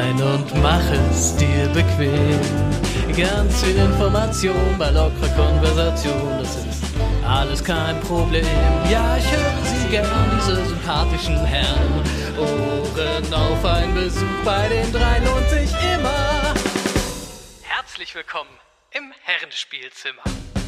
rein und mach es dir bequem. Ganz viel Information bei lockerer Konversation, das ist alles kein Problem. Ja, ich höre Sie gern, diese sympathischen Herren. Ohren auf, ein Besuch bei den dreien lohnt sich immer. Herzlich willkommen im Herrenspielzimmer.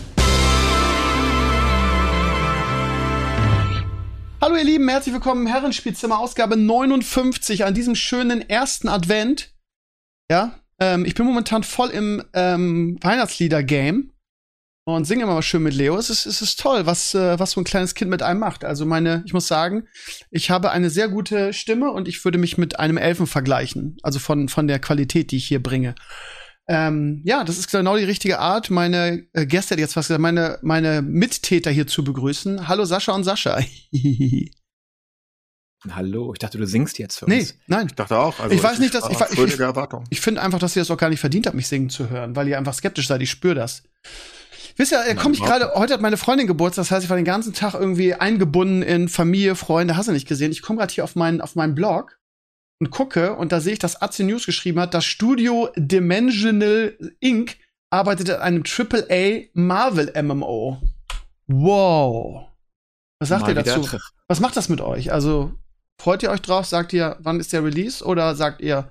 Hallo ihr Lieben, herzlich willkommen im Herrenspielzimmer, Ausgabe 59 an diesem schönen ersten Advent. Ja, ich bin momentan voll im Weihnachtslieder-Game und singe immer mal schön mit Leo. Es ist toll, was so ein kleines Kind mit einem macht. Also ich muss sagen, ich habe eine sehr gute Stimme und ich würde mich mit einem Elfen vergleichen. Also von der Qualität, die ich hier bringe. Ja, das ist genau die richtige Art, meine Gäste, jetzt was gesagt, meine Mittäter hier zu begrüßen. Hallo Sascha und Sascha. Hallo, ich dachte, du singst jetzt für uns. Nee, nein. Ich dachte auch. Also ich weiß nicht, dass ich finde einfach, dass ihr das auch gar nicht verdient habt, mich singen zu hören, weil ihr einfach skeptisch seid. Ich spüre das. Wisst ihr, heute hat meine Freundin Geburtstag, das heißt, ich war den ganzen Tag irgendwie eingebunden in Familie, Freunde, hast du nicht gesehen. Ich komme gerade hier auf meinen Blog und gucke, und da sehe ich, dass AC News geschrieben hat, das Studio Dimensional Inc. arbeitet an einem AAA Marvel MMO. Wow. Was sagt ihr dazu? Was macht das mit euch? Also, freut ihr euch drauf? Sagt ihr, wann ist der Release? Oder sagt ihr,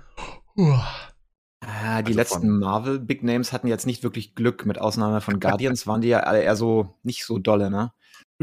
die letzten Marvel Big Names hatten jetzt nicht wirklich Glück. Mit Ausnahme von Guardians waren die ja alle eher so nicht so dolle, ne?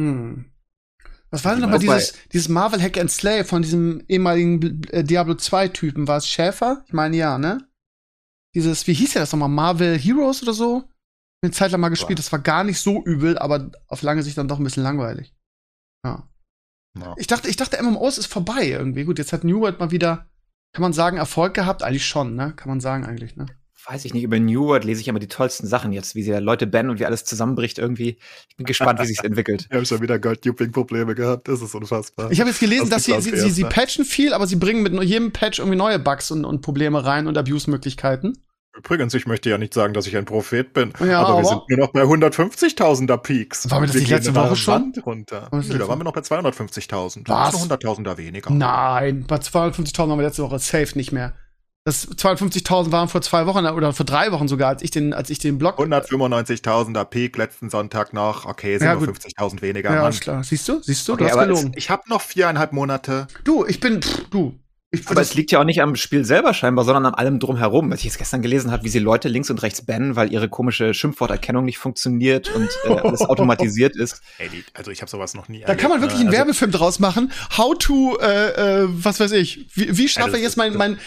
Was war denn nochmal dieses Marvel Hack and Slay von diesem ehemaligen Diablo 2-Typen? War es Schäfer? Ich meine, ja, ne? Wie hieß der das nochmal? Marvel Heroes oder so? Eine Zeit lang mal gespielt, das war gar nicht so übel, aber auf lange Sicht dann doch ein bisschen langweilig. Ja. Ich dachte, MMOs ist vorbei irgendwie. Gut, jetzt hat New World mal wieder, kann man sagen, Erfolg gehabt? Eigentlich schon, ne? Kann man sagen eigentlich, ne? Weiß ich nicht, über New World lese ich immer die tollsten Sachen jetzt, wie sie ja Leute bannen und wie alles zusammenbricht irgendwie. Ich bin gespannt, wie sich's entwickelt. Wir haben schon wieder Gold-Duping-Probleme gehabt, das ist unfassbar. Ich habe jetzt gelesen, dass sie patchen viel, aber sie bringen mit jedem Patch irgendwie neue Bugs und Probleme rein und Abuse-Möglichkeiten. Übrigens, ich möchte ja nicht sagen, dass ich ein Prophet bin, ja, aber wir sind nur noch bei 150.000er Peaks. Waren wir das nicht letzte Woche schon? Runter. Da waren wir noch bei 250.000. Was? 100.000er weniger. Nein, bei 250.000 waren wir letzte Woche safe nicht mehr. Das 250.000 waren vor 2 Wochen oder vor 3 Wochen sogar, als ich den Blog. 195.000er Peak letzten Sonntag noch. Okay, 50.000 weniger. Ja, ist klar. Siehst du? Okay, du hast gelogen. Ich habe noch 4,5 Monate. Aber es liegt ja auch nicht am Spiel selber scheinbar, sondern an allem drumherum. Was ich jetzt gestern gelesen habe, wie sie Leute links und rechts bannen, weil ihre komische Schimpfworterkennung nicht funktioniert und alles automatisiert ist. Ey, also ich habe sowas noch nie erlebt. Da kann man wirklich einen Werbefilm draus machen. How to, was weiß ich, wie schaffe ich jetzt mein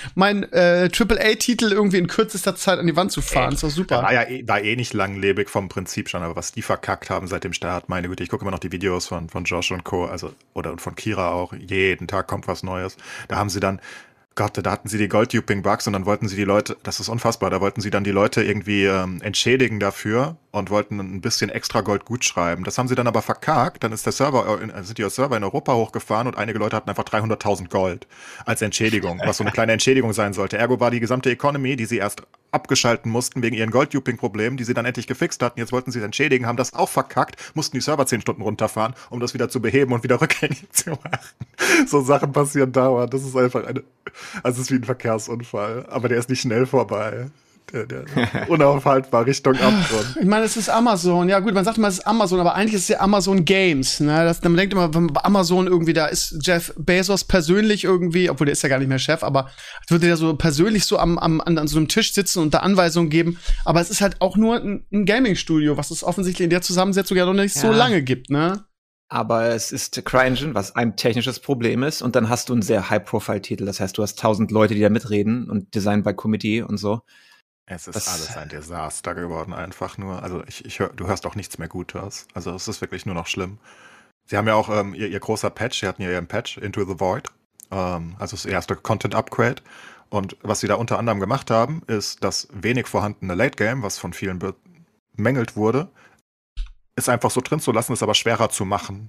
AAA-Titel irgendwie in kürzester Zeit an die Wand zu fahren? Ist doch super. War nicht langlebig vom Prinzip schon, aber was die verkackt haben seit dem Start, meine Güte, ich gucke immer noch die Videos von Josh und Co., oder von Kira auch, jeden Tag kommt was Neues. Da haben sie dann da hatten sie die Gold-Duping-Bugs und dann wollten sie die Leute, das ist unfassbar, da wollten sie dann die Leute irgendwie entschädigen dafür und wollten ein bisschen extra Gold gut schreiben. Das haben sie dann aber verkackt, dann ist sind die Server in Europa hochgefahren und einige Leute hatten einfach 300.000 Gold als Entschädigung, was so eine kleine Entschädigung sein sollte. Ergo war die gesamte Economy, die sie erst abgeschalten mussten wegen ihren Gold-Duping-Problemen, die sie dann endlich gefixt hatten, jetzt wollten sie es entschädigen, haben das auch verkackt, mussten die Server 10 Stunden runterfahren, um das wieder zu beheben und wieder rückgängig zu machen. So Sachen passieren dauernd, das ist einfach es ist wie ein Verkehrsunfall, aber der ist nicht schnell vorbei. Der unaufhaltbar Richtung Abgrund. Ich meine, es ist Amazon. Ja gut, man sagt immer, es ist Amazon, aber eigentlich ist es ja Amazon Games. Ne? Man denkt immer, bei Amazon irgendwie, da ist Jeff Bezos persönlich irgendwie, obwohl der ist ja gar nicht mehr Chef, aber würde der so persönlich so an so einem Tisch sitzen und da Anweisungen geben. Aber es ist halt auch nur ein Gaming-Studio, was es offensichtlich in der Zusammensetzung ja noch nicht so lange gibt, ne? Aber es ist CryEngine, was ein technisches Problem ist. Und dann hast du einen sehr High-Profile-Titel. Das heißt, du hast 1000 Leute, die da mitreden und Design by Committee und so. Es ist alles ein Desaster geworden, einfach nur. Also du hörst auch nichts mehr Gutes. Also es ist wirklich nur noch schlimm. Sie haben ja auch ihr großer Patch, sie hatten ja ihren Patch Into the Void. Also das erste Content-Upgrade. Und was sie da unter anderem gemacht haben, ist das wenig vorhandene Late-Game, was von vielen bemängelt wurde, ist einfach so drin zu lassen, ist aber schwerer zu machen.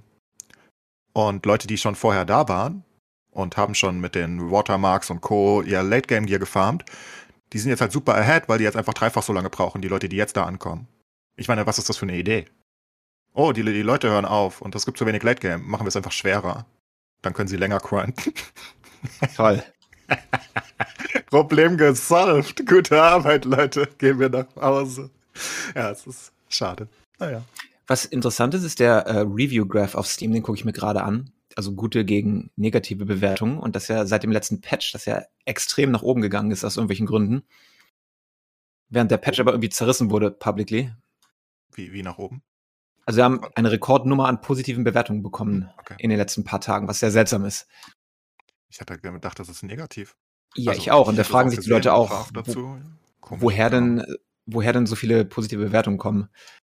Und Leute, die schon vorher da waren und haben schon mit den Watermarks und Co. ihr Late-Game-Gear gefarmt, die sind jetzt halt super ahead, weil die jetzt einfach 3-fach so lange brauchen, die Leute, die jetzt da ankommen. Ich meine, was ist das für eine Idee? Oh, die Leute hören auf und es gibt zu wenig Late-Game, machen wir es einfach schwerer. Dann können sie länger grinden. Toll. Problem gesolved. Gute Arbeit, Leute. Gehen wir nach Hause. Ja, es ist schade. Naja. Was interessant ist der Review-Graph auf Steam, den gucke ich mir gerade an. Also gute gegen negative Bewertungen. Und das ja seit dem letzten Patch, das ja extrem nach oben gegangen ist aus irgendwelchen Gründen. Während der Patch aber irgendwie zerrissen wurde, publicly. Wie nach oben? Also wir haben eine Rekordnummer an positiven Bewertungen bekommen in den letzten paar Tagen, was sehr seltsam ist. Ich hatte gedacht, das ist negativ. Ja, also, ich auch. Und da fragen sich die Leute auch, woher denn so viele positive Bewertungen kommen.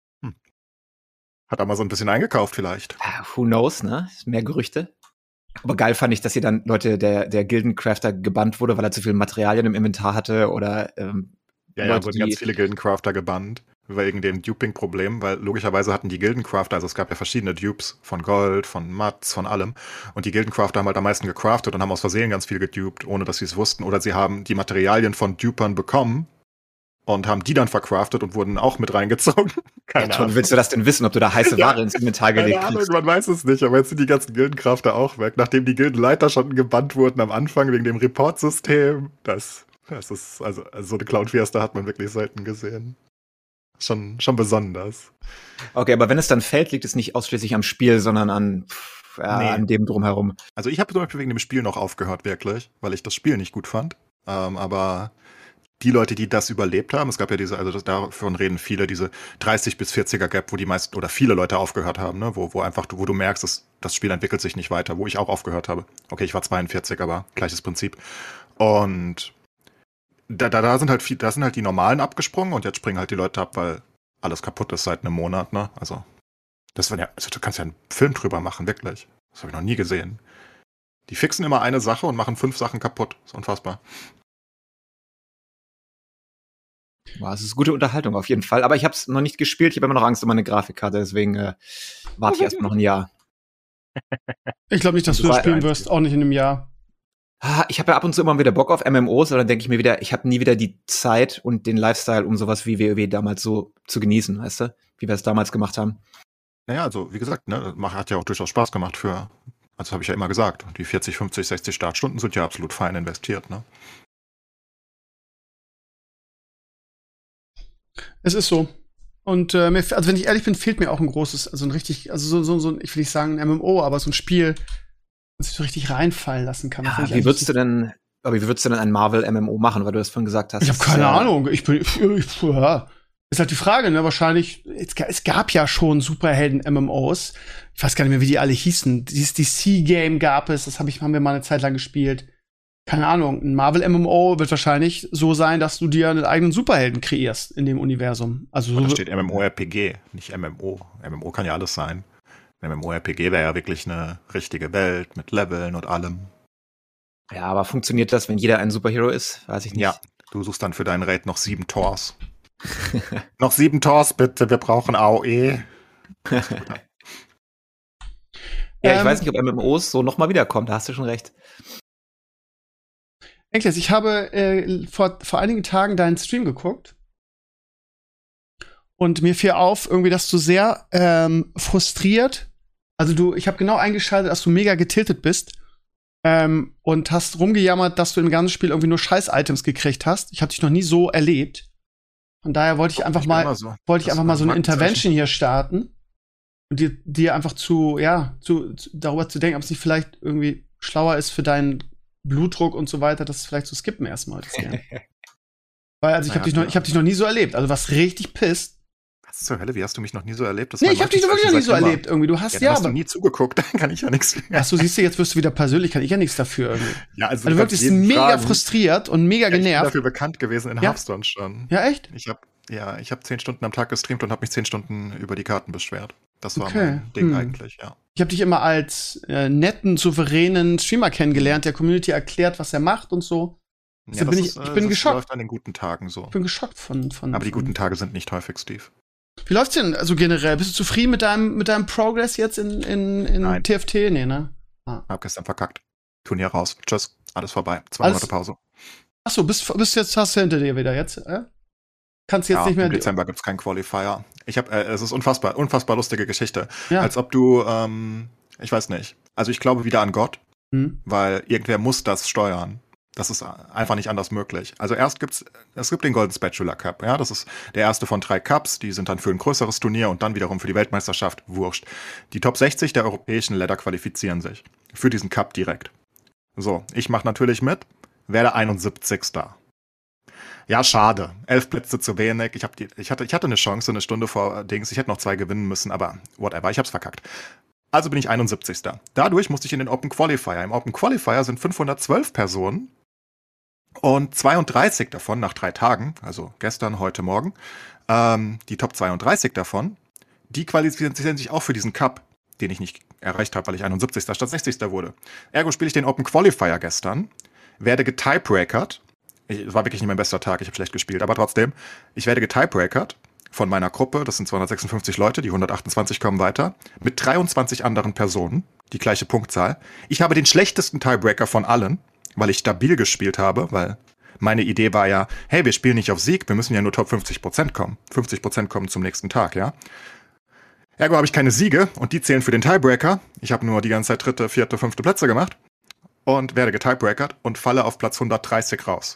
Hat Amazon ein bisschen eingekauft vielleicht. Who knows, ne? Mehr Gerüchte. Aber geil fand ich, dass hier dann Leute, der Gildencrafter gebannt wurde, weil er zu viel Materialien im Inventar hatte oder ja, wurden ganz viele Gildencrafter gebannt wegen dem Duping-Problem, weil logischerweise hatten die Gildencrafter, also es gab ja verschiedene Dupes von Gold, von Mats, von allem, und die Gildencrafter haben halt am meisten gecraftet und haben aus Versehen ganz viel gedupt, ohne dass sie es wussten, oder sie haben die Materialien von Dupern bekommen und haben die dann verkraftet und wurden auch mit reingezogen. Keine Ahnung. Willst du das denn wissen, ob du da heiße Ware ins Inventar gelegt hast? Man weiß es nicht, aber jetzt sind die ganzen Gildencrafter auch weg, nachdem die Gildenleiter schon gebannt wurden am Anfang wegen dem Report-System. Das ist, also so eine Clown-Fiesta hat man wirklich selten gesehen. Schon besonders. Okay, aber wenn es dann fällt, liegt es nicht ausschließlich am Spiel, sondern an dem Drumherum. Also ich habe zum Beispiel wegen dem Spiel noch aufgehört, wirklich, weil ich das Spiel nicht gut fand. Aber die Leute, die das überlebt haben, es gab ja davon reden viele, diese 30 bis 40er Gap, wo die meisten oder viele Leute aufgehört haben, ne? wo du merkst, das Spiel entwickelt sich nicht weiter, wo ich auch aufgehört habe. Okay, ich war 42, aber gleiches Prinzip. Und da sind halt die Normalen abgesprungen und jetzt springen halt die Leute ab, weil alles kaputt ist seit einem Monat, ne? Also, du kannst ja einen Film drüber machen, wirklich. Das habe ich noch nie gesehen. Die fixen immer eine Sache und machen 5 Sachen kaputt. Das ist unfassbar. Wow, es ist gute Unterhaltung auf jeden Fall. Aber ich habe es noch nicht gespielt. Ich habe immer noch Angst um meine Grafikkarte. Deswegen warte ich erstmal noch ein Jahr. Ich glaube nicht, dass du das spielen wirst. Auch nicht in einem Jahr. Ich habe ja ab und zu immer wieder Bock auf MMOs. Aber dann denke ich mir wieder, ich habe nie wieder die Zeit und den Lifestyle, um sowas wie WoW damals so zu genießen. Weißt du? Wie wir es damals gemacht haben. Naja, also wie gesagt, ne, hat ja auch durchaus Spaß gemacht also habe ich ja immer gesagt. Die 40, 50, 60 Startstunden sind ja absolut fein investiert, ne? Es ist so. Und also wenn ich ehrlich bin, fehlt mir auch ein großes, also ein richtig, also so ein, ich will nicht sagen ein MMO, aber so ein Spiel, das ich so richtig reinfallen lassen kann. Ja, wie würdest du denn ein Marvel-MMO machen, weil du das vorhin gesagt hast? Ich habe keine Ahnung. Ist halt die Frage, ne? Wahrscheinlich, es gab ja schon Superhelden-MMOs. Ich weiß gar nicht mehr, wie die alle hießen. Die Sea-Game gab es, haben wir mal eine Zeit lang gespielt. Keine Ahnung, ein Marvel-MMO wird wahrscheinlich so sein, dass du dir einen eigenen Superhelden kreierst in dem Universum. Also da steht MMORPG, nicht MMO. MMO kann ja alles sein. Ein MMORPG wäre ja wirklich eine richtige Welt mit Leveln und allem. Ja, aber funktioniert das, wenn jeder ein Superhero ist? Weiß ich nicht. Ja, du suchst dann für deinen Raid noch 7 Tors. Noch 7 Tors, bitte, wir brauchen AOE. Ja, ich weiß nicht, ob MMOs so nochmal wiederkommen, da hast du schon recht. Niklas, ich habe vor einigen Tagen deinen Stream geguckt und mir fiel auf, irgendwie, dass du sehr frustriert, also ich habe genau eingeschaltet, dass du mega getiltet bist und hast rumgejammert, dass du im ganzen Spiel irgendwie nur Scheiß-Items gekriegt hast. Ich habe dich noch nie so erlebt. Von daher wollte ich einfach mal so eine Intervention hier starten und dir einfach darüber zu denken, ob es nicht vielleicht irgendwie schlauer ist für deinen Blutdruck und so weiter, das vielleicht zu skippen erstmal. Weil, also ich hab dich noch nie so erlebt. Also was richtig pisst. Was zur Hölle, wie hast du mich noch nie so erlebt? Nee, ich hab dich wirklich noch nie so erlebt irgendwie. Du hast hast du nie zugeguckt, dann kann ich ja nichts. Achso, siehst du, jetzt wirst du wieder persönlich, kann ich ja nichts dafür irgendwie. Ja, also du wirkst mega frustriert und mega genervt. Ich bin dafür bekannt gewesen in Hearthstone schon. Ja, echt? Ich hab 10 Stunden am Tag gestreamt und habe mich 10 Stunden über die Karten beschwert. Das war mein Ding eigentlich, ja. Ich habe dich immer als netten, souveränen Streamer kennengelernt, der Community erklärt, was er macht und so. Ja, ich bin geschockt. Das läuft an den guten Tagen so. Ich bin geschockt von Aber die guten Tage sind nicht häufig, Steve. Wie läuft's denn also generell? Bist du zufrieden mit deinem Progress jetzt in TFT? Nee, ne? Hab gestern verkackt. Turnier raus. Tschüss. Alles vorbei. 2 Monate Pause. Achso, bist jetzt, hast du hinter dir wieder jetzt? Kannst jetzt nicht mehr. Im Dezember gibt's keinen Qualifier. Es ist unfassbar lustige Geschichte. Ja. Als ob du, ich weiß nicht. Also ich glaube wieder an Gott, weil irgendwer muss das steuern. Das ist einfach nicht anders möglich. Also es gibt den Golden Spatula Cup, ja, das ist der erste von 3 Cups, die sind dann für ein größeres Turnier und dann wiederum für die Weltmeisterschaft, wurscht. Die Top 60 der europäischen Länder qualifizieren sich für diesen Cup direkt. So, ich mache natürlich mit, werde 71. Ja, schade. 11 Plätze zu wenig. Ich hatte eine Chance, eine Stunde vor Dings. Ich hätte noch 2 gewinnen müssen, aber whatever, ich hab's verkackt. Also bin ich 71. Dadurch musste ich in den Open Qualifier. Im Open Qualifier sind 512 Personen und 32 davon nach 3 Tagen, also gestern, heute, morgen, die Top 32 davon, die qualifizieren sich auch für diesen Cup, den ich nicht erreicht habe, weil ich 71. statt 60. wurde. Ergo spiele ich den Open Qualifier gestern, werde getiebreakert. Es war wirklich nicht mein bester Tag, ich habe schlecht gespielt, aber trotzdem, ich werde getiebreakert von meiner Gruppe, das sind 256 Leute, die 128 kommen weiter, mit 23 anderen Personen, die gleiche Punktzahl. Ich habe den schlechtesten Tiebreaker von allen, weil ich stabil gespielt habe, weil meine Idee war ja, hey, wir spielen nicht auf Sieg, wir müssen ja nur Top 50% kommen. 50% kommen zum nächsten Tag, ja. Ergo habe ich keine Siege und die zählen für den Tiebreaker. Ich habe nur die ganze Zeit 3., 4., 5. Plätze gemacht und werde getiebreakert und falle auf Platz 130 raus.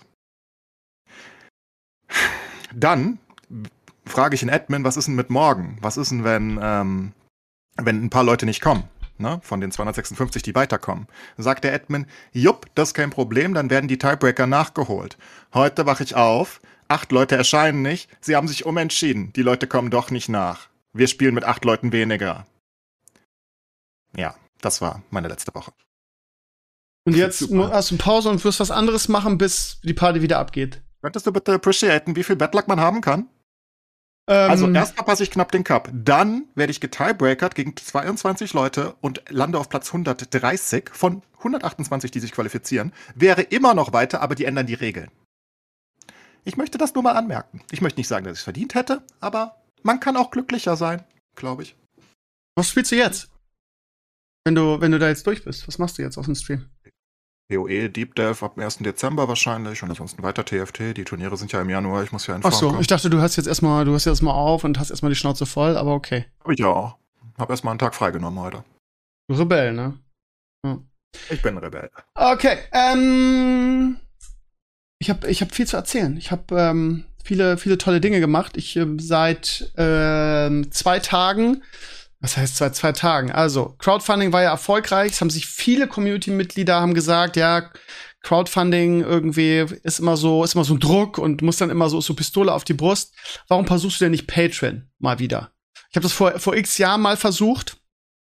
Dann frage ich in Admin, was ist denn mit morgen? Was ist denn, wenn ein paar Leute nicht kommen? Ne? Von den 256, die weiterkommen. Sagt der Admin, jupp, das ist kein Problem, dann werden die Tiebreaker nachgeholt. Heute wache ich auf, 8 Leute erscheinen nicht, sie haben sich umentschieden, die Leute kommen doch nicht nach. Wir spielen mit 8 Leuten weniger. Ja, das war meine letzte Woche. Und jetzt hast du Pause und wirst was anderes machen, bis die Party wieder abgeht. Könntest du bitte appreciaten, wie viel Bad Luck man haben kann? Also erst verpasse ich knapp den Cup, dann werde ich getiebreakert gegen 22 Leute und lande auf Platz 130 von 128, die sich qualifizieren. Wäre immer noch weiter, aber die ändern die Regeln. Ich möchte das nur mal anmerken. Ich möchte nicht sagen, dass ich es verdient hätte, aber man kann auch glücklicher sein, glaube ich. Was spielst du jetzt? Wenn du da jetzt durch bist, was machst du jetzt auf dem Stream? PoE, Deep Delve ab 1. Dezember wahrscheinlich und ansonsten weiter TFT. Die Turniere sind ja im Januar, ich muss ja in Form kommen. Ich dachte, du hast jetzt erstmal auf und hast erstmal die Schnauze voll, aber okay. Hab ich ja auch. Hab erstmal einen Tag freigenommen heute. Du Rebell, ne? Ja. Ich bin ein Rebell. Okay, ich hab viel zu erzählen. Ich habe viele tolle Dinge gemacht. Ich seit 2 Tagen. Was heißt seit 2 Tagen? Also, Crowdfunding war ja erfolgreich. Es haben sich viele Community-Mitglieder haben gesagt, ja, Crowdfunding irgendwie ist immer so ein Druck und muss dann immer so Pistole auf die Brust. Warum versuchst du denn nicht Patreon mal wieder? Ich habe das vor x Jahren mal versucht.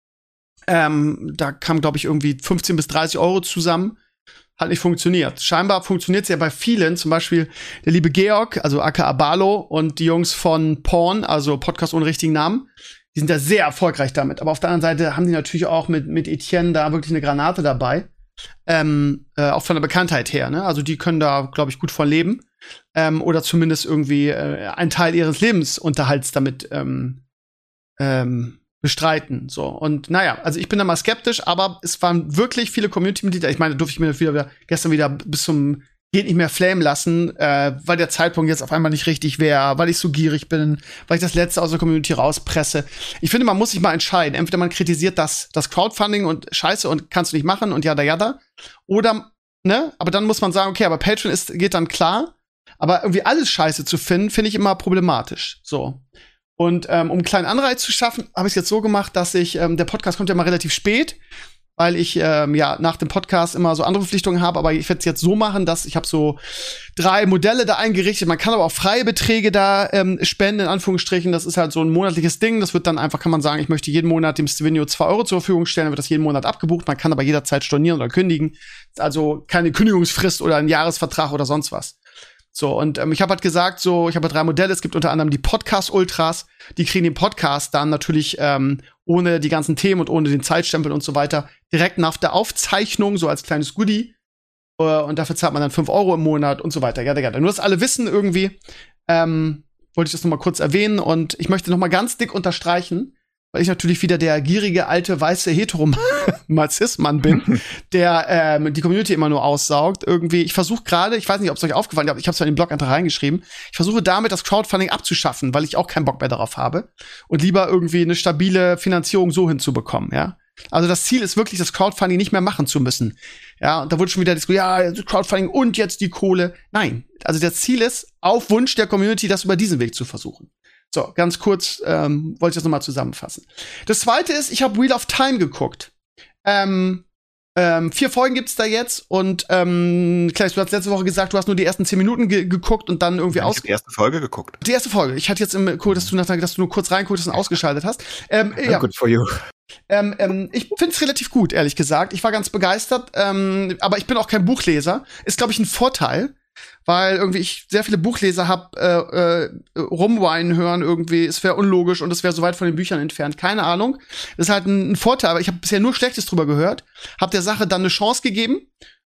Da kam, glaube ich, irgendwie 15 bis 30 Euro zusammen. Hat nicht funktioniert. Scheinbar funktioniert es ja bei vielen, zum Beispiel der liebe Georg, also aka Balo und die Jungs von Porn, also Podcast ohne richtigen Namen. Die sind ja sehr erfolgreich damit. Aber auf der anderen Seite haben die natürlich auch mit Etienne da wirklich eine Granate dabei. Auch von der Bekanntheit her. Ne? Also die können da, glaube ich, gut von leben. Oder zumindest irgendwie einen Teil ihres Lebensunterhalts damit bestreiten. So. Und naja, also ich bin da mal skeptisch, aber es waren wirklich viele Community-Mitglieder. Ich meine, da durfte ich mir gestern wieder bis zum geht nicht mehr flamen lassen, weil der Zeitpunkt jetzt auf einmal nicht richtig wäre, weil ich so gierig bin, weil ich das Letzte aus der Community rauspresse. Ich finde, man muss sich mal entscheiden. Entweder man kritisiert das Crowdfunding und Scheiße und kannst du nicht machen und jada. Oder, ne? Aber dann muss man sagen, okay, aber Patreon geht dann klar. Aber irgendwie alles Scheiße zu finden, finde ich immer problematisch. So. Und um einen kleinen Anreiz zu schaffen, habe ich es jetzt so gemacht, dass der Podcast kommt ja mal relativ spät, weil ich nach dem Podcast immer so andere Verpflichtungen habe, aber ich werde es jetzt so machen, dass ich habe so 3 Modelle da eingerichtet. Man kann aber auch freie Beträge da spenden, in Anführungsstrichen. Das ist halt so ein monatliches Ding. Das wird dann einfach, kann man sagen, ich möchte jeden Monat dem Stevenio 2 Euro zur Verfügung stellen, dann wird das jeden Monat abgebucht. Man kann aber jederzeit stornieren oder kündigen. Ist also keine Kündigungsfrist oder ein Jahresvertrag oder sonst was. So, und ich habe halt gesagt, ich habe 3 Modelle. Es gibt unter anderem die Podcast-Ultras. Die kriegen den Podcast dann natürlich ohne die ganzen Themen und ohne den Zeitstempel und so weiter direkt nach der Aufzeichnung, so als kleines Goodie. Und dafür zahlt man dann 5 Euro im Monat und so weiter. Nur, dass alle wissen irgendwie, wollte ich das noch mal kurz erwähnen. Und ich möchte noch mal ganz dick unterstreichen, weil ich natürlich wieder der gierige, alte, weiße Hetero-Cis-Mann bin, der die Community immer nur aussaugt. Irgendwie, ich versuche gerade, ich weiß nicht, ob es euch aufgefallen ist, ich habe es ja in den Blog einfach reingeschrieben, ich versuche damit das Crowdfunding abzuschaffen, weil ich auch keinen Bock mehr darauf habe und lieber irgendwie eine stabile Finanzierung so hinzubekommen, ja. Also das Ziel ist wirklich, das Crowdfunding nicht mehr machen zu müssen. Ja, und da wurde schon wieder diskutiert, ja, Crowdfunding und jetzt die Kohle. Nein, also das Ziel ist, auf Wunsch der Community, das über diesen Weg zu versuchen. So, ganz kurz wollte ich das nochmal zusammenfassen. Das Zweite ist, ich habe Wheel of Time geguckt. 4 Folgen gibt's da jetzt und Claes, du hast letzte Woche gesagt, du hast nur die ersten 10 Minuten geguckt und dann irgendwie Ich habe die erste Folge geguckt. Die erste Folge. Ich hatte jetzt im Code, dass du nur kurz reinguckst und ausgeschaltet hast. Ja. Good for you. Ich finde es relativ gut, ehrlich gesagt. Ich war ganz begeistert, aber ich bin auch kein Buchleser. Ist, glaube ich, ein Vorteil, weil irgendwie ich sehr viele Buchleser habe rumweinen hören irgendwie. Es wäre unlogisch und es wäre so weit von den Büchern entfernt. Keine Ahnung. Das ist halt ein Vorteil, aber ich habe bisher nur Schlechtes drüber gehört. Habe der Sache dann eine Chance gegeben.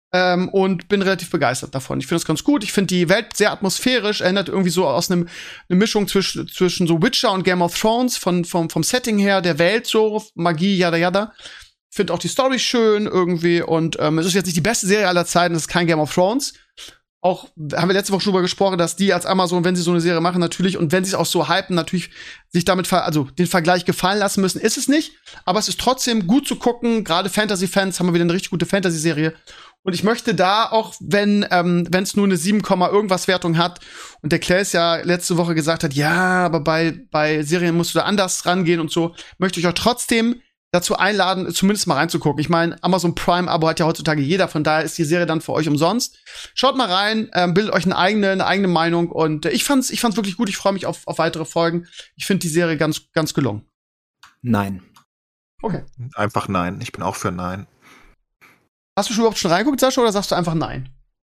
Und bin relativ begeistert davon. Ich finde das ganz gut. Ich finde die Welt sehr atmosphärisch. Erinnert irgendwie so aus eine Mischung zwischen so Witcher und Game of Thrones vom Setting her, der Welt so, Magie, yada yada. Finde auch die Story schön irgendwie und es ist jetzt nicht die beste Serie aller Zeiten. Es ist kein Game of Thrones. Auch haben wir letzte Woche schon drüber gesprochen, dass die als Amazon, wenn sie so eine Serie machen, natürlich und wenn sie es auch so hypen, natürlich sich damit den Vergleich gefallen lassen müssen, ist es nicht. Aber es ist trotzdem gut zu gucken. Gerade Fantasy-Fans haben wir wieder eine richtig gute Fantasy-Serie. Und ich möchte da auch, wenn es nur eine 7, irgendwas Wertung hat und der Claes ja letzte Woche gesagt hat, ja, aber bei Serien musst du da anders rangehen und so, möchte ich euch trotzdem dazu einladen, zumindest mal reinzugucken. Ich meine, Amazon Prime-Abo hat ja heutzutage jeder, von daher ist die Serie dann für euch umsonst. Schaut mal rein, bildet euch eine eigene Meinung und ich fand's wirklich gut. Ich freue mich auf weitere Folgen. Ich finde die Serie ganz, ganz gelungen. Nein. Okay. Einfach nein. Ich bin auch für nein. Hast du überhaupt schon reingeguckt, Sascha, oder sagst du einfach nein?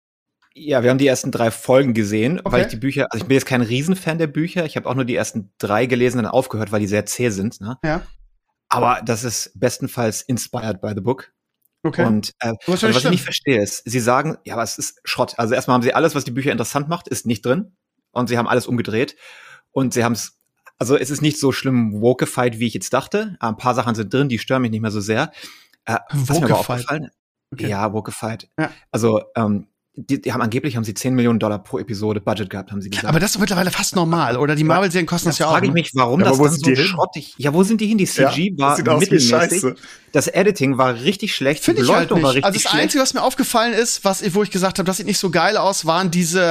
Ja, wir haben die ersten 3 Folgen gesehen, Okay. weil ich die Bücher, also ich bin jetzt kein Riesenfan der Bücher, ich habe auch nur die ersten 3 gelesen und dann aufgehört, weil die sehr zäh sind, ne? Ja. Aber das ist bestenfalls inspired by the book. Okay. Und Was was ich nicht verstehe ist, sie sagen, ja, aber es ist Schrott. Also erstmal haben sie alles, was die Bücher interessant macht, ist nicht drin. Und sie haben alles umgedreht. Und sie haben es, also es ist nicht so schlimm wokified, wie ich jetzt dachte. Ein paar Sachen sind drin, die stören mich nicht mehr so sehr. Was mir aber Wokified? aufgefallen, Okay. ja, wokified. Ja. Also, die haben angeblich $10 Millionen pro Episode Budget gehabt, haben sie gesagt. Aber das ist doch mittlerweile fast normal, oder? Die Marvel-Serien kosten das ja auch. Frage ich Ne? mich, warum Ja, aber das wo dann sind so die hin? schrottig. Ja, wo sind die hin? Die CG war sieht aus wie mittelmäßig. Scheiße. Das Editing war richtig schlecht. Finde die ich halt Beleuchtung war nicht. richtig Also das schlecht. Einzige, was mir aufgefallen ist, wo ich gesagt habe, das sieht nicht so geil aus, waren diese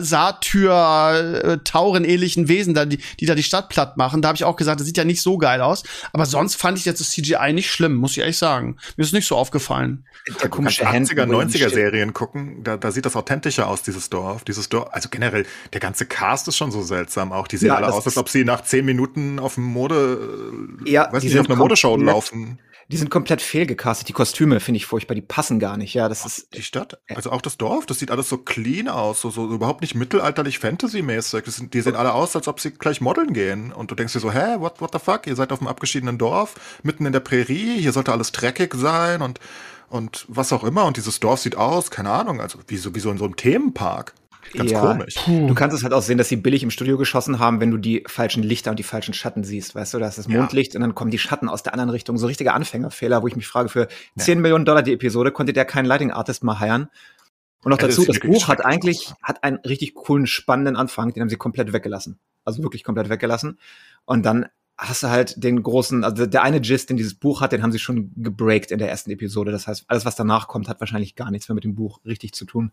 Satyr-Tauren-ähnlichen Wesen, die da die Stadt platt machen. Da habe ich auch gesagt, das sieht ja nicht so geil aus. Aber sonst fand ich jetzt das CGI nicht schlimm, muss ich ehrlich sagen. Mir ist nicht so aufgefallen. Der Du kannst komische Hand. 80er, 90er Serien gucken, da sieht das authentischer aus, dieses Dorf. Also generell, der ganze Cast ist schon so seltsam auch. Die sehen Ja, alle das aus, als ist- ob sie nach 10 Minuten auf dem Ja, weiß die nicht, sind auf einer Modeshow komplett- laufen. Die sind komplett fehlgecastet. Die Kostüme finde ich furchtbar. Die passen gar nicht. Ja, das ist. Die Stadt, also auch das Dorf, das sieht alles so clean aus, so überhaupt nicht mittelalterlich Fantasy-mäßig. Die sehen alle aus, als ob sie gleich modeln gehen. Und du denkst dir so, hä, what the fuck? Ihr seid auf einem abgeschiedenen Dorf, mitten in der Prärie, hier sollte alles dreckig sein und was auch immer. Und dieses Dorf sieht aus, keine Ahnung, also wie so in so einem Themenpark. Ganz Ja. komisch. Du kannst es halt auch sehen, dass sie billig im Studio geschossen haben, wenn du die falschen Lichter und die falschen Schatten siehst. Weißt du, da ist das Ja. Mondlicht und dann kommen die Schatten aus der anderen Richtung. So richtige Anfängerfehler, wo ich mich frage, für $10 Millionen die Episode konnte der keinen Lighting Artist mal hiren. Und noch Ja, das dazu, ist das wirklich Buch hat schrecklich einen richtig coolen, spannenden Anfang, den haben sie komplett weggelassen. Also wirklich komplett weggelassen. Und dann hast du halt den großen, also der eine Gist, den dieses Buch hat, den haben sie schon gebreakt in der ersten Episode. Das heißt, alles, was danach kommt, hat wahrscheinlich gar nichts mehr mit dem Buch richtig zu tun.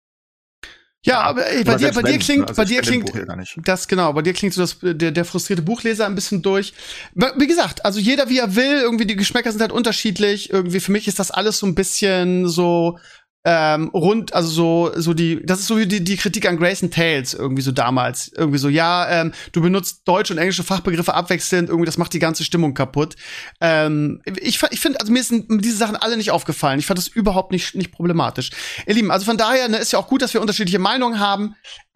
Ja, aber ey, bei dir klingt das genau, bei dir klingt so der frustrierte Buchleser ein bisschen durch. Wie gesagt, also jeder wie er will, irgendwie die Geschmäcker sind halt unterschiedlich. Irgendwie für mich ist das alles so ein bisschen so rund, also das ist so wie die Kritik an Grayson Tales irgendwie so damals. Irgendwie so, ja, du benutzt deutsche und englische Fachbegriffe abwechselnd, irgendwie das macht die ganze Stimmung kaputt. Ich finde, also mir sind diese Sachen alle nicht aufgefallen. Ich fand das überhaupt nicht problematisch. Ihr Lieben, also von daher, ne, ist ja auch gut, dass wir unterschiedliche Meinungen haben.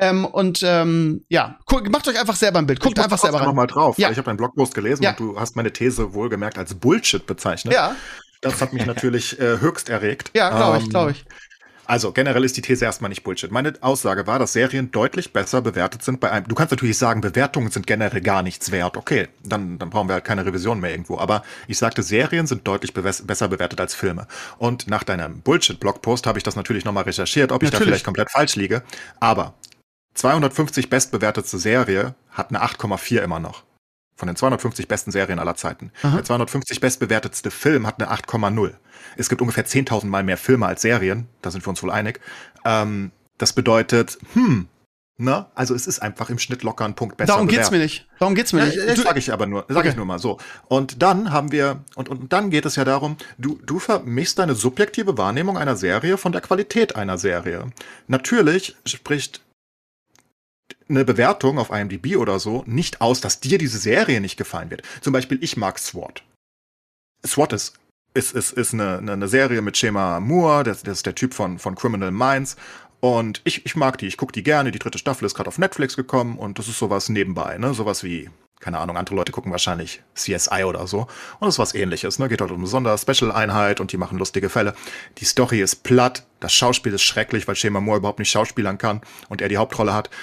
Ja, macht euch einfach selber ein Bild. Guckt einfach selber rein. Noch mal drauf, Ja. weil ich habe deinen Blogpost gelesen Ja. und du hast meine These wohlgemerkt als Bullshit bezeichnet. Ja, Das hat mich natürlich höchst erregt. ja, glaube ich. Also generell ist die These erstmal nicht Bullshit. Meine Aussage war, dass Serien deutlich besser bewertet sind bei einem. Du kannst natürlich sagen, Bewertungen sind generell gar nichts wert. Okay, dann brauchen wir halt keine Revision mehr irgendwo. Aber ich sagte, Serien sind deutlich besser bewertet als Filme. Und nach deinem Bullshit-Blogpost habe ich das natürlich nochmal recherchiert, ob ich da Natürlich. vielleicht komplett falsch liege. Aber 250 bestbewertetste Serie hat eine 8,4 immer noch. Von den 250 besten Serien aller Zeiten. Aha. Der 250 bestbewertetste Film hat eine 8,0. Es gibt ungefähr 10.000 Mal mehr Filme als Serien. Da sind wir uns wohl einig. Das bedeutet, also es ist einfach im Schnitt locker ein Punkt besser. Darum geht's mir nicht. Das sage ich aber nur. Sag ich nur mal so. Und dann haben wir, und dann geht es ja darum, du vermischst deine subjektive Wahrnehmung einer Serie von der Qualität einer Serie. Natürlich spricht eine Bewertung auf IMDb oder so nicht aus, dass dir diese Serie nicht gefallen wird. Zum Beispiel, ich mag SWAT. SWAT ist eine Serie mit Shema Moore, das ist der Typ von Criminal Minds. Und ich mag die, ich gucke die gerne. Die 3. Staffel ist gerade auf Netflix gekommen und das ist sowas nebenbei, ne? Sowas wie, keine Ahnung, andere Leute gucken wahrscheinlich CSI oder so. Und das ist was Ähnliches, ne? Geht halt um eine Sonder-Special-Einheit und die machen lustige Fälle. Die Story ist platt, das Schauspiel ist schrecklich, weil Shema Moore überhaupt nicht schauspielern kann und er die Hauptrolle hat.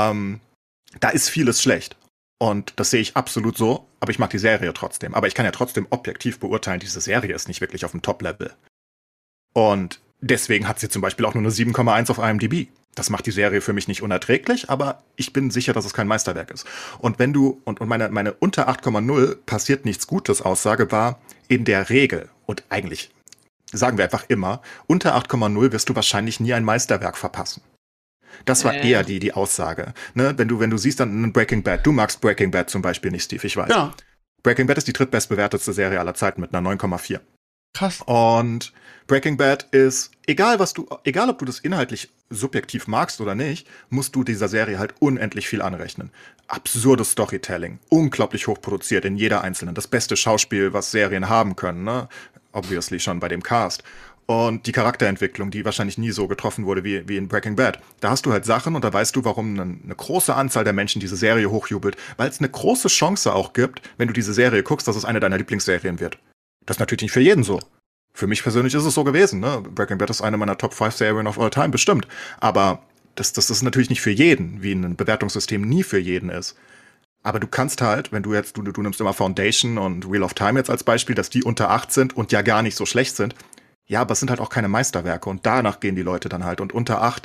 Da ist vieles schlecht. Und das sehe ich absolut so, aber ich mag die Serie trotzdem. Aber ich kann ja trotzdem objektiv beurteilen, diese Serie ist nicht wirklich auf dem Top-Level. Und deswegen hat sie zum Beispiel auch nur eine 7,1 auf IMDb. Das macht die Serie für mich nicht unerträglich, aber ich bin sicher, dass es kein Meisterwerk ist. Und wenn du, und meine unter 8,0 passiert nichts Gutes Aussage war in der Regel, und eigentlich sagen wir einfach immer, unter 8,0 wirst du wahrscheinlich nie ein Meisterwerk verpassen. Das war eher die Aussage. Ne? Wenn du siehst dann Breaking Bad, du magst Breaking Bad zum Beispiel nicht, Steve, ich weiß. Ja. Breaking Bad ist die drittbestbewertetste Serie aller Zeiten mit einer 9,4. Krass. Und Breaking Bad ist, egal ob du das inhaltlich subjektiv magst oder nicht, musst du dieser Serie halt unendlich viel anrechnen. Absurdes Storytelling, unglaublich hochproduziert in jeder einzelnen. Das beste Schauspiel, was Serien haben können, ne? Obviously schon bei dem Cast. Und die Charakterentwicklung, die wahrscheinlich nie so getroffen wurde wie in Breaking Bad. Da hast du halt Sachen und da weißt du, warum eine große Anzahl der Menschen diese Serie hochjubelt. Weil es eine große Chance auch gibt, wenn du diese Serie guckst, dass es eine deiner Lieblingsserien wird. Das ist natürlich nicht für jeden so. Für mich persönlich ist es so gewesen, ne? Breaking Bad ist eine meiner Top 5 Serien of all time, bestimmt. Aber das ist natürlich nicht für jeden, wie ein Bewertungssystem nie für jeden ist. Aber du kannst halt, wenn du nimmst immer Foundation und Wheel of Time jetzt als Beispiel, dass die unter 8 sind und ja gar nicht so schlecht sind. Ja, aber es sind halt auch keine Meisterwerke und danach gehen die Leute dann halt. Und unter 8,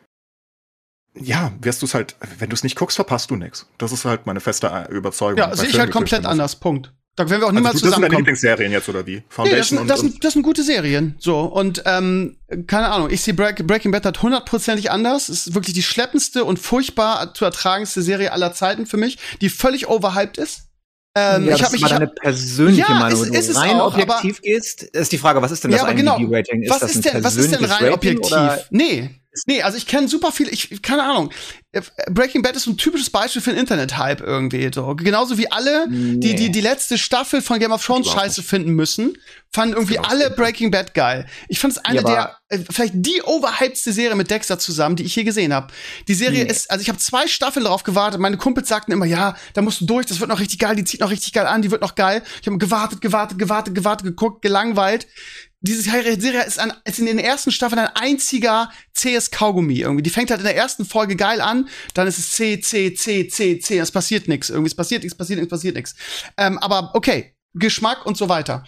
ja, wirst du es halt, wenn du es nicht guckst, verpasst du nichts. Das ist halt meine feste Überzeugung. Ja, sehe ich halt komplett anders, Punkt. Da werden wir auch niemals zusammenkommen. Das sind deine Lieblingsserien jetzt, oder wie? Foundation das sind gute Serien. So, und keine Ahnung, ich sehe Breaking Bad hat 100%ig anders. Es ist wirklich die schleppendste und furchtbar zu ertragendste Serie aller Zeiten für mich, die völlig overhyped ist. Das ist mal deine persönliche Meinung. Wenn du rein objektiv gehst, ist die Frage, was ist denn das IMDb-Rating? Was ist denn rein objektiv? Nee, also ich kenne super viel, keine Ahnung. Breaking Bad ist so ein typisches Beispiel für einen Internet-Hype irgendwie. So. Genauso wie alle, die letzte Staffel von Game of Thrones scheiße finden müssen, fanden irgendwie alle Breaking Bad geil. Ich fand es eine der, vielleicht die overhypedste Serie mit Dexter zusammen, die ich je gesehen habe. Die Serie ist, also ich habe 2 Staffeln darauf gewartet. Meine Kumpels sagten immer, ja, da musst du durch, das wird noch richtig geil, die zieht noch richtig geil an, die wird noch geil. Ich habe gewartet, geguckt, gelangweilt. Diese Serie ist in den ersten Staffeln ein einziger zähes Kaugummi irgendwie. Die fängt halt in der ersten Folge geil an, dann ist es C. Es passiert nichts. Irgendwie, es passiert nichts. Aber okay, Geschmack und so weiter.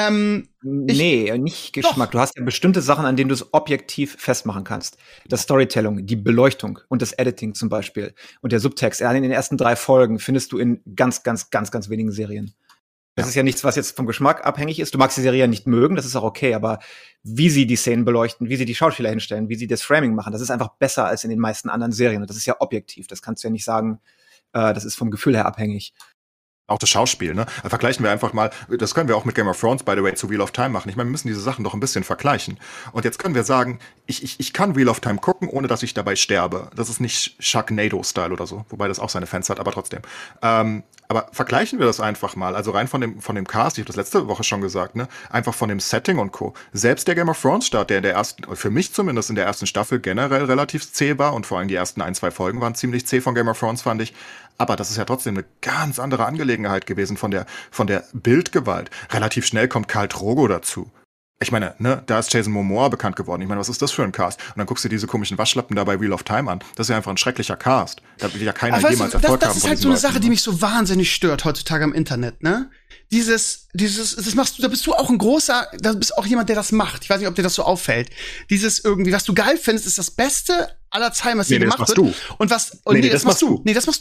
Nicht Geschmack. Doch. Du hast ja bestimmte Sachen, an denen du es objektiv festmachen kannst. Das Storytelling, die Beleuchtung und das Editing zum Beispiel. Und der Subtext. In den ersten 3 Folgen findest du in ganz wenigen Serien. Das ist ja nichts, was jetzt vom Geschmack abhängig ist. Du magst die Serie ja nicht mögen, das ist auch okay, aber wie sie die Szenen beleuchten, wie sie die Schauspieler hinstellen, wie sie das Framing machen, das ist einfach besser als in den meisten anderen Serien. Und das ist ja objektiv. Das kannst du ja nicht sagen, das ist vom Gefühl her abhängig. Auch das Schauspiel, ne? Vergleichen wir einfach mal, das können wir auch mit Game of Thrones, by the way, zu Wheel of Time machen. Ich meine, wir müssen diese Sachen doch ein bisschen vergleichen. Und jetzt können wir sagen, ich kann Wheel of Time gucken, ohne dass ich dabei sterbe. Das ist nicht Sharknado-Style oder so, wobei das auch seine Fans hat, aber trotzdem. Aber vergleichen wir das einfach mal, also rein von dem Cast, ich habe das letzte Woche schon gesagt, ne? Einfach von dem Setting und Co. Selbst der Game of Thrones Start, der in der ersten, für mich zumindest in der ersten Staffel generell relativ zäh war und vor allem die ersten 1-2 Folgen waren ziemlich zäh von Game of Thrones, fand ich. Aber das ist ja trotzdem eine ganz andere Angelegenheit gewesen von der Bildgewalt. Relativ schnell kommt Khal Drogo dazu. Ich meine, ne, da ist Jason Momoa bekannt geworden. Ich meine, was ist das für ein Cast? Und dann guckst du diese komischen Waschlappen da bei Wheel of Time an. Das ist ja einfach ein schrecklicher Cast. Da will ja keiner jemals Erfolg haben. Das ist halt so eine Sache, die mich so wahnsinnig stört heutzutage am Internet, ne? Das machst du, da bist du auch da bist auch jemand, der das macht. Ich weiß nicht, ob dir das so auffällt. Dieses irgendwie, was du geil findest, ist das Beste aller Zeiten, was hier gemacht wird. Und das machst du. Nee, das machst du.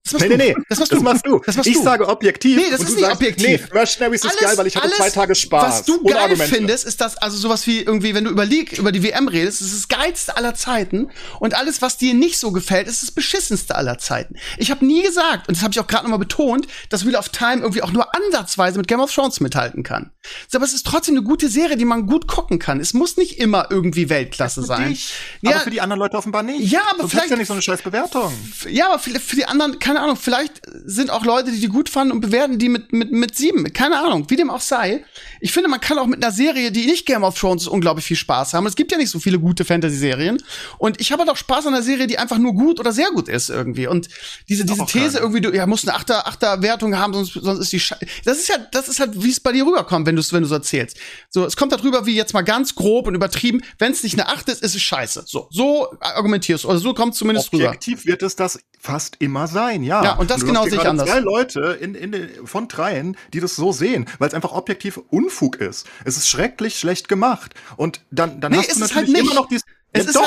Nee. Das machst du. Ich sage objektiv. Nee, das ist nicht objektiv. Nee, Mercenaries ist geil, weil ich hatte 2 Tage Spaß. Was du geil findest, ist das, also sowas wie irgendwie, wenn du über die WM redest, ist das geilste aller Zeiten. Und alles, was dir nicht so gefällt, ist das beschissenste aller Zeiten. Ich habe nie gesagt, und das habe ich auch gerade nochmal betont, dass Wheel of Time irgendwie auch nur ansatzweise mit Game of Thrones mithalten kann. Aber es ist trotzdem eine gute Serie, die man gut gucken kann. Es muss nicht immer irgendwie Weltklasse sein. Aber für die anderen Leute offenbar nicht. Ja, aber sonst vielleicht ja nicht so eine scheiß Bewertung. Ja, aber für die anderen, keine Ahnung, vielleicht sind auch Leute, die gut fanden und bewerten die mit 7. Keine Ahnung, wie dem auch sei. Ich finde, man kann auch mit einer Serie, die nicht Game of Thrones ist, unglaublich viel Spaß haben. Es gibt ja nicht so viele gute Fantasy-Serien. Und ich habe halt auch Spaß an einer Serie, die einfach nur gut oder sehr gut ist irgendwie. Und diese These irgendwie, du musst eine Achter-Wertung haben, sonst ist die das ist halt, wie es bei dir rüberkommt, wenn du so erzählst. So, es kommt halt rüber wie jetzt mal ganz grob und übertrieben. Wenn es nicht eine 8 ist, ist es scheiße. So argumentierst du. Oder so kommt zumindest rüber. Objektiv wird es das fast immer sein, ja. Ja, und das genau sehe ich anders. 2 Leute von 3, die das so sehen, weil es einfach objektiv Unfug ist. Es ist schrecklich schlecht gemacht. Und dann hast du natürlich halt immer noch dieses Es ist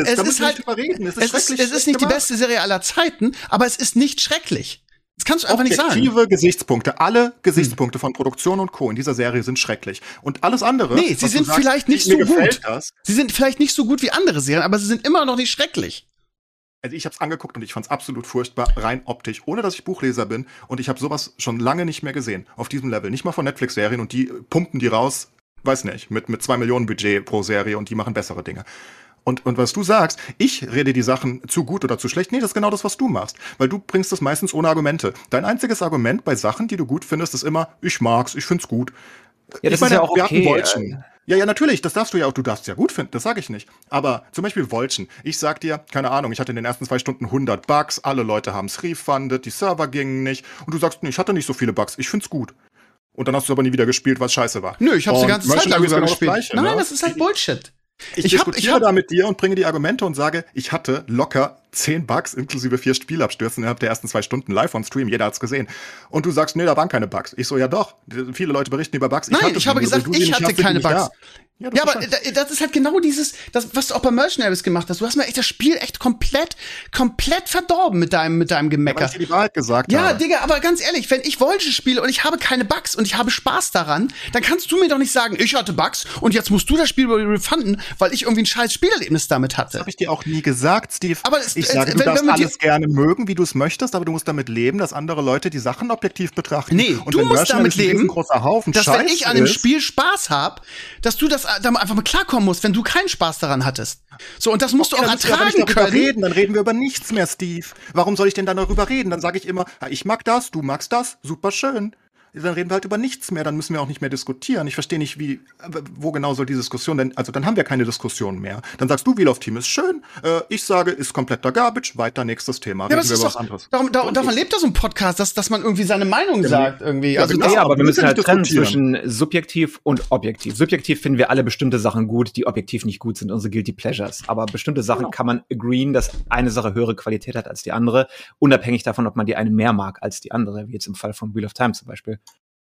nicht die beste Serie aller Zeiten, aber es ist nicht schrecklich. Das kannst du einfach nicht sagen. Objektive Gesichtspunkte, alle Gesichtspunkte von Produktion und Co. in dieser Serie sind schrecklich. Und alles andere, nee, sie sind vielleicht nicht so gut. Sie sind vielleicht nicht so gut wie andere Serien, aber sie sind immer noch nicht schrecklich. Also ich habe es angeguckt und ich fand es absolut furchtbar, rein optisch, ohne dass ich Buchleser bin. Und ich habe sowas schon lange nicht mehr gesehen, auf diesem Level. Nicht mal von Netflix-Serien und die pumpen die raus, weiß nicht, mit 2 Millionen Budget pro Serie und die machen bessere Dinge. Und was du sagst, ich rede die Sachen zu gut oder zu schlecht. Nee, das ist genau das, was du machst. Weil du bringst das meistens ohne Argumente. Dein einziges Argument bei Sachen, die du gut findest, ist immer, ich mag's, ich find's gut. Ja, das ist ja auch okay. Ja, natürlich, das darfst du ja auch, du darfst es ja gut finden, das sage ich nicht. Aber zum Beispiel Wolchen. Ich sag dir, keine Ahnung, ich hatte in den ersten 2 Stunden 100 Bugs, alle Leute haben es refundet, die Server gingen nicht. Und du sagst, nee, ich hatte nicht so viele Bugs, ich find's gut. Und dann hast du aber nie wieder gespielt, was scheiße war. Nö, ich hab's die ganze Zeit lang genau gespielt. Gleiche, Nein, ne? das ist halt Bullshit. Ich diskutiere da mit dir und bringe die Argumente und sage, ich hatte locker 10 Bugs inklusive 4 Spielabstürzen innerhalb der ersten 2 Stunden live on Stream. Jeder hat's gesehen. Und du sagst, nee, da waren keine Bugs. Ich so, ja doch. Viele Leute berichten über Bugs. Nein, ich habe gesagt, ich hatte keine Bugs. Ja, aber das das ist halt genau was du auch bei Mercenaries gemacht hast. Du hast mir echt das Spiel echt komplett verdorben mit deinem Gemecker. Weil ich dir die Wahrheit gesagt habe. Ja, Digga, aber ganz ehrlich, wenn ich Volge spiele und ich habe keine Bugs und ich habe Spaß daran, dann kannst du mir doch nicht sagen, ich hatte Bugs und jetzt musst du das Spiel refunden, weil ich irgendwie ein scheiß Spielerlebnis damit hatte. Das habe ich dir auch nie gesagt, Steve. Aber ich sage, du darfst alles gerne mögen, wie du es möchtest, aber du musst damit leben, dass andere Leute die Sachen objektiv betrachten. Nee, und du musst damit leben, dass Scheiß wenn ich an dem Spiel Spaß habe, dass du das dann einfach mal klarkommen musst, wenn du keinen Spaß daran hattest. So, und das musst du auch ertragen können. Dann reden wir über nichts mehr, Steve. Warum soll ich denn dann darüber reden? Dann sage ich immer, ich mag das, du magst das, super schön. Dann reden wir halt über nichts mehr, dann müssen wir auch nicht mehr diskutieren. Ich verstehe nicht, wo genau soll die Diskussion denn, also dann haben wir keine Diskussion mehr. Dann sagst du, Wheel of Time ist schön, ich sage, ist kompletter Garbage, weiter nächstes Thema, reden wir über was anderes. Davon lebt ja so ein Podcast, dass man irgendwie seine Meinung sagt irgendwie. Ja, also ja, aber wir müssen halt trennen zwischen subjektiv und objektiv. Subjektiv finden wir alle bestimmte Sachen gut, die objektiv nicht gut sind, unsere Guilty Pleasures. Aber bestimmte Sachen kann man agreeen, dass eine Sache höhere Qualität hat als die andere, unabhängig davon, ob man die eine mehr mag als die andere, wie jetzt im Fall von Wheel of Time zum Beispiel.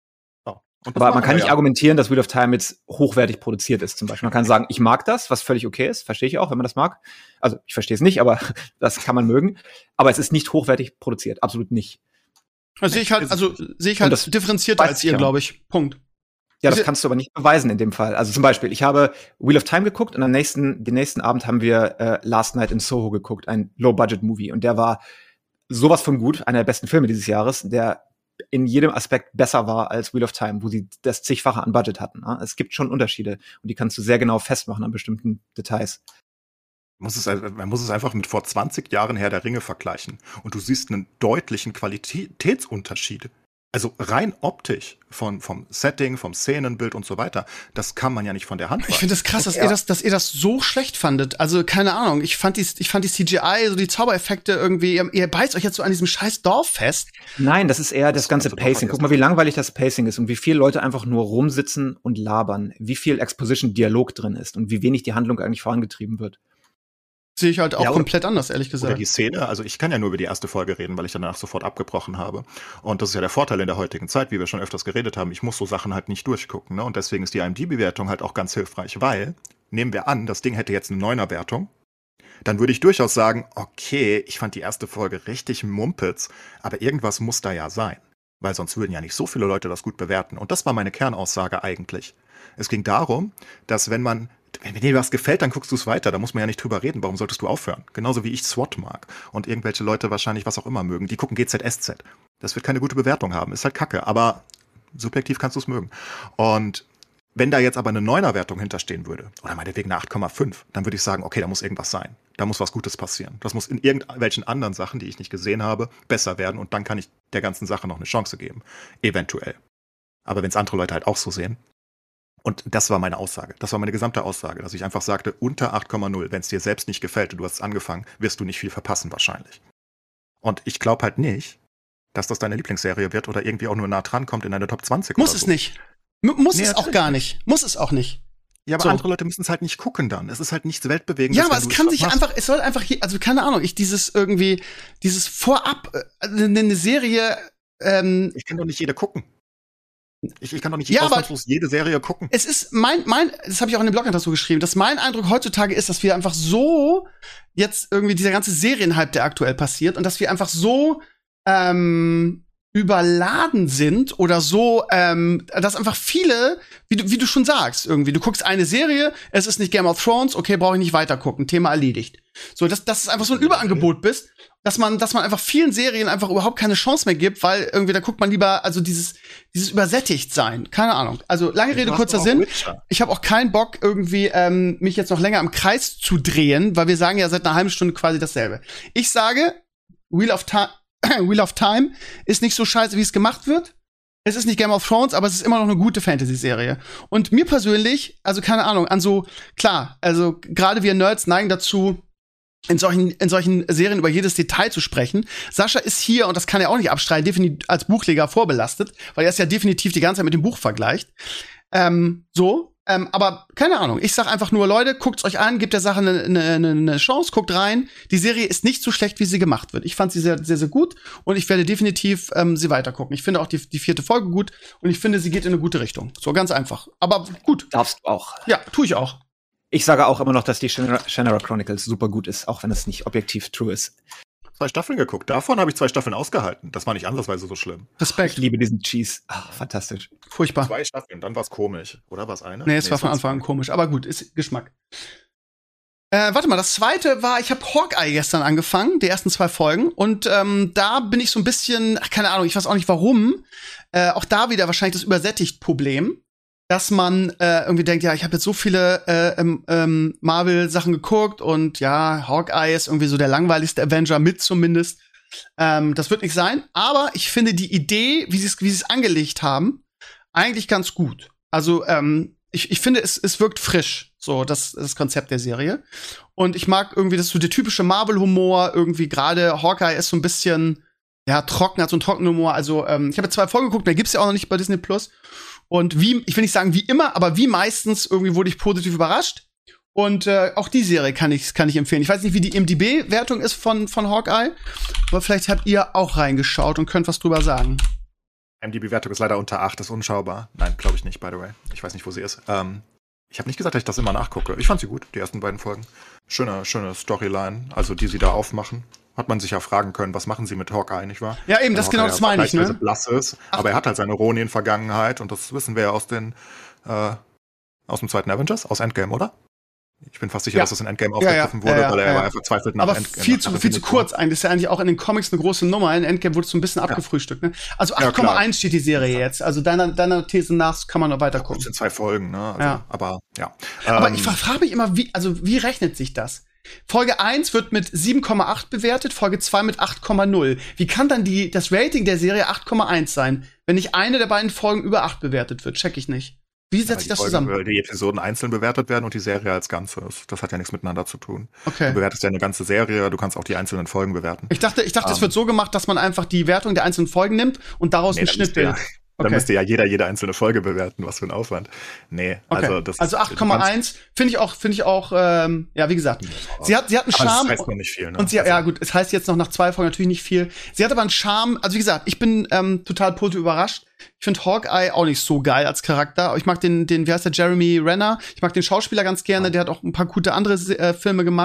Aber man kann nicht argumentieren, dass Wheel of Time jetzt hochwertig produziert ist, zum Beispiel. Man kann sagen, ich mag das, was völlig okay ist, verstehe ich auch, wenn man das mag. Also, ich verstehe es nicht, aber das kann man mögen. Aber es ist nicht hochwertig produziert, absolut nicht. Sehe ich halt differenzierter als ihr, glaube ich. Punkt. Ja, das kannst du aber nicht beweisen in dem Fall. Also zum Beispiel, ich habe Wheel of Time geguckt und den nächsten Abend haben wir Last Night in Soho geguckt, ein Low-Budget-Movie. Und der war sowas von gut, einer der besten Filme dieses Jahres, der in jedem Aspekt besser war als Wheel of Time, wo sie das zigfache an Budget hatten. Ne? Es gibt schon Unterschiede und die kannst du sehr genau festmachen an bestimmten Details. Man muss es einfach mit vor 20 Jahren Herr der Ringe vergleichen und du siehst einen deutlichen Qualitätsunterschied. Also rein optisch vom Setting, vom Szenenbild und so weiter, das kann man ja nicht von der Hand weisen. Ich finde das krass, dass ihr das so schlecht fandet. Also keine Ahnung, ich fand die CGI, so die Zaubereffekte irgendwie, ihr beißt euch jetzt so an diesem scheiß Dorf fest. Nein, das ist eher das ganze Pacing. Guck mal, wie langweilig das Pacing ist und wie viele Leute einfach nur rumsitzen und labern, wie viel Exposition-Dialog drin ist und wie wenig die Handlung eigentlich vorangetrieben wird. Sehe ich halt auch komplett anders, ehrlich gesagt. Oder die Szene, also ich kann ja nur über die erste Folge reden, weil ich danach sofort abgebrochen habe. Und das ist ja der Vorteil in der heutigen Zeit, wie wir schon öfters geredet haben. Ich muss so Sachen halt nicht durchgucken, ne? Und deswegen ist die IMDb-Bewertung halt auch ganz hilfreich, weil, nehmen wir an, das Ding hätte jetzt eine 9er-Wertung dann würde ich durchaus sagen, okay, ich fand die erste Folge richtig mumpitz, aber irgendwas muss da ja sein. Weil sonst würden ja nicht so viele Leute das gut bewerten. Und das war meine Kernaussage eigentlich. Es ging darum, dass wenn dir was gefällt, dann guckst du es weiter. Da muss man ja nicht drüber reden. Warum solltest du aufhören? Genauso wie ich SWAT mag. Und irgendwelche Leute wahrscheinlich was auch immer mögen. Die gucken GZSZ. Das wird keine gute Bewertung haben. Ist halt Kacke. Aber subjektiv kannst du es mögen. Und wenn da jetzt aber eine 9er-Wertung hinterstehen würde, oder meinetwegen eine 8,5, dann würde ich sagen, okay, da muss irgendwas sein. Da muss was Gutes passieren. Das muss in irgendwelchen anderen Sachen, die ich nicht gesehen habe, besser werden. Und dann kann ich der ganzen Sache noch eine Chance geben. Eventuell. Aber wenn es andere Leute halt auch so sehen. Und das war meine Aussage. Das war meine gesamte Aussage, dass ich einfach sagte, unter 8,0, wenn es dir selbst nicht gefällt und du hast es angefangen, wirst du nicht viel verpassen wahrscheinlich. Und ich glaube halt nicht, dass das deine Lieblingsserie wird oder irgendwie auch nur nah dran kommt in deine Top 20 Muss oder es so. nicht. Muss Nee, es auch natürlich gar nicht. Muss es auch nicht. Ja, aber So. andere Leute müssen es halt nicht gucken dann. Es ist halt nichts Weltbewegendes. Ja, aber wenn es du kann sich verpasst. einfach, es soll einfach hier, also keine Ahnung, dieses Vorab, eine Serie, Ich kann doch nicht jede gucken. Ich kann doch nicht Ja, aber- ausnahmslos jede Serie gucken. es ist das habe ich auch in dem Blog dazu geschrieben, dass mein Eindruck heutzutage ist, dass wir einfach so jetzt irgendwie dieser ganze Serienhype, der aktuell passiert, und dass wir einfach so überladen sind oder so, dass einfach viele, wie du schon sagst, irgendwie, du guckst eine Serie, es ist nicht Game of Thrones, okay, brauche ich nicht weiter gucken, Thema erledigt. So, dass es einfach so ein Überangebot bist, dass man einfach vielen Serien einfach überhaupt keine Chance mehr gibt, weil irgendwie da guckt man lieber, also dieses übersättigt sein, keine Ahnung. Also lange Rede, kurzer Sinn. Ich habe auch keinen Bock, irgendwie mich jetzt noch länger im Kreis zu drehen, weil wir sagen ja seit einer halben Stunde quasi dasselbe. Ich sage, Wheel of Time ist nicht so scheiße, wie es gemacht wird. Es ist nicht Game of Thrones, aber es ist immer noch eine gute Fantasy-Serie. Und mir persönlich, also keine Ahnung, klar, also gerade wir Nerds neigen dazu, in solchen Serien über jedes Detail zu sprechen. Sascha ist hier, und das kann er auch nicht abstreiten, definitiv als Buchleger vorbelastet, weil er es ja definitiv die ganze Zeit mit dem Buch vergleicht. Aber keine Ahnung, ich sag einfach nur, Leute, guckt's euch an, gebt der Sache eine Chance, guckt rein. Die Serie ist nicht so schlecht, wie sie gemacht wird. Ich fand sie sehr, sehr, sehr gut und ich werde definitiv sie weitergucken. Ich finde auch die 4. Folge gut und ich finde, sie geht in eine gute Richtung. So, ganz einfach. Aber gut. Darfst du auch. Ja, tue ich auch. Ich sage auch immer noch, dass die Shannara Chronicles super gut ist, auch wenn es nicht objektiv true ist. 2 Staffeln geguckt. Davon habe ich 2 Staffeln ausgehalten. Das war nicht ansatzweise so schlimm. Ich Respekt. liebe diesen Cheese. Ach, fantastisch. Furchtbar. 2 Staffeln, dann war es komisch. Oder war es eine? Nee, es war von Anfang an komisch. Aber gut, ist Geschmack. Warte mal, das zweite war, ich habe Hawkeye gestern angefangen, die ersten 2 Folgen. Und da bin ich so ein bisschen, keine Ahnung, ich weiß auch nicht warum. Auch da wieder wahrscheinlich das Übersättigt-Problem. Dass man irgendwie denkt, ja, ich habe jetzt so viele Marvel-Sachen geguckt und ja, Hawkeye ist irgendwie so der langweiligste Avenger mit zumindest. Das wird nicht sein. Aber ich finde die Idee, wie sie es angelegt haben, eigentlich ganz gut. Also ich finde, es wirkt frisch, so das Konzept der Serie. Und ich mag irgendwie, das ist so der typische Marvel-Humor. Irgendwie gerade Hawkeye ist so ein bisschen trocken, hat so einen trockenen Humor. Also ich habe 2 Folgen geguckt, mehr gibt's ja auch noch nicht bei Disney Plus. Und ich will nicht sagen wie immer, aber wie meistens irgendwie wurde ich positiv überrascht. Und auch die Serie kann ich empfehlen. Ich weiß nicht, wie die IMDb-Wertung ist von Hawkeye, aber vielleicht habt ihr auch reingeschaut und könnt was drüber sagen. IMDb-Wertung ist leider unter 8, ist unschaubar. Nein, glaube ich nicht, by the way. Ich weiß nicht, wo sie ist. Ich habe nicht gesagt, dass ich das immer nachgucke. Ich fand sie gut, die ersten 2 Folgen. Schöne Storyline, also die sie da aufmachen. Hat man sich ja fragen können, was machen sie mit Hawkeye, nicht wahr? Ja, eben, das genau, das meine ich, ne? Blass ist, aber er hat halt seine Ronin-Vergangenheit und das wissen wir ja aus dem 2. Avengers, aus Endgame, oder? Ich bin fast sicher, dass das in Endgame aufgegriffen wurde, weil er einfach verzweifelt nach Endgame. Aber viel zu kurz eigentlich. Das ist ja eigentlich auch in den Comics eine große Nummer. In Endgame wurde es so ein bisschen abgefrühstückt, ne? Also 8,1 steht die Serie jetzt. Also deiner These nach kann man noch weiter gucken. Das sind 2 Folgen, ne? Also, aber ja. Aber ich frage mich immer, wie rechnet sich das? Folge 1 wird mit 7,8 bewertet, Folge 2 mit 8,0. Wie kann dann das Rating der Serie 8,1 sein, wenn nicht eine der beiden Folgen über 8 bewertet wird? Check ich nicht. Wie setzt sich das zusammen? Weil die Episoden einzeln bewertet werden und die Serie als Ganzes. Das hat ja nichts miteinander zu tun. Okay. Du bewertest ja eine ganze Serie, du kannst auch die einzelnen Folgen bewerten. Ich dachte, es wird so gemacht, dass man einfach die Wertung der einzelnen Folgen nimmt und daraus einen Schnitt bildet. Dann müsste ja jede einzelne Folge bewerten, was für ein Aufwand. Nee, okay. Also 8,1 finde ich auch, wie gesagt, sie hat einen Charme. Das heißt noch nicht viel, ne? Und gut, es heißt jetzt noch nach 2 Folgen natürlich nicht viel. Sie hat aber einen Charme, also wie gesagt, ich bin total positiv überrascht. Ich finde Hawkeye auch nicht so geil als Charakter. Ich mag den, wie heißt der, Jeremy Renner. Ich mag den Schauspieler ganz gerne, der hat auch ein paar gute andere Filme gemacht.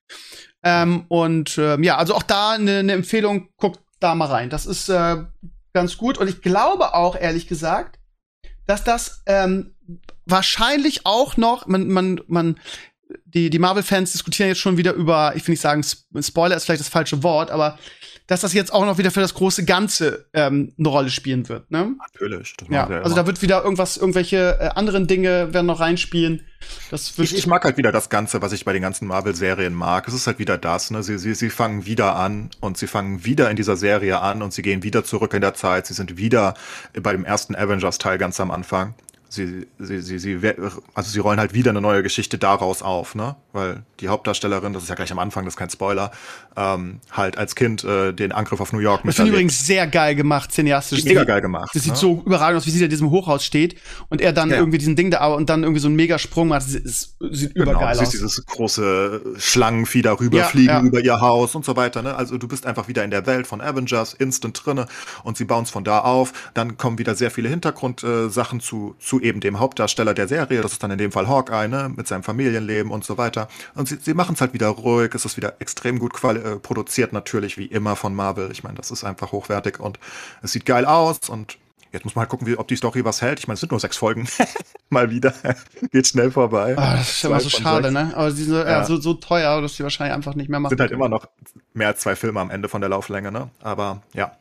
Ja, also auch da eine Empfehlung, guckt da mal rein. Das ist ganz gut. Und ich glaube auch, ehrlich gesagt, dass das wahrscheinlich auch noch, die Marvel-Fans diskutieren jetzt schon wieder über, ich will nicht sagen, Spoiler ist vielleicht das falsche Wort, aber dass das jetzt auch noch wieder für das große Ganze eine Rolle spielen wird, ne? Natürlich. Das Ja, also da wird wieder irgendwelche anderen Dinge werden noch reinspielen. Das wird ich mag halt wieder das Ganze, was ich bei den ganzen Marvel-Serien mag. Es ist halt wieder das, ne? Sie fangen wieder an und sie fangen wieder in dieser Serie an und sie gehen wieder zurück in der Zeit. Sie sind wieder bei dem ersten Avengers-Teil ganz am Anfang. Sie rollen halt wieder eine neue Geschichte daraus auf, ne? Weil die Hauptdarstellerin, das ist ja gleich am Anfang, das ist kein Spoiler, halt als Kind den Angriff auf New York Das finde ich übrigens sehr geil gemacht, cineastisch. Mega geil gemacht. Das sieht so überragend aus, wie sie da in diesem Hochhaus steht und er dann irgendwie diesen Ding da und dann irgendwie so einen Megasprung macht. Das sieht übergeil aus. Du siehst dieses große Schlangenvieh da rüberfliegen über ihr Haus und so weiter, ne? Also du bist einfach wieder in der Welt von Avengers, instant drinne und sie bauen es von da auf. Dann kommen wieder sehr viele Hintergrundsachen zu eben dem Hauptdarsteller der Serie, das ist dann in dem Fall Hawkeye, ne, mit seinem Familienleben und so weiter. Und sie machen es halt wieder ruhig, es ist wieder extrem gut produziert, natürlich, wie immer von Marvel. Ich meine, das ist einfach hochwertig und es sieht geil aus und jetzt muss man halt gucken, ob die Story was hält. Ich meine, es sind nur 6 Folgen. Mal wieder. Geht schnell vorbei. Das ist immer so schade, 6. Ne? Aber die sind so teuer, dass die wahrscheinlich einfach nicht mehr machen. Sind halt immer noch mehr als 2 Filme am Ende von der Lauflänge, ne? Aber ja,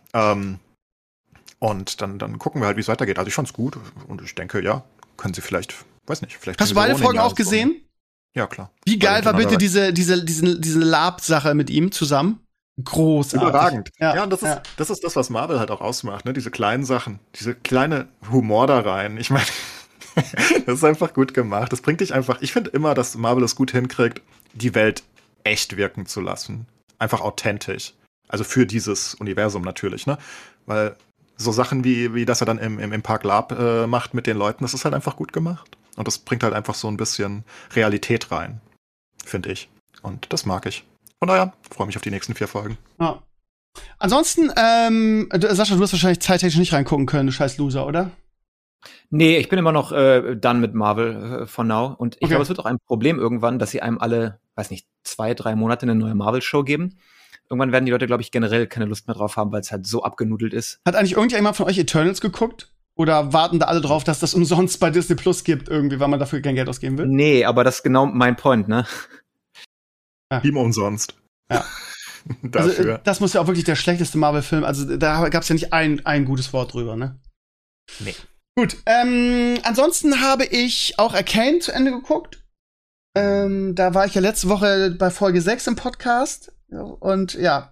und dann gucken wir halt, wie es weitergeht. Also ich fand's gut und ich denke, ja, können sie vielleicht, weiß nicht, vielleicht. Hast du beide Folgen auch gesehen? Ja, klar. Wie geil war bitte diese Lab-Sache mit ihm zusammen? Großartig. Überragend. Ja, und das ist das, was Marvel halt auch ausmacht, ne? Diese kleinen Sachen, diese kleine Humor da rein. Ich meine, das ist einfach gut gemacht. Das bringt dich einfach, ich finde immer, dass Marvel es gut hinkriegt, die Welt echt wirken zu lassen. Einfach authentisch. Also für dieses Universum natürlich, ne? Weil so Sachen wie das er dann im Park Lab macht mit den Leuten, das ist halt einfach gut gemacht. Und das bringt halt einfach so ein bisschen Realität rein, finde ich. Und das mag ich. Von daher freue mich auf die nächsten 4 Folgen. Ja. Ansonsten, Sascha, du hast wahrscheinlich zeittechnisch nicht reingucken können, du scheiß Loser, oder? Nee, ich bin immer noch dann mit Marvel for now. Und ich glaube, es wird auch ein Problem irgendwann, dass sie einem alle, weiß nicht, 2, 3 Monate eine neue Marvel-Show geben. Irgendwann werden die Leute, glaube ich, generell keine Lust mehr drauf haben, weil es halt so abgenudelt ist. Hat eigentlich irgendjemand von euch Eternals geguckt? Oder warten da alle drauf, dass das umsonst bei Disney Plus gibt, irgendwie, weil man dafür kein Geld ausgeben will? Nee, aber das ist genau mein Point, ne? Team umsonst. Ja. Dafür. Also, das muss ja auch wirklich der schlechteste Marvel-Film, also da gab es ja nicht ein gutes Wort drüber, ne? Nee. Gut, ansonsten habe ich auch Arcane zu Ende geguckt. Da war ich ja letzte Woche bei Folge 6 im Podcast. Und ja,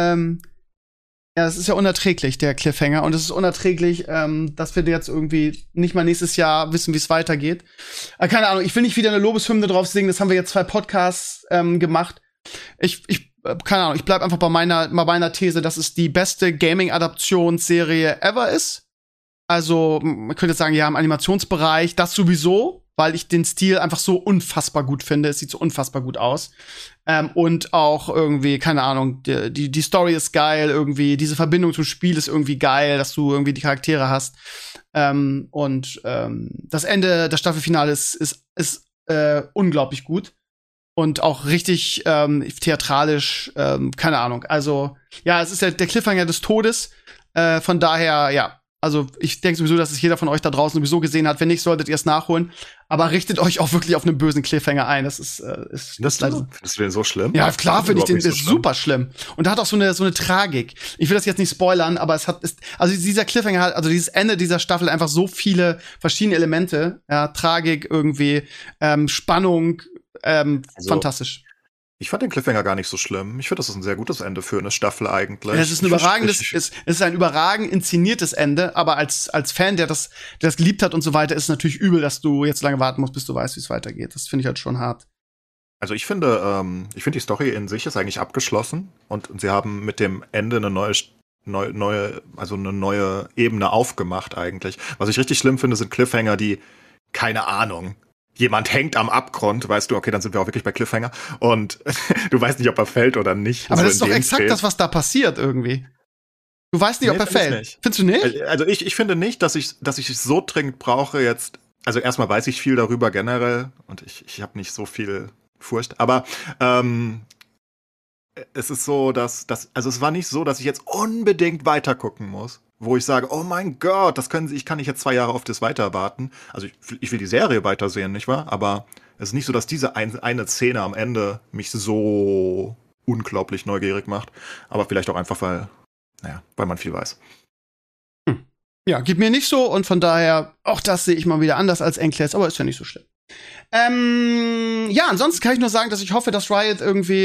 das ist ja unerträglich, der Cliffhanger. Und es ist unerträglich, dass wir jetzt irgendwie nicht mal nächstes Jahr wissen, wie es weitergeht. Keine Ahnung, ich will nicht wieder eine Lobeshymne drauf singen. Das haben wir jetzt 2 Podcasts gemacht. Keine Ahnung, ich bleib einfach bei meiner These, dass es die beste Gaming-Adaptionsserie ever ist. Also, man könnte jetzt sagen, ja, im Animationsbereich, das sowieso, weil ich den Stil einfach so unfassbar gut finde. Es sieht so unfassbar gut aus. Und auch irgendwie, keine Ahnung, die Story ist geil, irgendwie, diese Verbindung zum Spiel ist irgendwie geil, dass du irgendwie die Charaktere hast. Das Ende, das Staffelfinale ist unglaublich gut. Und auch richtig theatralisch, keine Ahnung. Also, ja, es ist der Cliffhanger des Todes. Von daher, ja. Also, ich denke sowieso, dass es jeder von euch da draußen sowieso gesehen hat. Wenn nicht, solltet ihr es nachholen. Aber richtet euch auch wirklich auf einen bösen Cliffhanger ein. Das ist Findest du den so schlimm? Ja, klar finde ich den so super schlimm. Und da hat auch so eine Tragik. Ich will das jetzt nicht spoilern, aber also dieser Cliffhanger hat, also dieses Ende dieser Staffel einfach so viele verschiedene Elemente. Ja, Tragik irgendwie, Spannung, fantastisch. Ich fand den Cliffhanger gar nicht so schlimm. Ich finde, das ist ein sehr gutes Ende für eine Staffel eigentlich. Ja, es ist es ist ein überragend inszeniertes Ende, aber als Fan, der das geliebt hat und so weiter, ist es natürlich übel, dass du jetzt lange warten musst, bis du weißt, wie es weitergeht. Das finde ich halt schon hart. Also ich finde die Story in sich ist eigentlich abgeschlossen und sie haben mit dem Ende eine neue Ebene aufgemacht eigentlich. Was ich richtig schlimm finde, sind Cliffhanger, die, keine Ahnung, jemand hängt am Abgrund, weißt du, okay, dann sind wir auch wirklich bei Cliffhanger und du weißt nicht, ob er fällt oder nicht. Aber das ist doch exakt das, was da passiert irgendwie. Du weißt nicht, ob er fällt. Findest du nicht? Also ich finde nicht, dass ich es so dringend brauche jetzt. Also erstmal weiß ich viel darüber generell und ich habe nicht so viel Furcht, aber es ist so, also es war nicht so, dass ich jetzt unbedingt weiter gucken muss, wo ich sage, oh mein Gott, ich kann nicht jetzt 2 Jahre auf das weiter warten. Also ich will die Serie weitersehen, nicht wahr? Aber es ist nicht so, dass diese eine Szene am Ende mich so unglaublich neugierig macht. Aber vielleicht auch einfach, weil man viel weiß. Ja, geht mir nicht so und von daher, auch das sehe ich mal wieder anders als Enclaves, aber ist ja nicht so schlimm. Ja, ansonsten kann ich nur sagen, dass ich hoffe, dass Riot irgendwie,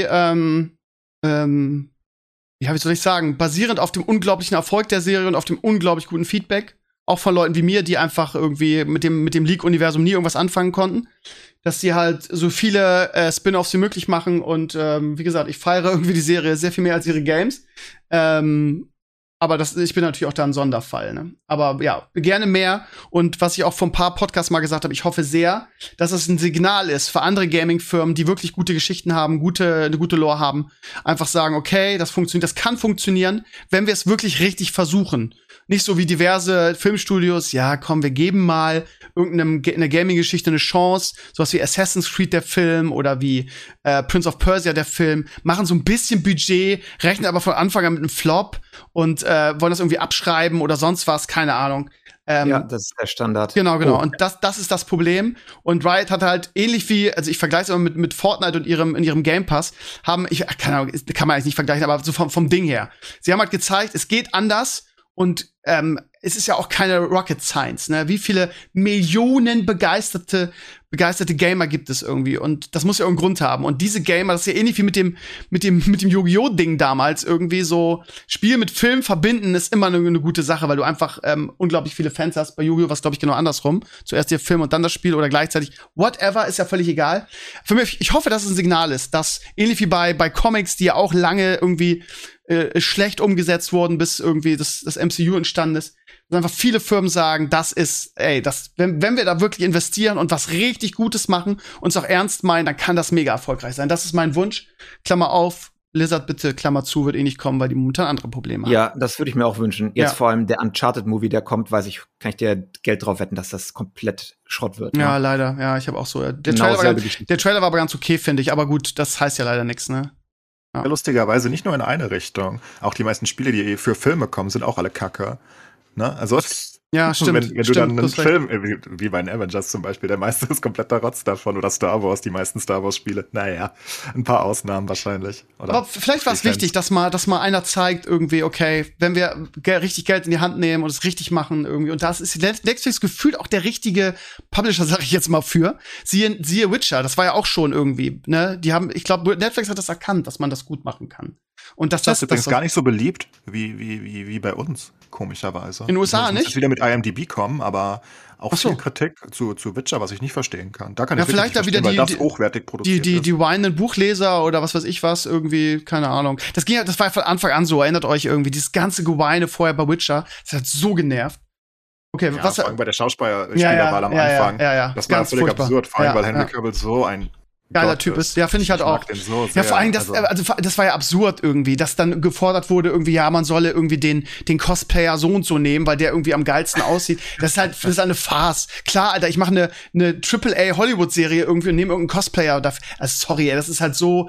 ja, wie soll ich sagen, basierend auf dem unglaublichen Erfolg der Serie und auf dem unglaublich guten Feedback, auch von Leuten wie mir, die einfach irgendwie mit dem League-Universum nie irgendwas anfangen konnten, dass sie halt so viele Spin-offs wie möglich machen und wie gesagt, ich feiere irgendwie die Serie sehr viel mehr als ihre Games. Aber ich bin natürlich auch da ein Sonderfall, ne? Aber ja, gerne mehr. Und was ich auch vor ein paar Podcasts mal gesagt habe, ich hoffe sehr, dass es ein Signal ist für andere Gaming-Firmen, die wirklich gute Geschichten haben, eine gute Lore haben. Einfach sagen, okay, das kann funktionieren, wenn wir es wirklich richtig versuchen. Nicht so wie diverse Filmstudios, ja, komm, wir geben mal irgendeiner Gaming-Geschichte eine Chance, sowas wie Assassin's Creed der Film oder wie Prince of Persia der Film, machen so ein bisschen Budget, rechnen aber von Anfang an mit einem Flop und wollen das irgendwie abschreiben oder sonst was, keine Ahnung. Ja, das ist der Standard. Genau. Oh. Und das ist das Problem. Und Riot hat halt ähnlich wie, also ich vergleiche es immer mit Fortnite und in ihrem Game Pass, keine Ahnung, kann man eigentlich nicht vergleichen, aber so vom Ding her. Sie haben halt gezeigt, es geht anders. Und es ist ja auch keine Rocket Science, ne? Wie viele Millionen begeisterte Gamer gibt es irgendwie? Und das muss ja auch einen Grund haben. Und diese Gamer, das ist ja ähnlich wie mit dem Yu-Gi-Oh! Ding damals, irgendwie so Spiel mit Film verbinden, ist immer eine gute Sache, weil du einfach unglaublich viele Fans hast. Bei Yu-Gi-Oh! Was glaube ich genau andersrum. Zuerst der Film und dann das Spiel oder gleichzeitig. Whatever, ist ja völlig egal. Für mich, ich hoffe, dass es ein Signal ist, dass ähnlich wie bei Comics, die ja auch lange irgendwie schlecht umgesetzt wurden, bis irgendwie das MCU entstanden ist. Dass einfach viele Firmen sagen, wenn wir da wirklich investieren und was richtig Gutes machen, uns auch ernst meinen, dann kann das mega erfolgreich sein. Das ist mein Wunsch. Klammer auf, Blizzard bitte, Klammer zu, wird nicht kommen, weil die momentan andere Probleme haben. Ja, das würde ich mir auch wünschen. Jetzt vor allem der Uncharted-Movie, der kommt, kann ich dir Geld drauf wetten, dass das komplett Schrott wird. Ja, leider. Ja, ich habe auch so. Der Trailer war aber ganz okay, finde ich. Aber gut, das heißt ja leider nichts, ne? Ja. Lustigerweise nicht nur in eine Richtung. Auch die meisten Spiele, die für Filme kommen, sind auch alle Kacke. Ne? Also, ja, stimmt. Wenn du dann einen Film, wie bei den Avengers zum Beispiel, der meiste ist kompletter Rotz davon. Oder Star Wars, die meisten Star Wars-Spiele. Naja, ein paar Ausnahmen wahrscheinlich. Oder aber vielleicht war es wichtig, dass mal einer zeigt, irgendwie, okay, wenn wir richtig Geld in die Hand nehmen und es richtig machen, irgendwie. Und das ist Netflix gefühlt auch der richtige Publisher, sag ich jetzt mal für. Siehe Witcher, das war ja auch schon irgendwie, ne? Ich glaube, Netflix hat das erkannt, dass man das gut machen kann. Und das ist übrigens gar nicht so beliebt wie bei uns, komischerweise. In den USA nicht? Jetzt wieder mit IMDb kommen, aber auch viel Kritik zu Witcher, was ich nicht verstehen kann. Da kann ich vielleicht da wieder weil das hochwertig produziert ist. Die weinenden Buchleser oder was weiß ich was, irgendwie, keine Ahnung. Das war von Anfang an so, erinnert euch irgendwie, dieses ganze Geweine vorher bei Witcher, das hat so genervt. Okay, ja, vor allem bei der Schauspielerwahl am Anfang. Ja. Das war völlig absurd, vor allem, weil Henry Cavill so ein geiler Typ ist. Ja, finde ich halt auch. So ja, vor allem, das war ja absurd irgendwie, dass dann gefordert wurde, irgendwie, ja, man solle irgendwie den Cosplayer so und so nehmen, weil der irgendwie am geilsten aussieht. Das ist eine Farce. Klar, Alter, ich mache eine AAA Hollywood-Serie irgendwie und nehme irgendeinen Cosplayer. Also, sorry, ey, das ist halt so,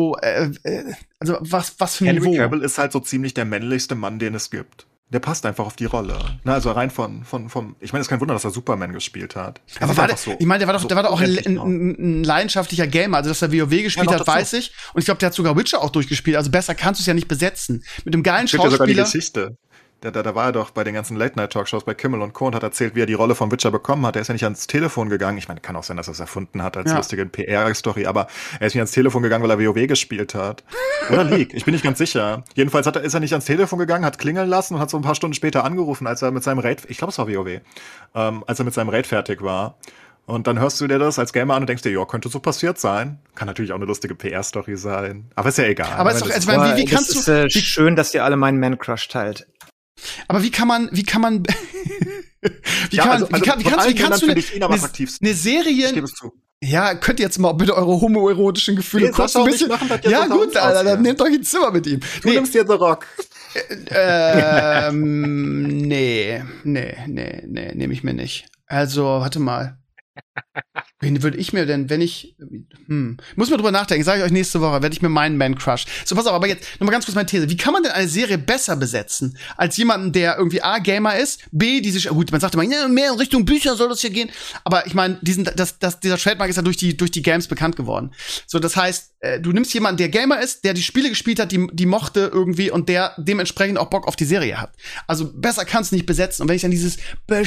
also, was für ein Niveau. Henry Cavill ist halt so ziemlich der männlichste Mann, den es gibt. Der passt einfach auf die Rolle. Na, also rein vom ich meine, es ist kein Wunder, dass er Superman gespielt hat. Aber ich meine, der war doch auch ein leidenschaftlicher Gamer. Also, dass er WoW gespielt hat, weiß ich. Und ich glaube, der hat sogar Witcher auch durchgespielt. Also, besser kannst du es ja nicht besetzen. Mit einem geilen Schauspieler. Sogar die Geschichte. Da war er doch bei den ganzen Late-Night-Talkshows bei Kimmel und Co. und hat erzählt, wie er die Rolle von Witcher bekommen hat. Er ist ja nicht ans Telefon gegangen. Ich meine, kann auch sein, dass er es erfunden hat als lustige PR-Story, aber er ist nicht ans Telefon gegangen, weil er WoW gespielt hat. Oder League, ich bin nicht ganz sicher. Jedenfalls ist er nicht ans Telefon gegangen, hat klingeln lassen und hat so ein paar Stunden später angerufen, als er mit seinem Raid, ich glaube, es war WoW, als er mit seinem Raid fertig war. Und dann hörst du dir das als Gamer an und denkst dir, ja, könnte so passiert sein. Kann natürlich auch eine lustige PR-Story sein. Aber ist ja egal. Aber ist doch, also, wie kannst du. Schön, dass ihr alle meinen Man-Crush teilt. Aber wie kannst du eine Serie. Ich gebe es zu. Ja, könnt ihr jetzt mal bitte eure homoerotischen Gefühle kurz ein bisschen. Ja, gut, Alter, dann nehmt euch ein Zimmer mit ihm. Du nimmst dir The Rock. Nee, nehme ich mir nicht. Also, warte mal. Wen würde ich mir denn, wenn ich, muss mal drüber nachdenken, sage ich euch nächste Woche, werde ich mir meinen Man-Crush. So, pass auf, aber jetzt noch mal ganz kurz meine These. Wie kann man denn eine Serie besser besetzen, als jemanden, der irgendwie A, Gamer ist, B, die sich, gut, man sagt immer, ja, mehr in Richtung Bücher soll das hier gehen, aber ich meine, dieser Trademark ist ja durch die Games bekannt geworden. So, das heißt, du nimmst jemanden, der Gamer ist, der die Spiele gespielt hat, die mochte irgendwie und der dementsprechend auch Bock auf die Serie hat. Also, besser kannst du nicht besetzen. Und wenn ich dann dieses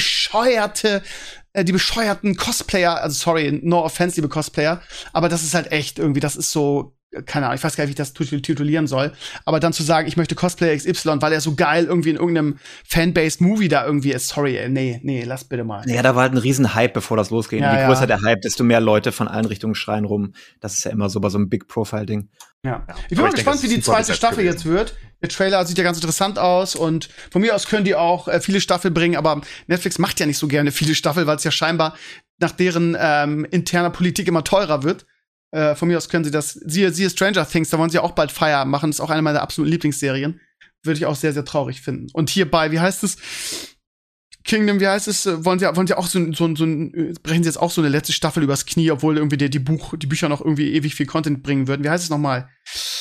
die bescheuerten Cosplayer, also sorry, no offense, liebe Cosplayer, aber das ist halt echt irgendwie, das ist so, keine Ahnung, ich weiß gar nicht, wie ich das titulieren soll, aber dann zu sagen, ich möchte Cosplayer XY, weil er so geil irgendwie in irgendeinem Fanbase-Movie da irgendwie ist, sorry, nee, lass bitte mal. Ja, da war halt ein riesen Hype, bevor das losging. Ja, Je größer der Hype, desto mehr Leute von allen Richtungen schreien rum. Das ist ja immer so bei so einem Big-Profile-Ding. Ja. Ich bin mal gespannt, wie die zweite Staffel jetzt wird. Der Trailer sieht ja ganz interessant aus und von mir aus können die auch viele Staffeln bringen, aber Netflix macht ja nicht so gerne viele Staffeln, weil es ja scheinbar nach deren interner Politik immer teurer wird. Von mir aus können sie das. Siehe Stranger Things, da wollen sie ja auch bald Feierabend machen. Das ist auch eine meiner absoluten Lieblingsserien. Würde ich auch sehr, sehr traurig finden. Und hierbei, wie heißt es? Kingdom, wie heißt es? Wollen sie auch brechen sie jetzt auch so eine letzte Staffel übers Knie, obwohl irgendwie die Bücher noch irgendwie ewig viel Content bringen würden. Wie heißt es nochmal?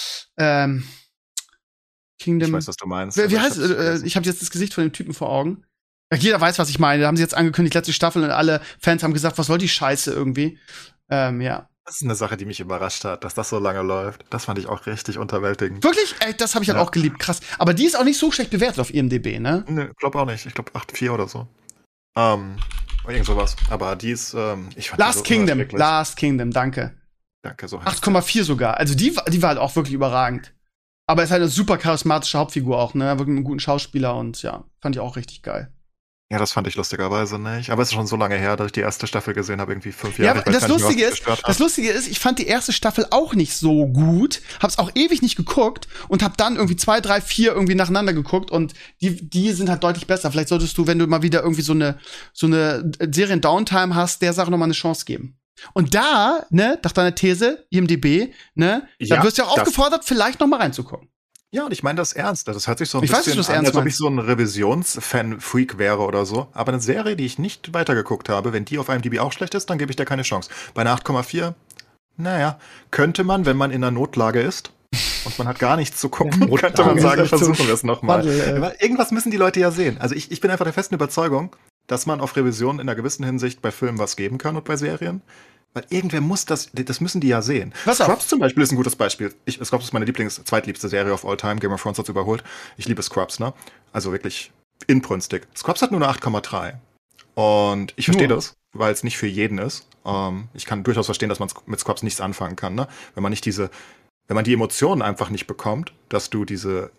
Kingdom. Ich weiß, was du meinst. Wie heißt es? Ich habe jetzt das Gesicht von dem Typen vor Augen. Ja, jeder weiß, was ich meine. Da haben sie jetzt angekündigt, letzte Staffel, und alle Fans haben gesagt, was soll die Scheiße irgendwie? Ja. Das ist eine Sache, die mich überrascht hat, dass das so lange läuft. Das fand ich auch richtig unterwältigend. Wirklich? Ey, das habe ich halt auch geliebt. Krass. Aber die ist auch nicht so schlecht bewertet auf IMDb, ne? Ne, glaub auch nicht. Ich glaube 8,4 oder so. Irgend sowas. Aber die ist, ich fand Last Kingdom, danke. Danke, so. 8,4 sogar. Also die war halt auch wirklich überragend. Aber ist halt eine super charismatische Hauptfigur auch, ne? Wirklich einen guten Schauspieler und ja, fand ich auch richtig geil. Ja, das fand ich lustigerweise nicht. Aber es ist schon so lange her, dass ich die erste Staffel gesehen habe, irgendwie 5 Jahre. Ja, aber das Lustige ist, ich fand die erste Staffel auch nicht so gut, hab's auch ewig nicht geguckt und hab dann irgendwie 2, 3, 4 irgendwie nacheinander geguckt und die sind halt deutlich besser. Vielleicht solltest du, wenn du mal wieder irgendwie so eine Serien-Downtime hast, der Sache noch mal eine Chance geben. Und da, ne, nach deiner These, IMDb, ne, da wirst du ja auch aufgefordert, vielleicht noch mal reinzugucken. Ja, und ich meine das ernst. Das hört sich so ein bisschen an, als ob ich so ein Revisionsfan-Freak wäre oder so. Aber eine Serie, die ich nicht weitergeguckt habe, wenn die auf IMDb auch schlecht ist, dann gebe ich der keine Chance. Bei einer 8,4, naja, könnte man, wenn man in einer Notlage ist und man hat gar nichts zu gucken, könnte man sagen, versuchen wir es nochmal. Irgendwas müssen die Leute ja sehen. Also ich bin einfach der festen Überzeugung, dass man auf Revision in einer gewissen Hinsicht bei Filmen was geben kann und bei Serien. Weil irgendwer muss das müssen die ja sehen. Scrubs zum Beispiel ist ein gutes Beispiel. Scrubs ist meine zweitliebste Serie of all time. Game of Thrones hat's überholt. Ich liebe Scrubs, ne? Also wirklich inbrünstig. Scrubs hat nur eine 8,3. Und ich verstehe das, weil es nicht für jeden ist. Ich kann durchaus verstehen, dass man mit Scrubs nichts anfangen kann, ne? Wenn man die Emotionen einfach nicht bekommt, dass du diese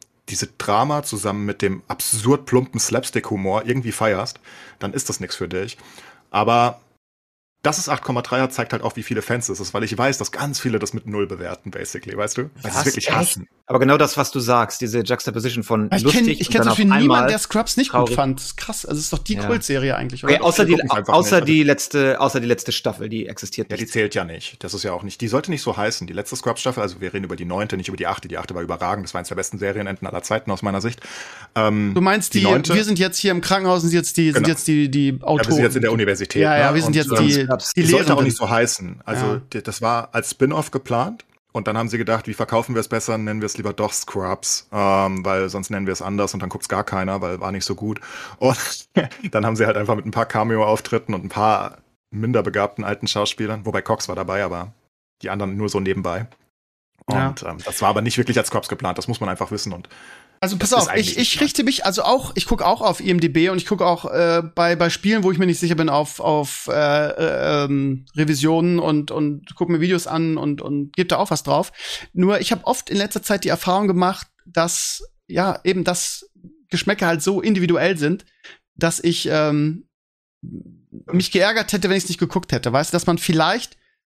Drama zusammen mit dem absurd plumpen Slapstick-Humor irgendwie feierst, dann ist das nichts für dich. Aber dass es 8,3 hat, zeigt halt auch, wie viele Fans es ist, weil ich weiß, dass ganz viele das mit 0 bewerten, basically, weißt du? Weil sie es wirklich hassen. Aber genau das, was du sagst, diese Juxtaposition von lustig. Ich kenne zum Beispiel niemanden, der Scrubs nicht gut fand. Das ist krass. Also, es ist doch die Kultserie eigentlich, oder? Okay, außer die letzte Staffel, die existiert nicht. Ja, die zählt ja nicht. Das ist ja auch nicht, die sollte nicht so heißen. Die letzte Scrubs-Staffel, also wir reden über die 9., nicht über die 8. Die 8. war überragend. Das war eins der besten Serienenden aller Zeiten aus meiner Sicht. Du meinst die 9. Wir sind jetzt hier im Krankenhaus und sind jetzt die Autoren. Ja, wir sind jetzt in der Universität. Ja, wir sind jetzt die sollte auch nicht so heißen. Also das war als Spin-off geplant und dann haben sie gedacht, wie verkaufen wir es besser? Nennen wir es lieber doch Scrubs, weil sonst nennen wir es anders und dann guckt's gar keiner, weil war nicht so gut. Und dann haben sie halt einfach mit ein paar Cameo-Auftritten und ein paar minder begabten alten Schauspielern, wobei Cox war dabei, aber die anderen nur so nebenbei. Und das war aber nicht wirklich als Scrubs geplant, das muss man einfach wissen. Und also pass auf, ich richte mich ich gucke auch auf IMDb und ich gucke auch bei Spielen, wo ich mir nicht sicher bin, auf Revisionen und gucke mir Videos an und gebe da auch was drauf. Nur ich habe oft in letzter Zeit die Erfahrung gemacht, dass eben das Geschmäcker halt so individuell sind, dass ich mich geärgert hätte, wenn ich es nicht geguckt hätte. Weißt du, dass man vielleicht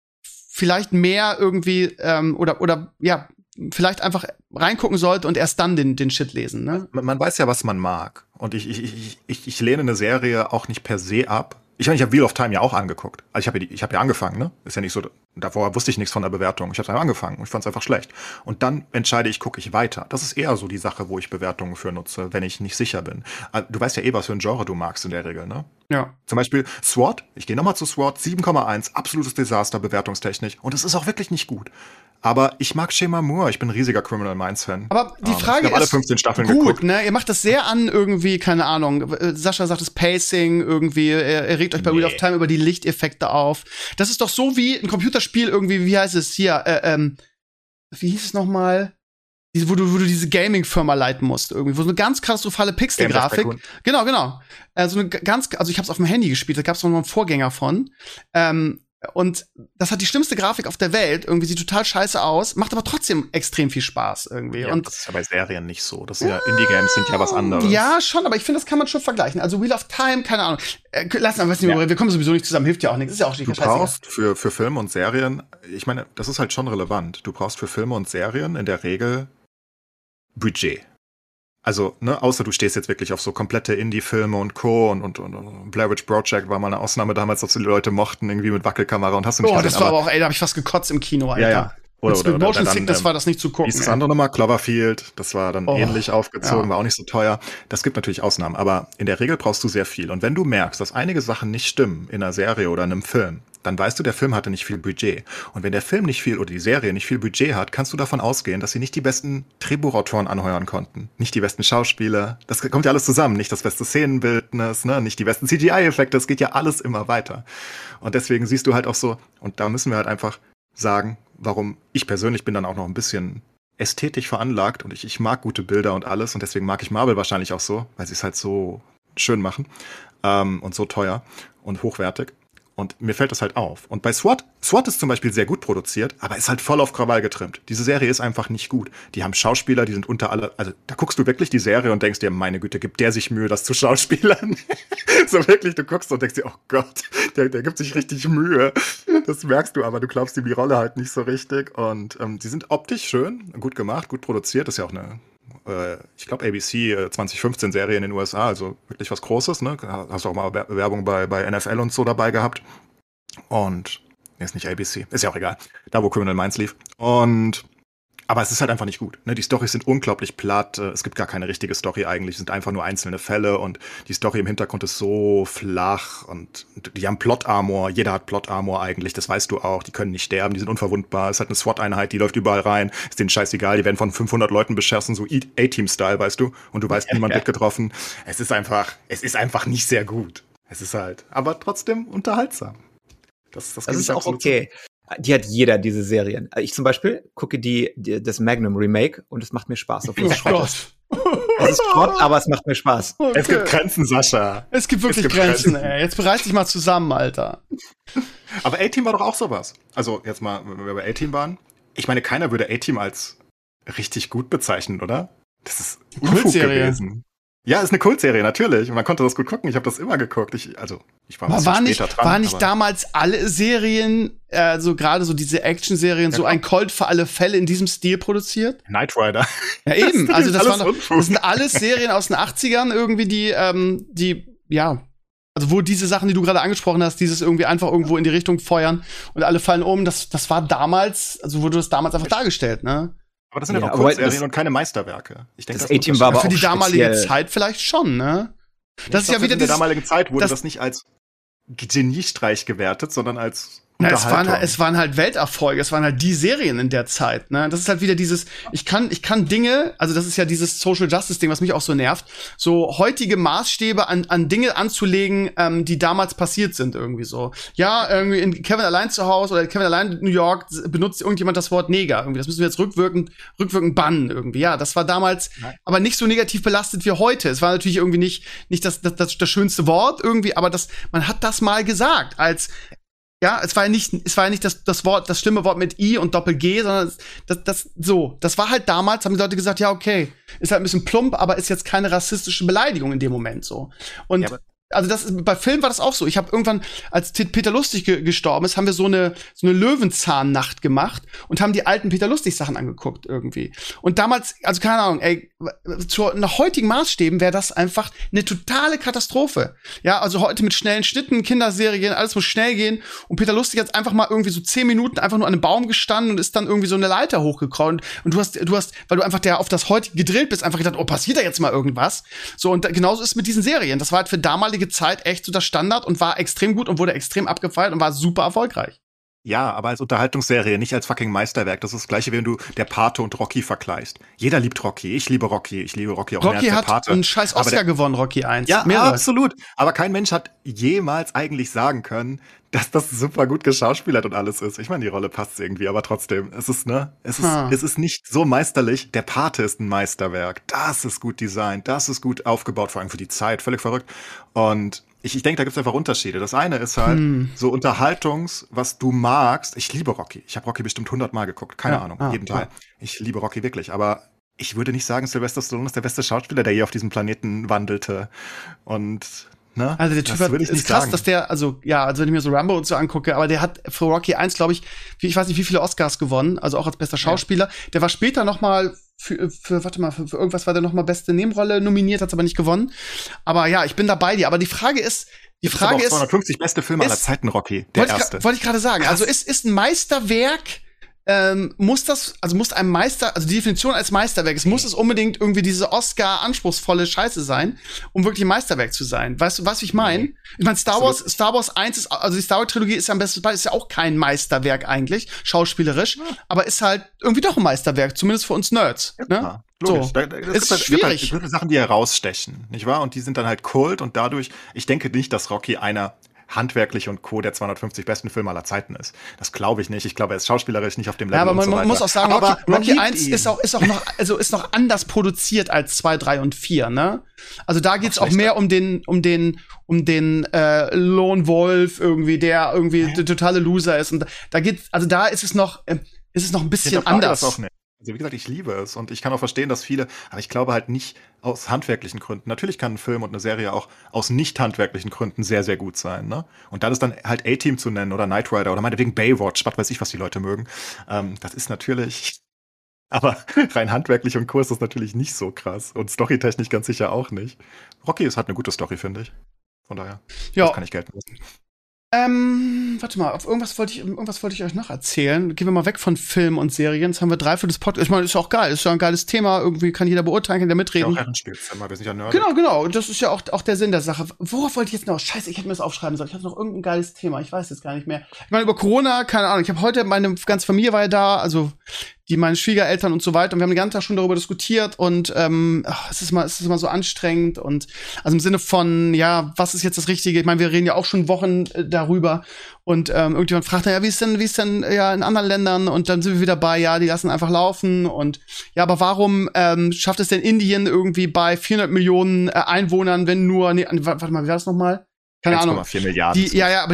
mehr irgendwie vielleicht einfach reingucken sollte und erst dann den Shit lesen, ne? Man weiß ja, was man mag. Und ich lehne eine Serie auch nicht per se ab, Ich meine, ich habe Wheel of Time ja auch angeguckt. Also ich hab ja angefangen, ne? Ist ja nicht so, davor wusste ich nichts von der Bewertung. Ich habe einfach angefangen und ich fand es einfach schlecht. Und dann entscheide ich, gucke ich weiter. Das ist eher so die Sache, wo ich Bewertungen für nutze, wenn ich nicht sicher bin. Du weißt ja eh, was für ein Genre du magst in der Regel, ne? Ja. Zum Beispiel SWAT, ich gehe nochmal zu SWAT, 7,1, absolutes Desaster, bewertungstechnisch. Und es ist auch wirklich nicht gut. Aber ich mag Shema Moore, ich bin ein riesiger Criminal Minds-Fan. Aber die Frage ich habe alle ist 15 Staffeln gut, geguckt. ne? Ihr macht das sehr an irgendwie, keine Ahnung. Sascha sagt das Pacing irgendwie. Er regt euch bei Wheel of Time über die Lichteffekte auf. Das ist doch so wie ein Computerspiel irgendwie. Wie heißt es hier? Wie hieß es nochmal? Wo du diese Gaming-Firma leiten musst irgendwie, wo so eine ganz katastrophale Pixel-Grafik. Genau. Also ich habe es auf dem Handy gespielt. Da gab es noch mal einen Vorgänger von. Und das hat die schlimmste Grafik auf der Welt. Irgendwie sieht total scheiße aus, macht aber trotzdem extrem viel Spaß irgendwie. Ja, und das ist ja bei Serien nicht so. Das ist ja, Indie-Games sind ja was anderes. Ja, schon, aber ich finde, das kann man schon vergleichen. Also Wheel of Time, keine Ahnung. Lass mal, wir kommen sowieso nicht zusammen, hilft ja auch nichts. Ist ja auch nicht Du brauchst für Filme und Serien, ich meine, das ist halt schon relevant. Du brauchst für Filme und Serien in der Regel Budget. Also, ne, außer du stehst jetzt wirklich auf so komplette Indie-Filme und Co. und Blair Witch Project war mal eine Ausnahme damals, dass die Leute mochten, irgendwie mit Wackelkamera und hast du nicht gesehen. Das war aber auch, da hab ich fast gekotzt im Kino, Alter. Ja. Mit Motion Sickness war das nicht zu gucken. Wie ist das andere nochmal? Cloverfield, das war dann ähnlich aufgezogen, war auch nicht so teuer. Das gibt natürlich Ausnahmen, aber in der Regel brauchst du sehr viel. Und wenn du merkst, dass einige Sachen nicht stimmen in einer Serie oder in einem Film, dann weißt du, der Film hatte nicht viel Budget. Und wenn der Film nicht viel oder die Serie nicht viel Budget hat, kannst du davon ausgehen, dass sie nicht die besten Drehbuchautoren anheuern konnten. Nicht die besten Schauspieler. Das kommt ja alles zusammen. Nicht das beste Szenenbildnis, ne? Nicht die besten CGI-Effekte. Es geht ja alles immer weiter. Und deswegen siehst du halt auch so, und da müssen wir halt einfach sagen, warum ich persönlich bin dann auch noch ein bisschen ästhetisch veranlagt und ich mag gute Bilder und alles und deswegen mag ich Marvel wahrscheinlich auch so, weil sie es halt so schön machen und so teuer und hochwertig. Und mir fällt das halt auf. Und bei SWAT ist zum Beispiel sehr gut produziert, aber ist halt voll auf Krawall getrimmt. Diese Serie ist einfach nicht gut. Die haben Schauspieler, die sind also da guckst du wirklich die Serie und denkst dir, meine Güte, gibt der sich Mühe, das zu schauspielern? So wirklich, du guckst und denkst dir, oh Gott, der gibt sich richtig Mühe. Das merkst du, aber du glaubst ihm die Rolle halt nicht so richtig. Und die sind optisch schön, gut gemacht, gut produziert. Das ist ja auch eine ich glaube, ABC 2015 Serie in den USA, also wirklich was Großes, ne? Hast du auch mal Werbung bei NFL und so dabei gehabt. Und, ist nicht ABC, ist ja auch egal. Da, wo Criminal Minds lief. Aber es ist halt einfach nicht gut. Ne? Die Storys sind unglaublich platt. Es gibt gar keine richtige Story eigentlich. Es sind einfach nur einzelne Fälle und die Story im Hintergrund ist so flach und die haben Plot-Armor. Jeder hat Plot-Armor eigentlich. Das weißt du auch. Die können nicht sterben. Die sind unverwundbar. Es ist halt eine SWAT-Einheit. Die läuft überall rein. Ist denen scheißegal. Die werden von 500 Leuten beschossen. So A-Team-Style, weißt du? Und du weißt, niemand wird getroffen. Es ist einfach nicht sehr gut. Es ist halt, aber trotzdem unterhaltsam. Das ist auch okay. Die hat jeder, diese Serien. Ich zum Beispiel gucke das Magnum Remake und es macht mir Spaß. Obwohl es Schrott ist. Es ist Schrott, aber es macht mir Spaß. Okay. Es gibt Grenzen, Sascha. Es gibt wirklich Grenzen, ey. Jetzt bereite dich mal zusammen, Alter. Aber A-Team war doch auch sowas. Also jetzt mal, wenn wir bei A-Team waren. Ich meine, keiner würde A-Team als richtig gut bezeichnen, oder? Das ist Unfug gewesen. Ja, ist eine Kultserie, natürlich. Und man konnte das gut gucken. Ich habe das immer geguckt. Ich war ein bisschen später dran. War nicht damals alle Serien, so gerade so diese Action-Serien, so ein Colt für alle Fälle in diesem Stil produziert? Knight Rider. Ja, eben. Also das sind alles Serien aus den 80ern irgendwie, die also wo diese Sachen, die du gerade angesprochen hast, dieses irgendwie einfach irgendwo in die Richtung feuern und alle fallen um, das war damals, also wurde das damals einfach dargestellt, ne? Aber das sind ja auch Kurzserien und keine Meisterwerke. Ich denke, das A-Team war aber für die damalige Zeit vielleicht schon, ne? Das ist ja wieder in der damaligen Zeit wurde das nicht als Geniestreich gewertet, sondern als es waren halt Welterfolge, es waren halt die Serien in der Zeit, ne? Das ist halt wieder dieses, ich kann Dinge, also das ist ja dieses Social Justice Ding, was mich auch so nervt, so heutige Maßstäbe an Dinge anzulegen, die damals passiert sind irgendwie so. Ja, irgendwie in Kevin allein zu Hause oder Kevin allein in New York benutzt irgendjemand das Wort Neger irgendwie. Das müssen wir jetzt rückwirkend bannen irgendwie. Ja, das war damals aber nicht so negativ belastet wie heute. Es war natürlich irgendwie nicht das schönste Wort irgendwie, aber man hat das mal gesagt als ja, es war ja nicht das schlimme Wort mit I und Doppel-G, sondern das war halt damals, haben die Leute gesagt, ja, okay, ist halt ein bisschen plump, aber ist jetzt keine rassistische Beleidigung in dem Moment so. Und also bei Film war das auch so. Ich habe irgendwann, als Peter Lustig gestorben ist, haben wir so eine Löwenzahnnacht gemacht und haben die alten Peter Lustig Sachen angeguckt irgendwie. Und damals, also keine Ahnung, ey, nach heutigen Maßstäben wäre das einfach eine totale Katastrophe. Ja, also heute mit schnellen Schnitten, Kinderserien, alles muss schnell gehen. Und Peter Lustig hat einfach mal irgendwie so 10 Minuten einfach nur an einem Baum gestanden und ist dann irgendwie so eine Leiter hochgekrault. Und du hast, weil du einfach auf das heutige gedrillt bist, einfach gedacht, oh, passiert da jetzt mal irgendwas? So, und genauso ist es mit diesen Serien. Das war halt für damalige Zeit echt so das Standard und war extrem gut und wurde extrem abgefeiert und war super erfolgreich. Ja, aber als Unterhaltungsserie, nicht als fucking Meisterwerk. Das ist das Gleiche, wie wenn du der Pate und Rocky vergleichst. Jeder liebt Rocky. Ich liebe Rocky. Ich liebe Rocky auch mehr als der Pate. Rocky hat einen scheiß Oscar gewonnen, Rocky 1. Ja, absolut. Aber kein Mensch hat jemals eigentlich sagen können, dass das super gut geschauspielert und alles ist. Ich meine, die Rolle passt irgendwie, aber trotzdem, es ist nicht so meisterlich. Der Pate ist ein Meisterwerk. Das ist gut designt. Das ist gut aufgebaut, vor allem für die Zeit. Völlig verrückt. Und ich denke, da gibt's einfach Unterschiede. Das eine ist halt so was du magst. Ich liebe Rocky. Ich habe Rocky bestimmt 100-mal geguckt. Keine Ahnung, jeden Teil. Ich liebe Rocky wirklich. Aber ich würde nicht sagen, Sylvester Stallone ist der beste Schauspieler, der je auf diesem Planeten wandelte. Und also der Typ ist krass, dass der, also wenn ich mir so Rambo und so angucke, aber der hat für Rocky 1, glaube ich weiß nicht, wie viele Oscars gewonnen, also auch als bester Schauspieler. Ja. Der war später noch mal für irgendwas war der noch mal beste Nebenrolle nominiert, hat's aber nicht gewonnen. Aber ja, ich bin da bei dir. Aber die Frage ist 250 beste Filme aller Zeiten, Rocky, der erste. Wollte ich gerade sagen. Krass. Also ist ein Meisterwerk, muss ein Meister, also die Definition als Meisterwerk, muss es unbedingt irgendwie diese Oscar-anspruchsvolle Scheiße sein, um wirklich ein Meisterwerk zu sein. Weißt du, was ich meine? Ich meine, Star Wars 1 ist, also die Star Wars-Trilogie ist ja am besten, ist ja auch kein Meisterwerk eigentlich, schauspielerisch, aber ist halt irgendwie doch ein Meisterwerk, zumindest für uns Nerds. Ja, ne? Logisch. So. Es ist schwierig. Es gibt Sachen, die herausstechen, nicht wahr? Und die sind dann halt Kult und dadurch, ich denke nicht, dass Rocky einer handwerklich und Co. der 250 besten Filme aller Zeiten ist. Das glaube ich nicht. Ich glaube, er ist schauspielerisch nicht auf dem Level. Ja, aber man muss auch sagen, Rocky 1 ist noch anders produziert als 2, 3 und 4, ne? Also da geht's auch mehr um den Lone Wolf irgendwie, der irgendwie der totale Loser ist. Und da ist es noch ein bisschen anders. Das auch nicht. Also wie gesagt, ich liebe es und ich kann auch verstehen, dass viele, aber ich glaube halt nicht aus handwerklichen Gründen. Natürlich kann ein Film und eine Serie auch aus nicht handwerklichen Gründen sehr, sehr gut sein, ne? Und dann ist dann halt A-Team zu nennen oder Knight Rider oder meinetwegen Baywatch, was weiß ich, was die Leute mögen. Das ist natürlich, aber rein handwerklich und Co. ist das natürlich nicht so krass und storytechnisch ganz sicher auch nicht. Rocky ist halt eine gute Story, finde ich. Von daher, das kann ich gelten lassen. Warte mal, auf irgendwas wollte ich euch noch erzählen. Gehen wir mal weg von Film und Serien. Jetzt haben wir 3 für das Podcast. Ich meine, ist ja auch geil. Ist ja ein geiles Thema. Irgendwie kann jeder beurteilen, kann jeder mitreden. Ja, auch Herrenspielzimmer. Wir sind ja Nerds. Genau. Das ist ja auch der Sinn der Sache. Worauf wollte ich jetzt noch? Scheiße, ich hätte mir das aufschreiben sollen. Ich hatte noch irgendein geiles Thema. Ich weiß jetzt gar nicht mehr. Ich meine, über Corona, keine Ahnung. Ich habe heute, meine ganze Familie war ja da. Also meine Schwiegereltern und so weiter. Und wir haben den ganzen Tag schon darüber diskutiert. Und es ist mal so anstrengend. Und also im Sinne von, ja, was ist jetzt das Richtige? Ich meine, wir reden ja auch schon Wochen darüber. Und irgendjemand fragt, ja, wie ist denn ja in anderen Ländern? Und dann sind wir wieder bei, ja, die lassen einfach laufen. Und ja, aber warum schafft es denn Indien irgendwie bei 400 Millionen Einwohnern, wenn nur, warte mal, wie war das nochmal? Keine Ahnung. 1,4 Milliarden.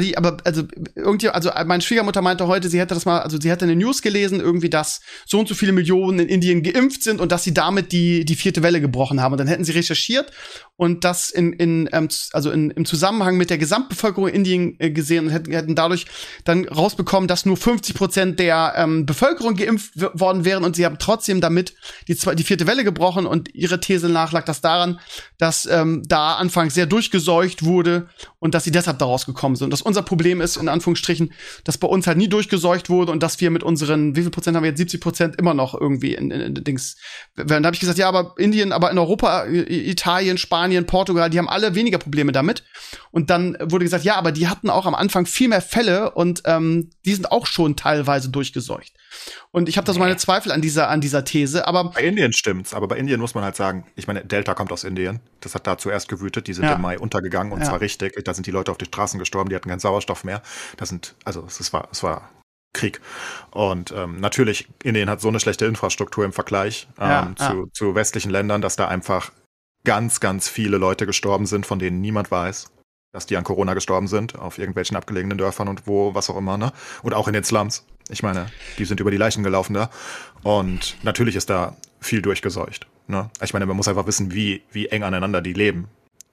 Also meine Schwiegermutter meinte heute, sie hätte in den News gelesen, irgendwie, dass so und so viele Millionen in Indien geimpft sind und dass sie damit die 4. Welle gebrochen haben. Und dann hätten sie recherchiert und das im Zusammenhang mit der Gesamtbevölkerung in Indien gesehen und hätten dadurch dann rausbekommen, dass nur 50% der Bevölkerung geimpft worden wären und sie haben trotzdem damit die 4. Welle gebrochen und ihre These nach lag das daran, dass da anfangs sehr durchgeseucht wurde und dass sie deshalb daraus gekommen sind. Und dass unser Problem ist, in Anführungsstrichen, dass bei uns halt nie durchgeseucht wurde und dass wir mit unseren, wie viel Prozent haben wir jetzt, 70% immer noch irgendwie in Dings. Da habe ich gesagt, ja, aber Indien, aber in Europa, Italien, Spanien, Portugal, die haben alle weniger Probleme damit. Und dann wurde gesagt, ja, aber die hatten auch am Anfang viel mehr Fälle und die sind auch schon teilweise durchgeseucht. Und ich habe da so meine Zweifel an dieser These, aber bei Indien stimmt's, aber bei Indien muss man halt sagen, ich meine, Delta kommt aus Indien, das hat da zuerst gewütet, die sind im Mai untergegangen und zwar richtig, da sind die Leute auf die Straßen gestorben, die hatten keinen Sauerstoff mehr, es war Krieg. Und natürlich, Indien hat so eine schlechte Infrastruktur im Vergleich zu westlichen Ländern, dass da einfach ganz, ganz viele Leute gestorben sind, von denen niemand weiß, dass die an Corona gestorben sind, auf irgendwelchen abgelegenen Dörfern und wo, was auch immer, ne? Und auch in den Slums. Ich meine, die sind über die Leichen gelaufen da. Und natürlich ist da viel durchgeseucht, ne? Ich meine, man muss einfach wissen, wie eng aneinander die leben.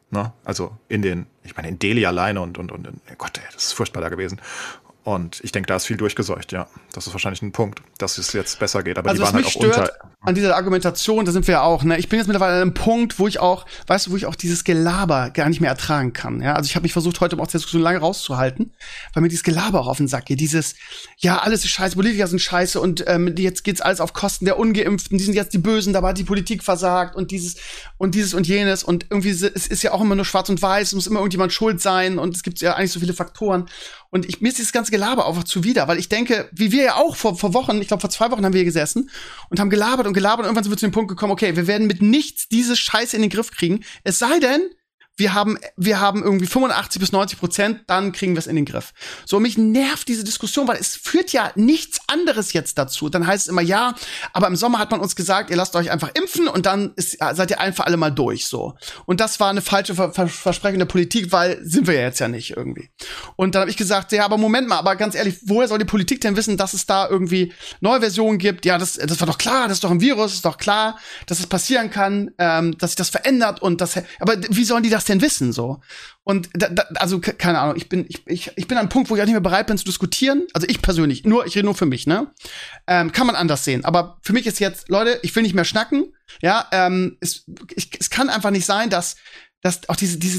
Ne? Also in Delhi alleine und Gott, ey, das ist furchtbar da gewesen. Und ich denke, da ist viel durchgeseucht, ja. Das ist wahrscheinlich ein Punkt, dass es jetzt besser geht. Aber also die waren halt auch unter. An dieser Argumentation, da sind wir ja auch, ne? Ich bin jetzt mittlerweile an einem Punkt, wo ich auch dieses Gelaber gar nicht mehr ertragen kann, ja? Also ich habe mich versucht, heute auch so lange rauszuhalten, weil mir dieses Gelaber auch auf den Sack geht. Dieses, ja, alles ist scheiße, Politiker sind scheiße und jetzt geht's alles auf Kosten der Ungeimpften, die sind jetzt die Bösen, dabei hat die Politik versagt und dieses und jenes und irgendwie, es ist ja auch immer nur schwarz und weiß, es muss immer irgendjemand schuld sein und es gibt ja eigentlich so viele Faktoren. Und mir ist dieses ganze Gelaber einfach zuwider, weil ich denke, wie wir ja auch vor Wochen, ich glaube vor 2 Wochen haben wir hier gesessen und haben gelabert und irgendwann sind wir zu dem Punkt gekommen, okay, wir werden mit nichts diese Scheiße in den Griff kriegen, es sei denn, wir haben irgendwie 85-90%, dann kriegen wir es in den Griff. So, mich nervt diese Diskussion, weil es führt ja nichts anderes jetzt dazu. Dann heißt es immer, ja, aber im Sommer hat man uns gesagt, ihr lasst euch einfach impfen und dann seid ihr einfach alle mal durch, so. Und das war eine falsche Versprechung der Politik, weil sind wir ja jetzt ja nicht irgendwie. Und dann habe ich gesagt, ja, aber Moment mal, aber ganz ehrlich, woher soll die Politik denn wissen, dass es da irgendwie neue Versionen gibt? Ja, das war doch klar, das ist doch ein Virus, ist doch klar, dass es passieren kann, dass sich das verändert und aber wie sollen die das denn wissen, so? Und also keine Ahnung, ich bin an einem Punkt, wo ich auch nicht mehr bereit bin zu diskutieren. Also ich persönlich, ich rede nur für mich, ne? Kann man anders sehen. Aber für mich ist jetzt, Leute, ich will nicht mehr schnacken. Ja, es kann einfach nicht sein, dass auch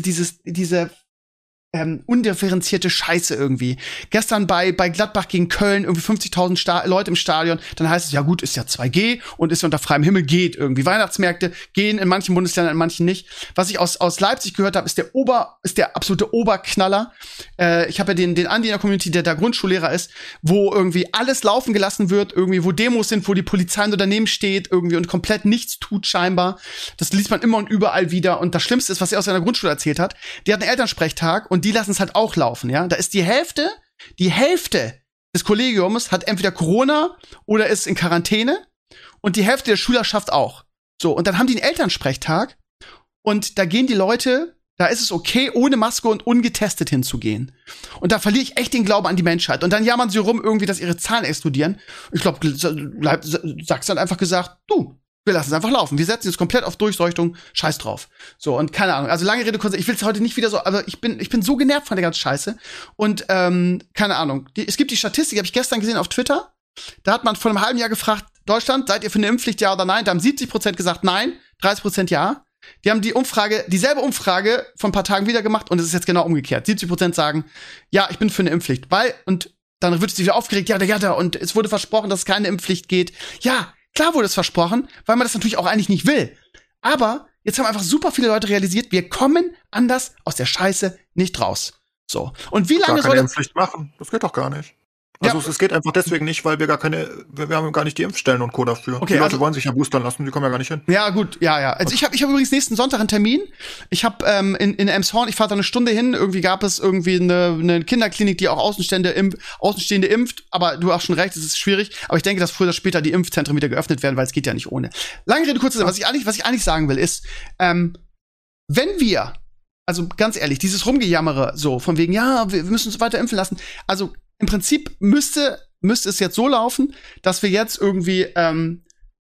diese undifferenzierte Scheiße irgendwie. Gestern bei Gladbach gegen Köln irgendwie 50.000 Leute im Stadion, dann heißt es, ja gut, ist ja 2G und ist unter freiem Himmel, geht irgendwie. Weihnachtsmärkte gehen in manchen Bundesländern, in manchen nicht. Was ich aus Leipzig gehört habe, ist der absolute Oberknaller. Ich habe ja den Andi in der Community, der da Grundschullehrer ist, wo irgendwie alles laufen gelassen wird, irgendwie, wo Demos sind, wo die Polizei nur daneben steht irgendwie und komplett nichts tut scheinbar. Das liest man immer und überall wieder. Und das Schlimmste ist, was er aus seiner Grundschule erzählt hat, die hat einen Elternsprechtag und die lassen es halt auch laufen, ja. Da ist die Hälfte des Kollegiums hat entweder Corona oder ist in Quarantäne und die Hälfte der Schülerschaft auch. So, und dann haben die einen Elternsprechtag und da gehen die Leute, da ist es okay, ohne Maske und ungetestet hinzugehen. Und da verliere ich echt den Glauben an die Menschheit. Und dann jammern sie rum irgendwie, dass ihre Zahlen explodieren. Ich glaube, Sachsen hat einfach gesagt, wir lassen es einfach laufen. Wir setzen es komplett auf Durchseuchtung. Scheiß drauf. So, und keine Ahnung. Also lange Rede, kurz. Ich will es heute nicht wieder so, aber ich bin so genervt von der ganzen Scheiße. Und, keine Ahnung. Es gibt die Statistik, habe ich gestern gesehen auf Twitter. Da hat man vor einem halben Jahr gefragt, Deutschland, seid ihr für eine Impfpflicht, ja oder nein? Da haben 70% gesagt nein, 30% ja. Die haben dieselbe Umfrage von ein paar Tagen wieder gemacht und es ist jetzt genau umgekehrt. 70% sagen, ja, ich bin für eine Impfpflicht. Und dann wird es wieder aufgeregt, ja, und es wurde versprochen, dass es keine Impfpflicht geht. Ja, klar wurde es versprochen, weil man das natürlich auch eigentlich nicht will. Aber jetzt haben einfach super viele Leute realisiert, wir kommen anders aus der Scheiße nicht raus. So. Und wie lange soll das Impfpflicht machen? Das geht doch gar nicht. Also es geht einfach deswegen nicht, weil wir haben gar nicht die Impfstellen und Co. dafür. Okay, die Leute wollen sich ja boostern lassen, die kommen ja gar nicht hin. Ja, gut, ja. Also ich hab übrigens nächsten Sonntag einen Termin. Ich habe in Elmshorn, ich fahre da eine Stunde hin, irgendwie gab es irgendwie eine Kinderklinik, die auch Außenstehende impft, aber du hast schon recht, es ist schwierig, aber ich denke, dass früher oder später die Impfzentren wieder geöffnet werden, weil es geht ja nicht ohne. Lange Rede, kurzer Sinn, was ich eigentlich sagen will, ist, wenn wir, also ganz ehrlich, dieses Rumgejammere so, von wegen, ja, wir müssen uns weiter impfen lassen, also im Prinzip müsste es jetzt so laufen, dass wir jetzt irgendwie eine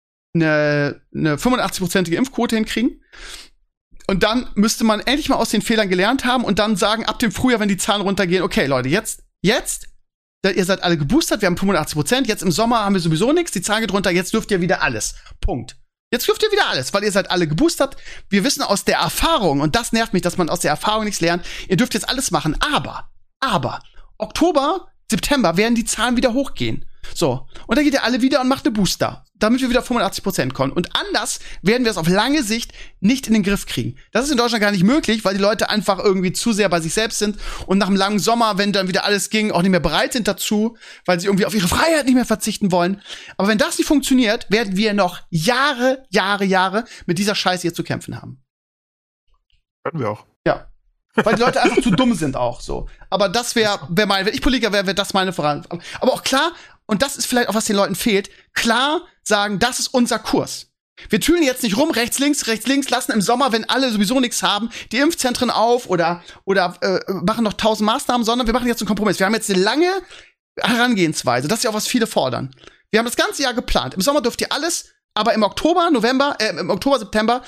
85%ige Impfquote hinkriegen. Und dann müsste man endlich mal aus den Fehlern gelernt haben und dann sagen, ab dem Frühjahr, wenn die Zahlen runtergehen, okay, Leute, jetzt, ihr seid alle geboostert, wir haben 85%, jetzt im Sommer haben wir sowieso nichts, die Zahlen geht runter, jetzt dürft ihr wieder alles. Punkt. Jetzt dürft ihr wieder alles, weil ihr seid alle geboostert. Wir wissen aus der Erfahrung, und das nervt mich, dass man aus der Erfahrung nichts lernt, ihr dürft jetzt alles machen, aber Oktober, September werden die Zahlen wieder hochgehen. So. Und dann geht ihr alle wieder und macht eine Booster, damit wir wieder 85% kommen. Und anders werden wir es auf lange Sicht nicht in den Griff kriegen. Das ist in Deutschland gar nicht möglich, weil die Leute einfach irgendwie zu sehr bei sich selbst sind und nach einem langen Sommer, wenn dann wieder alles ging, auch nicht mehr bereit sind dazu, weil sie irgendwie auf ihre Freiheit nicht mehr verzichten wollen. Aber wenn das nicht funktioniert, werden wir noch Jahre mit dieser Scheiße hier zu kämpfen haben. Können wir auch. Ja. Weil die Leute einfach zu dumm sind auch so. Aber das wenn ich Politiker wäre, wäre das meine Voran. Aber auch klar, und das ist vielleicht auch, was den Leuten fehlt, klar sagen, das ist unser Kurs. Wir tüdeln jetzt nicht rum, rechts, links, lassen im Sommer, wenn alle sowieso nichts haben, die Impfzentren auf oder machen noch 1000 Maßnahmen, sondern wir machen jetzt einen Kompromiss. Wir haben jetzt eine lange Herangehensweise. Das ist ja auch, was viele fordern. Wir haben das ganze Jahr geplant. Im Sommer dürft ihr alles, aber im Oktober, September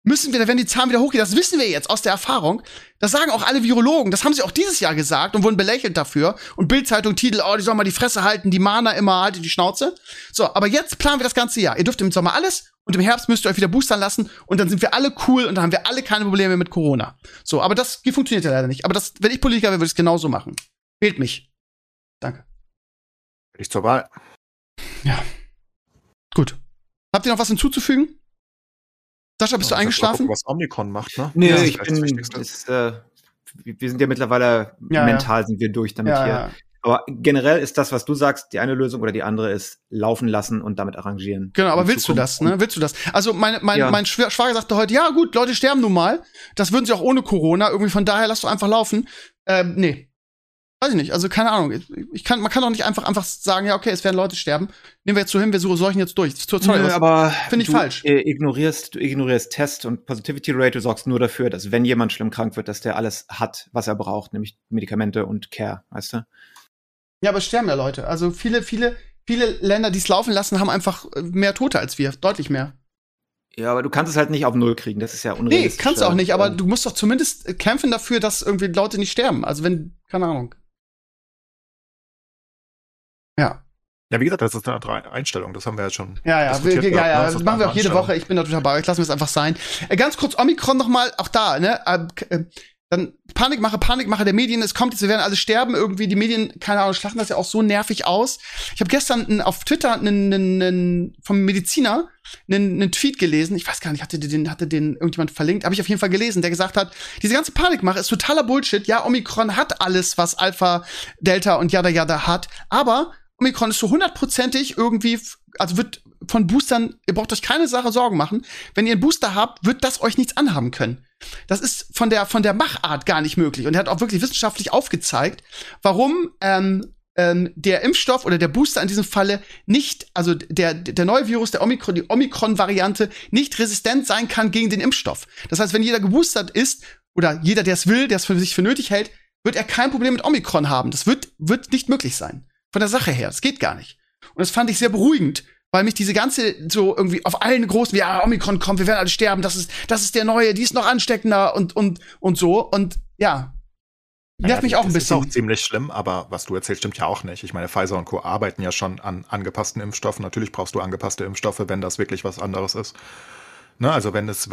da werden die Zahlen wieder hochgehen. Das wissen wir jetzt aus der Erfahrung. Das sagen auch alle Virologen. Das haben sie auch dieses Jahr gesagt und wurden belächelt dafür. Und Bild-Zeitung Titel, die sollen mal die Fresse halten, die Mahner immer, haltet die Schnauze. So, aber jetzt planen wir das ganze Jahr. Ihr dürft im Sommer alles und im Herbst müsst ihr euch wieder boostern lassen und dann sind wir alle cool und dann haben wir alle keine Probleme mit Corona. So, aber das funktioniert ja leider nicht. Aber wenn ich Politiker wäre, würde ich es genauso machen. Wählt mich. Danke. Ich zur Wahl. Ja. Gut. Habt ihr noch was hinzuzufügen? Sascha, bist du eingeschlafen? Gucken, was Omikron macht, ne? Nee, Ja, wir sind ja mittlerweile mental sind wir durch damit hier. Ja. Aber generell ist das, was du sagst, die eine Lösung oder die andere ist laufen lassen und damit arrangieren. Genau, aber willst du das, ne? Willst du das? Also mein Schwager sagte heute, ja gut, Leute sterben nun mal. Das würden sie auch ohne Corona. Irgendwie von daher lass doch einfach laufen. Nee. Weiß ich nicht, also keine Ahnung. Man kann doch nicht einfach sagen, ja, okay, es werden Leute sterben. Nehmen wir jetzt so hin, wir seuchen jetzt durch. Sorry, aber finde ich falsch. Du ignorierst Test und Positivity Rate, du sorgst nur dafür, dass wenn jemand schlimm krank wird, dass der alles hat, was er braucht, nämlich Medikamente und Care, weißt du? Ja, aber es sterben ja Leute. Also viele Länder, die es laufen lassen, haben einfach mehr Tote als wir. Deutlich mehr. Ja, aber du kannst es halt nicht auf Null kriegen, das ist ja unrealistisch. Nee, kannst du auch nicht, aber du musst doch zumindest kämpfen dafür, dass irgendwie Leute nicht sterben. Also keine Ahnung. Ja. Ja, wie gesagt, das ist eine Einstellung, das haben wir ja schon. Ja, das machen wir auch jede Woche. Ich bin da total bei euch, lassen wir es einfach sein. Ganz kurz, Omikron nochmal, auch da, ne? Dann Panikmache der Medien, es kommt jetzt, wir werden alle sterben, irgendwie, die Medien, keine Ahnung, schlachten das ja auch so nervig aus. Ich habe gestern auf Twitter vom Mediziner einen Tweet gelesen, ich weiß gar nicht, hatte den irgendjemand verlinkt, habe ich auf jeden Fall gelesen, der gesagt hat, diese ganze Panikmache ist totaler Bullshit, ja, Omikron hat alles, was Alpha, Delta und yada hat, aber Omikron ist so 100%ig irgendwie, also wird von Boostern, ihr braucht euch keine Sorgen machen. Wenn ihr einen Booster habt, wird das euch nichts anhaben können. Das ist von der Machart gar nicht möglich. Und er hat auch wirklich wissenschaftlich aufgezeigt, warum der Impfstoff oder der Booster in diesem Falle nicht, also der neue Virus, die Omikron-Variante, nicht resistent sein kann gegen den Impfstoff. Das heißt, wenn jeder geboostert ist, oder jeder, der es will, der es für sich für nötig hält, wird er kein Problem mit Omikron haben. Das wird nicht möglich sein. Von der Sache her. Das geht gar nicht. Und das fand ich sehr beruhigend, weil mich diese ganze so irgendwie auf allen großen, ja, Omikron kommt, wir werden alle sterben, das ist der neue, die ist noch ansteckender und so. Und ja, nervt mich auch ein bisschen. Das ist auch ziemlich schlimm, aber was du erzählst, stimmt ja auch nicht. Ich meine, Pfizer und Co. arbeiten ja schon an angepassten Impfstoffen. Natürlich brauchst du angepasste Impfstoffe, wenn das wirklich was anderes ist. Ne, also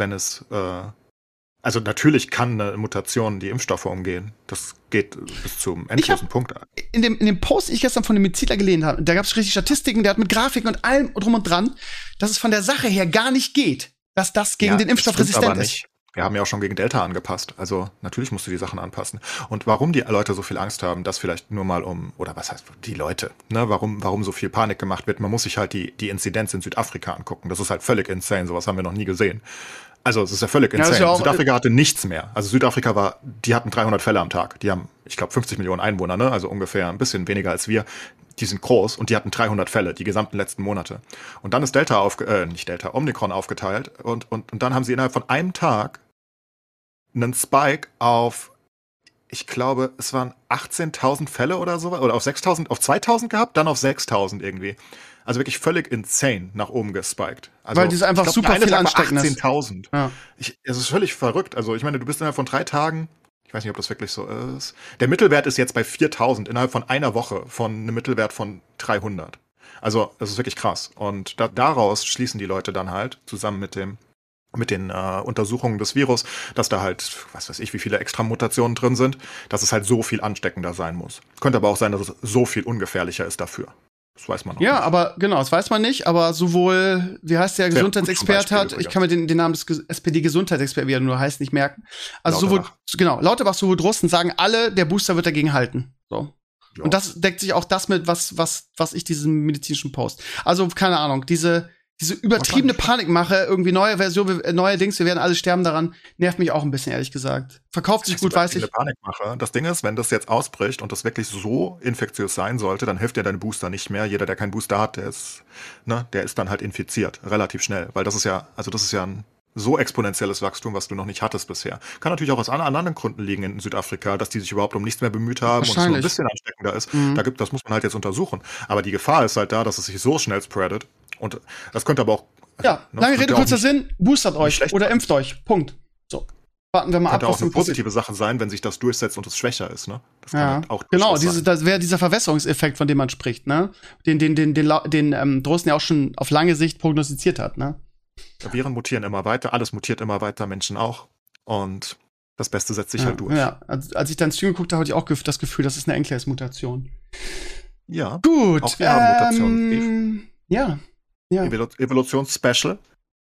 also natürlich kann eine Mutation die Impfstoffe umgehen. Das geht bis zum endlosen Punkt. In dem Post, den ich gestern von dem Mediziner gelesen habe, da gab es richtig Statistiken, der hat mit Grafiken und allem drum und dran, dass es von der Sache her gar nicht geht, dass das gegen den Impfstoff resistent ist. Wir haben ja auch schon gegen Delta angepasst. Also natürlich musst du die Sachen anpassen. Und warum die Leute so viel Angst haben, das vielleicht nur mal oder was heißt die Leute, ne? Warum so viel Panik gemacht wird, man muss sich halt die Inzidenz in Südafrika angucken. Das ist halt völlig insane, sowas haben wir noch nie gesehen. Also es ist ja völlig insane. Ja, Südafrika hatte nichts mehr. Also Südafrika die hatten 300 Fälle am Tag. Die haben, ich glaube, 50 Millionen Einwohner, ne? Also ungefähr ein bisschen weniger als wir. Die sind groß und die hatten 300 Fälle, die gesamten letzten Monate. Und dann ist Omikron aufgeteilt und dann haben sie innerhalb von einem Tag einen Spike auf, ich glaube, es waren 18.000 Fälle oder so, oder auf 6.000, auf 2.000 gehabt, dann auf 6.000 irgendwie. Also wirklich völlig insane nach oben gespiked. Also, weil die einfach super viel ansteckend ist. 18.000. Ja. Es ist völlig verrückt. Also ich meine, du bist innerhalb von 3 Tagen, ich weiß nicht, ob das wirklich so ist. Der Mittelwert ist jetzt bei 4.000 innerhalb von einer Woche von einem Mittelwert von 300. Also das ist wirklich krass. Und daraus schließen die Leute dann halt zusammen mit den Untersuchungen des Virus, dass da halt, was weiß ich, wie viele extra Mutationen drin sind, dass es halt so viel ansteckender sein muss. Könnte aber auch sein, dass es so viel ungefährlicher ist dafür. Das weiß man noch nicht. Aber genau, das weiß man nicht, aber sowohl, wie heißt der Gesundheitsexperte hat, ich kann mir den Namen des SPD-Gesundheitsexperten, wie er nur heißt, nicht merken. Also Lauterbach, sowohl Drosten sagen alle, der Booster wird dagegen halten. So. Ja. Und das deckt sich auch das mit, was ich diesem medizinischen Post. Also, keine Ahnung, diese übertriebene Panikmache, irgendwie neue Version, neue Dings, wir werden alle sterben daran, nervt mich auch ein bisschen, ehrlich gesagt. Verkauft sich gut, weiß ich. Panikmache. Das Ding ist, wenn das jetzt ausbricht und das wirklich so infektiös sein sollte, dann hilft ja dein Booster nicht mehr. Jeder, der keinen Booster hat, der ist dann halt infiziert, relativ schnell. Weil das ist ja ein so exponentielles Wachstum, was du noch nicht hattest bisher. Kann natürlich auch aus anderen Gründen liegen in Südafrika, dass die sich überhaupt um nichts mehr bemüht haben und es nur ein bisschen ansteckender ist. Das muss man halt jetzt untersuchen. Aber die Gefahr ist halt da, dass es sich so schnell spreadet. Und das könnte aber auch Ja, ne, lange wird Rede, ja auch kurzer nicht- Sinn, boostert euch schlecht oder sein. impft euch. Punkt. So. Warten wir mal ab, Könnte auch was eine dann passiert. positive Sache sein, wenn sich das durchsetzt und es schwächer ist, ne? Das kann Ja, halt auch genau, durchaus sein. das wäre dieser Verwässerungseffekt, von dem man spricht, ne? Den Drosten ja auch schon auf lange Sicht prognostiziert hat, ne? Viren mutieren immer weiter, alles mutiert immer weiter, Menschen auch. Und das Beste setzt sich halt durch. Ja, als ich deinen Stream geguckt habe, hatte ich auch das Gefühl, das ist eine Enkles-Mutation. Ja. Gut. Auch wir haben Mutationen. Ja. Ja. Evolutions-Special.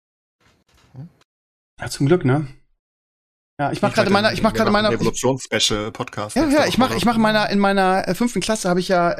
Ja, zum Glück, ne? Ja, ich mache gerade meiner Evolutions-Special-Podcast. Ja, ich mache in meiner 5. Klasse habe ich ja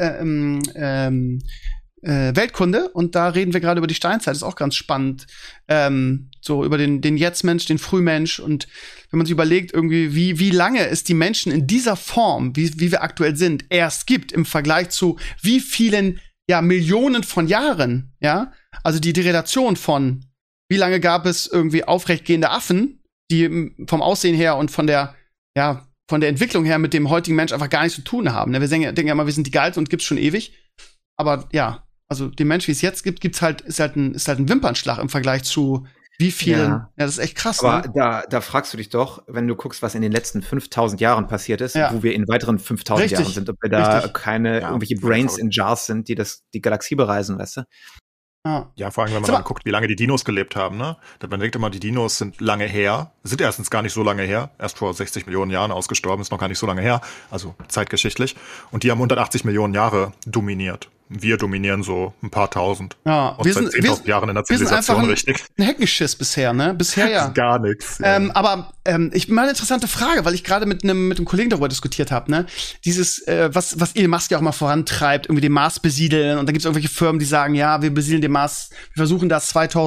Weltkunde und da reden wir gerade über die Steinzeit. Das ist auch ganz spannend. So über den Jetztmensch, den Frühmensch und wenn man sich überlegt, irgendwie, wie lange es die Menschen in dieser Form, wie wir aktuell sind, erst gibt im Vergleich zu wie vielen Millionen von Jahren, ja? Also die Relation von wie lange gab es irgendwie aufrechtgehende Affen, die vom Aussehen her und von der Entwicklung her mit dem heutigen Mensch einfach gar nichts zu tun haben. Ne? Wir denken ja immer, wir sind die Geilsten und gibt's schon ewig. Aber ja, also den Mensch, wie es jetzt gibt, ist halt ein Wimpernschlag im Vergleich zu wie vielen. Ja, das ist echt krass. Aber ne? da fragst du dich doch, wenn du guckst, was in den letzten 5000 Jahren passiert ist, wo wir in weiteren 5000 Richtig. Jahren sind, ob wir da Richtig. keine irgendwelche Brains in Jars sind, die die Galaxie bereisen, weißt du? Ja, vor allem, wenn man dann guckt, wie lange die Dinos gelebt haben, ne? Man denkt immer, die Dinos sind lange her, sind erstens gar nicht so lange her, erst vor 60 Millionen Jahren ausgestorben, ist noch gar nicht so lange her, also zeitgeschichtlich. Und die haben 180 Millionen Jahre dominiert. Wir dominieren so ein paar tausend. Ja, und seit 10.000 Jahren in der Zivilisation, richtig. Ein Heckenschiss bisher, ne? Bisher ja. Gar nichts. Aber ich mal eine interessante Frage, weil ich gerade mit einem Kollegen darüber diskutiert habe, ne? Dieses, was Elon Musk ja auch mal vorantreibt, irgendwie den Mars besiedeln. Und da gibt's irgendwelche Firmen, die sagen, ja, wir besiedeln den Mars, wir versuchen das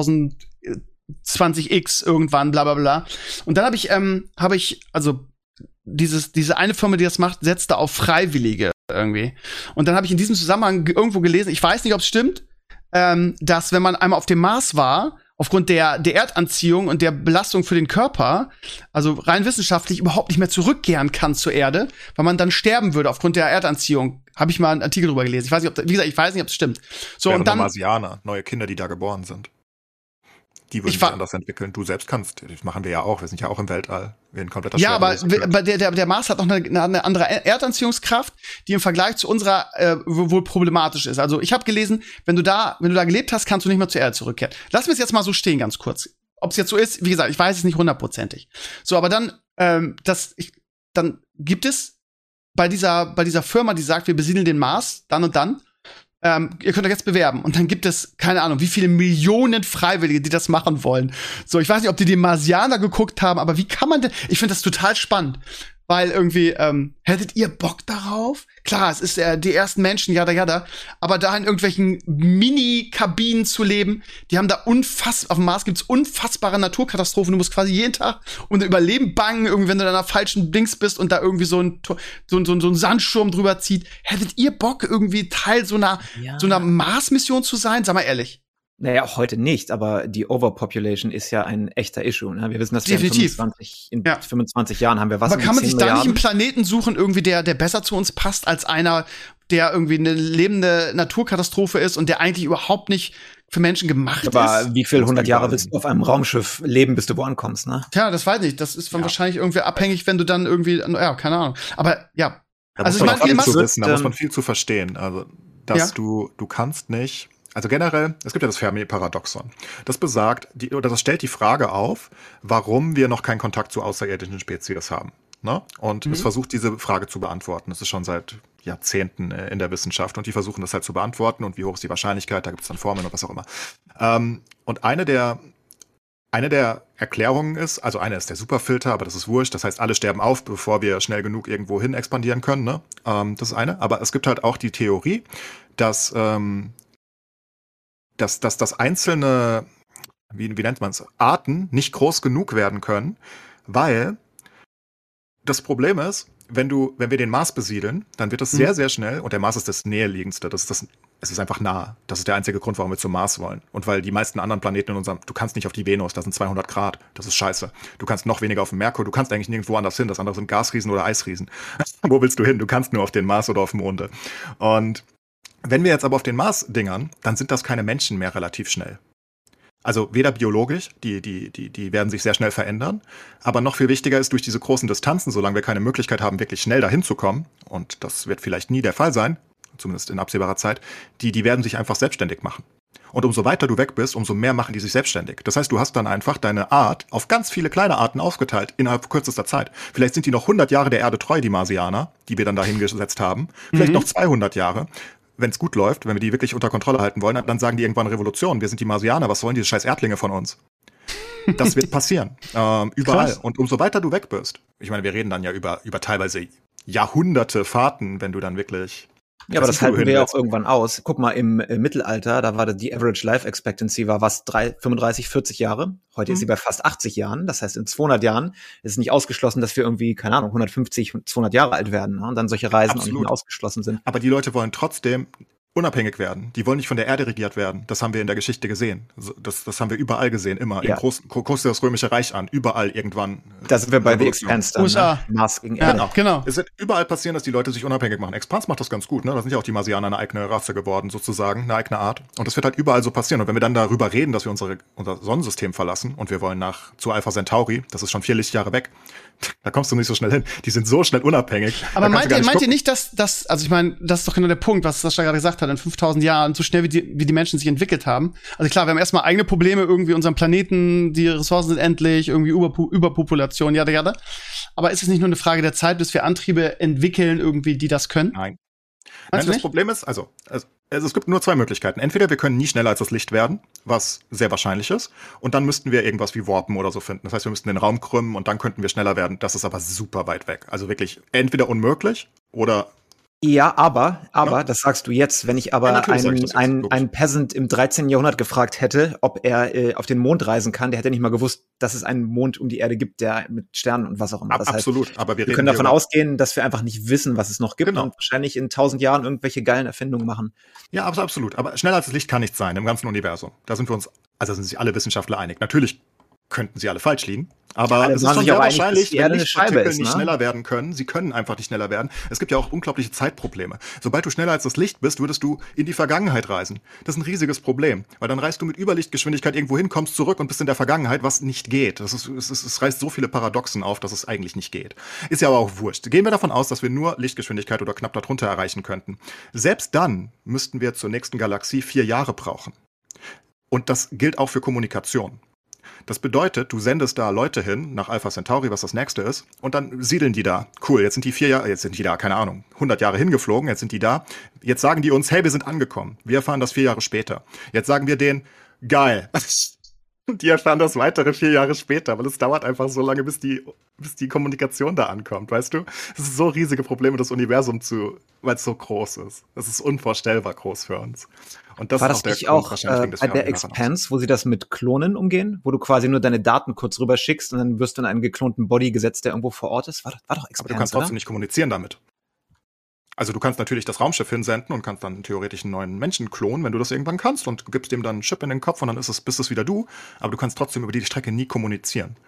2020x irgendwann, bla bla bla. Und dann habe ich diese eine Firma, die das macht, setzte auf Freiwillige irgendwie. Und dann habe ich in diesem Zusammenhang irgendwo gelesen, ich weiß nicht, ob es stimmt, dass wenn man einmal auf dem Mars war, aufgrund der Erdanziehung und der Belastung für den Körper, also rein wissenschaftlich überhaupt nicht mehr zurückkehren kann zur Erde, weil man dann sterben würde aufgrund der Erdanziehung. Habe ich mal einen Artikel drüber gelesen. Ich weiß nicht, ich weiß nicht, ob es stimmt. So, und dann Marsianer, neue Kinder, die da geboren sind. Die würden sich anders entwickeln. Du selbst kannst. Das machen wir ja auch. Wir sind ja auch im Weltall. Wir sind kompletter aber der Mars hat noch eine andere Erdanziehungskraft, die im Vergleich zu unserer wohl problematisch ist. Also ich habe gelesen, wenn du da gelebt hast, kannst du nicht mehr zur Erde zurückkehren. Lass mir es jetzt mal so stehen, ganz kurz. Ob es jetzt so ist, wie gesagt, ich weiß es nicht 100%. So, aber dann dann gibt es bei dieser Firma, die sagt, wir besiedeln den Mars, dann und dann. Ihr könnt euch jetzt bewerben. Und dann gibt es, keine Ahnung, wie viele Millionen Freiwillige, die das machen wollen. So, ich weiß nicht, ob die den Marsianer geguckt haben, aber wie kann man denn? Ich finde das total spannend. Weil irgendwie, hättet ihr Bock darauf? Klar, es ist die ersten Menschen, jada. Aber da in irgendwelchen Mini-Kabinen zu leben, die haben da auf dem Mars gibt's unfassbare Naturkatastrophen. Du musst quasi jeden Tag um dein Überleben bangen, irgendwie, wenn du in einer falschen Dings bist und da irgendwie so ein Sandsturm drüber zieht. Hättet ihr Bock, irgendwie Teil so einer Mars-Mission zu sein? Sag mal ehrlich. Naja, auch heute nicht, aber die Overpopulation ist ja ein echter Issue. Ne? Wir wissen, dass definitiv. In 25 Jahren haben wir was. Aber kann man sich da nicht einen Planeten suchen, irgendwie, der besser zu uns passt, als einer, der irgendwie eine lebende Naturkatastrophe ist und der eigentlich überhaupt nicht für Menschen gemacht ist? Aber wie viel 100 Jahre willst du auf einem Raumschiff leben, bis du wo ankommst, ne? Tja, das weiß ich nicht. Das ist wahrscheinlich irgendwie abhängig, wenn du dann irgendwie, keine Ahnung. Aber ja. Also ich meine, da muss man viel zu verstehen. Also, dass du kannst nicht. Also generell, es gibt ja das Fermi-Paradoxon. Das besagt, das stellt die Frage auf, warum wir noch keinen Kontakt zu außerirdischen Spezies haben. Ne? Und es versucht, diese Frage zu beantworten. Das ist schon seit Jahrzehnten in der Wissenschaft und die versuchen das halt zu beantworten und wie hoch ist die Wahrscheinlichkeit, da gibt es dann Formeln und was auch immer. Und eine der Erklärungen ist, also eine ist der Superfilter, aber das ist wurscht, das heißt, alle sterben auf, bevor wir schnell genug irgendwo hin expandieren können. Ne? Das ist eine. Aber es gibt halt auch die Theorie, dass das einzelne, wie nennt man es, Arten nicht groß genug werden können, weil das Problem ist, wenn wir den Mars besiedeln, dann wird es sehr, sehr schnell, und der Mars ist das näherliegendste, es ist einfach nah. Das ist der einzige Grund, warum wir zum Mars wollen. Und weil die meisten anderen Planeten du kannst nicht auf die Venus, das sind 200 Grad, das ist scheiße. Du kannst noch weniger auf den Merkur, du kannst eigentlich nirgendwo anders hin, das andere sind Gasriesen oder Eisriesen. Wo willst du hin? Du kannst nur auf den Mars oder auf den Monde. Und wenn wir jetzt aber auf den Mars dingern, dann sind das keine Menschen mehr relativ schnell. Also weder biologisch, die werden sich sehr schnell verändern, aber noch viel wichtiger ist durch diese großen Distanzen, solange wir keine Möglichkeit haben, wirklich schnell dahin zu kommen, und das wird vielleicht nie der Fall sein, zumindest in absehbarer Zeit, die werden sich einfach selbstständig machen. Und umso weiter du weg bist, umso mehr machen die sich selbstständig. Das heißt, du hast dann einfach deine Art auf ganz viele kleine Arten aufgeteilt innerhalb kürzester Zeit. Vielleicht sind die noch 100 Jahre der Erde treu, die Marsianer, die wir dann da hingesetzt haben. Vielleicht noch 200 Jahre. Wenn es gut läuft, wenn wir die wirklich unter Kontrolle halten wollen, dann sagen die irgendwann Revolution. Wir sind die Marsianer, was wollen diese scheiß Erdlinge von uns? Das wird passieren. Überall. Krass. Und umso weiter du weg bist. Ich meine, wir reden dann ja über teilweise Jahrhunderte Fahrten, wenn du dann wirklich... Ja, aber das halten wir ja auch irgendwann aus. Guck mal, im Mittelalter, da war die Average Life Expectancy war 35, 40 Jahre. Heute ist sie bei fast 80 Jahren. Das heißt, in 200 Jahren ist es nicht ausgeschlossen, dass wir irgendwie, keine Ahnung, 150, 200 Jahre alt werden. Ne? Und dann solche Reisen auch nicht mehr ausgeschlossen sind. Aber die Leute wollen trotzdem unabhängig werden. Die wollen nicht von der Erde regiert werden. Das haben wir in der Geschichte gesehen. Das haben wir überall gesehen, immer. Ja. Guck dir das Römische Reich an. Überall irgendwann. Da sind wir bei The Expanse dann. USA. Ne? Mars gegen Erde. Genau. Es wird überall passieren, dass die Leute sich unabhängig machen. Expanse macht das ganz gut, ne? Da sind ja auch die Marsianer eine eigene Rasse geworden, sozusagen, eine eigene Art. Und das wird halt überall so passieren. Und wenn wir dann darüber reden, dass wir unser Sonnensystem verlassen und wir wollen zu Alpha Centauri, das ist schon 4 Lichtjahre weg, da kommst du nicht so schnell hin. Die sind so schnell unabhängig. Aber meint ihr nicht, dass, also ich meine, das ist doch genau der Punkt, was Sascha gerade gesagt hat, in 5000 Jahren, so schnell wie die Menschen sich entwickelt haben. Also klar, wir haben erstmal eigene Probleme, irgendwie unseren Planeten, die Ressourcen sind endlich, irgendwie Überpopulation, jada. Aber ist es nicht nur eine Frage der Zeit, bis wir Antriebe entwickeln, irgendwie, die das können? Nein, das Problem ist, also es gibt nur 2 Möglichkeiten. Entweder wir können nie schneller als das Licht werden, was sehr wahrscheinlich ist, und dann müssten wir irgendwas wie Warpen oder so finden. Das heißt, wir müssten den Raum krümmen und dann könnten wir schneller werden. Das ist aber super weit weg. Also wirklich entweder unmöglich oder... Ja, aber, das sagst du jetzt, wenn ich aber einen Peasant im 13. Jahrhundert gefragt hätte, ob er auf den Mond reisen kann, der hätte nicht mal gewusst, dass es einen Mond um die Erde gibt, der mit Sternen und was auch immer. Das absolut, heißt, aber wir können davon ausgehen, dass wir einfach nicht wissen, was es noch gibt und wahrscheinlich in 1000 Jahren irgendwelche geilen Erfindungen machen. Ja, absolut. Aber schneller als das Licht kann nichts sein im ganzen Universum. Da sind wir uns, also sind sich alle Wissenschaftler einig. Natürlich könnten sie alle falsch liegen. Aber es ist schon sehr wahrscheinlich, wenn Lichtpartikel nicht schneller werden können. Sie können einfach nicht schneller werden. Es gibt ja auch unglaubliche Zeitprobleme. Sobald du schneller als das Licht bist, würdest du in die Vergangenheit reisen. Das ist ein riesiges Problem. Weil dann reist du mit Überlichtgeschwindigkeit irgendwo hin, kommst zurück und bist in der Vergangenheit, was nicht geht. Es reißt so viele Paradoxen auf, dass es eigentlich nicht geht. Ist ja aber auch wurscht. Gehen wir davon aus, dass wir nur Lichtgeschwindigkeit oder knapp darunter erreichen könnten. Selbst dann müssten wir zur nächsten Galaxie 4 Jahre brauchen. Und das gilt auch für Kommunikation. Das bedeutet, du sendest da Leute hin, nach Alpha Centauri, was das nächste ist, und dann siedeln die da. Cool, jetzt sind die da, keine Ahnung, 100 Jahre hingeflogen, jetzt sind die da. Jetzt sagen die uns, hey, wir sind angekommen. Wir erfahren das 4 Jahre später. Jetzt sagen wir denen, geil. Die erfahren das weitere 4 Jahre später, weil es dauert einfach so lange, bis die Kommunikation da ankommt, weißt du? Es ist so riesige Probleme, das Universum weil es so groß ist. Es ist unvorstellbar groß für uns. Und das war ist das nicht auch bei der Expanse, wo sie das mit Klonen umgehen? Wo du quasi nur deine Daten kurz rüber schickst und dann wirst du in einen geklonten Body gesetzt, der irgendwo vor Ort ist? War doch Expanse, aber du kannst trotzdem nicht kommunizieren damit. Also du kannst natürlich das Raumschiff hinsenden und kannst dann theoretisch einen neuen Menschen klonen, wenn du das irgendwann kannst, und gibst dem dann einen Chip in den Kopf und dann bist es wieder du. Aber du kannst trotzdem über die Strecke nie kommunizieren.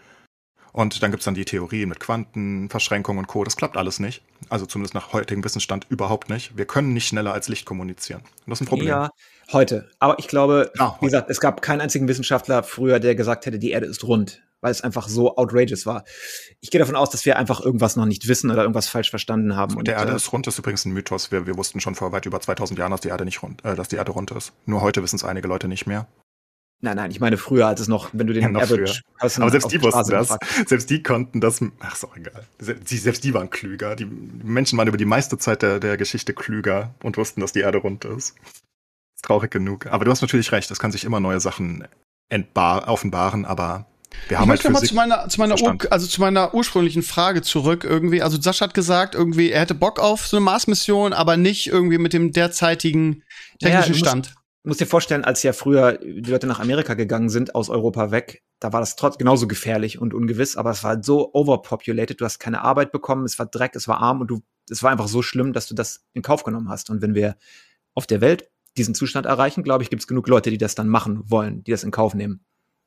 Und dann gibt's dann die Theorie mit Quantenverschränkung und Co. Das klappt alles nicht. Also zumindest nach heutigem Wissensstand überhaupt nicht. Wir können nicht schneller als Licht kommunizieren. Und das ist ein Problem. Ja, heute. Aber ich glaube, wie gesagt, es gab keinen einzigen Wissenschaftler früher, der gesagt hätte, die Erde ist rund, weil es einfach so outrageous war. Ich gehe davon aus, dass wir einfach irgendwas noch nicht wissen oder irgendwas falsch verstanden haben. Und der Erde ist rund, ist übrigens ein Mythos. Wir wussten schon vor weit über 2000 Jahren, dass die Erde rund ist. Nur heute wissen es einige Leute nicht mehr. Nein, ich meine früher, als es noch, wenn du den Average Person aber selbst die wussten das. Selbst die konnten das. Ach, ist auch egal. Selbst die waren klüger. Die Menschen waren über die meiste Zeit der Geschichte klüger und wussten, dass die Erde rund ist. Ist traurig genug. Aber du hast natürlich recht. Es kann sich immer neue Sachen offenbaren, aber wir haben halt ich möchte mal zu meiner ursprünglichen Frage zurück irgendwie. Also Sascha hat gesagt, irgendwie, er hätte Bock auf so eine Mars-Mission, aber nicht irgendwie mit dem derzeitigen technischen Stand. Du musst dir vorstellen, als ja früher die Leute nach Amerika gegangen sind, aus Europa weg, da war das genauso gefährlich und ungewiss, aber es war halt so overpopulated, du hast keine Arbeit bekommen, es war Dreck, es war arm und es war einfach so schlimm, dass du das in Kauf genommen hast. Und wenn wir auf der Welt diesen Zustand erreichen, glaube ich, gibt es genug Leute, die das dann machen wollen, die das in Kauf nehmen.